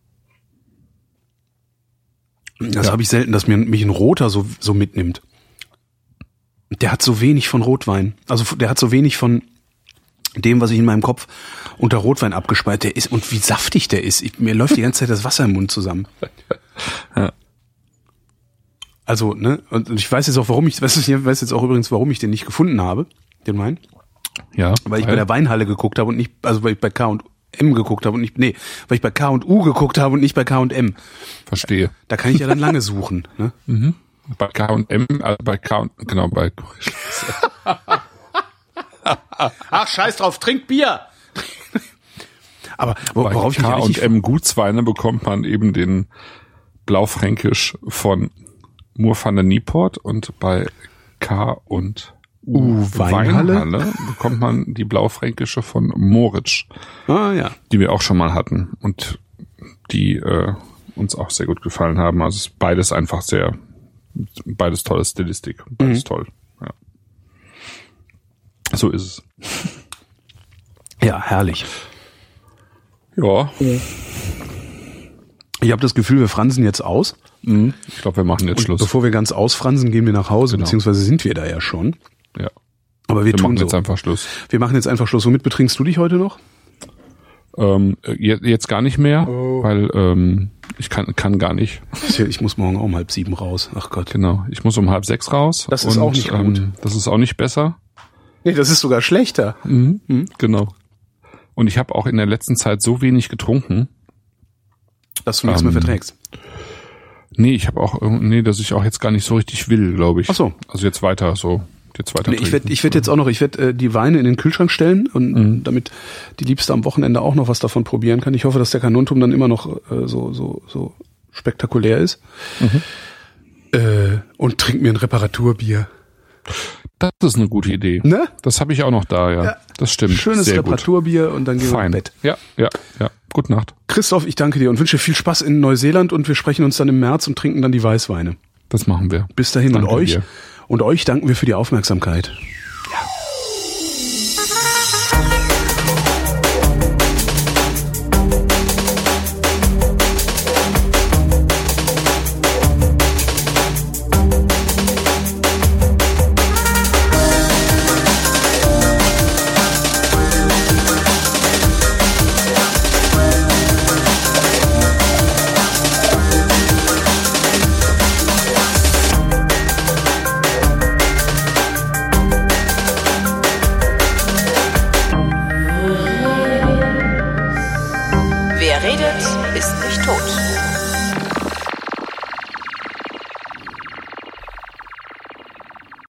Das ja. habe ich selten, dass mir mich ein Roter so so mitnimmt. Der hat so wenig von Rotwein, also der hat so wenig von dem, was ich in meinem Kopf unter Rotwein abgespeichert, der ist, und wie saftig der ist. Ich, mir läuft die ganze Zeit das Wasser im Mund zusammen. Ja. Also, ne, und ich weiß jetzt auch, warum ich, weiß ich weiß jetzt auch übrigens, warum ich den nicht gefunden habe, den Wein. Ja. Weil ich bei der Weinhalle geguckt habe und nicht, also weil ich bei K und M geguckt habe und nicht, nee, weil ich bei K und U geguckt habe und nicht bei K und M. Verstehe. Da kann ich ja dann lange suchen. Ne? Mhm. Bei K und M, also bei K und, genau, bei Ach, scheiß drauf, trink Bier! Aber worauf bei K ich und M Gutsweine bekommt man eben den Blaufränkisch von Moor van der Nieport und bei K und U Weinhalle? Weinhalle bekommt man die Blaufränkische von Moritz, ah, ja. die wir auch schon mal hatten und die äh, uns auch sehr gut gefallen haben. Also es ist beides einfach sehr, beides tolle Stilistik, beides mhm. toll. Ja. So ist es. Ja, herrlich. Ja. Ich habe das Gefühl, wir fransen jetzt aus. Mhm. Ich glaube, wir machen jetzt und Schluss. Bevor wir ganz ausfransen, gehen wir nach Hause, genau. beziehungsweise sind wir da ja schon. Ja. Aber wir, wir tun machen so. jetzt einfach Schluss. Wir machen jetzt einfach Schluss. Womit betrinkst du dich heute noch? Ähm, jetzt, jetzt gar nicht mehr, oh. weil ähm, ich kann kann gar nicht. Ich muss morgen auch um halb sieben raus. Ach Gott. Genau, ich muss um halb sechs raus. Das ist und, auch nicht gut. Ähm, das ist auch nicht besser. Nee, das ist sogar schlechter. Mhm. Mhm. Genau. Und ich habe auch in der letzten Zeit so wenig getrunken, dass du nichts ähm, mehr verträgst. Nee, ich habe auch nee, dass ich auch jetzt gar nicht so richtig will, glaube ich. Ach so. Also jetzt weiter so. Jetzt weiter nee, ich werde ich werd jetzt auch noch, ich werde äh, die Weine in den Kühlschrank stellen und mhm. damit die Liebste am Wochenende auch noch was davon probieren kann. Ich hoffe, dass der Kanonturm dann immer noch äh, so so so spektakulär ist. Mhm. Äh, und trink mir ein Reparaturbier. Das ist eine gute Idee. Ne? Das habe ich auch noch da, ja. ja. Das stimmt. Schönes Sehr Reparaturbier gut. Und dann gehen wir ins Bett. Ja, ja, ja. Gute Nacht. Christoph, ich danke dir und wünsche viel Spaß in Neuseeland und wir sprechen uns dann im März und trinken dann die Weißweine. Das machen wir. Bis dahin danke und euch. Dir. Und euch danken wir für die Aufmerksamkeit. Ja. Wer redet, ist nicht tot.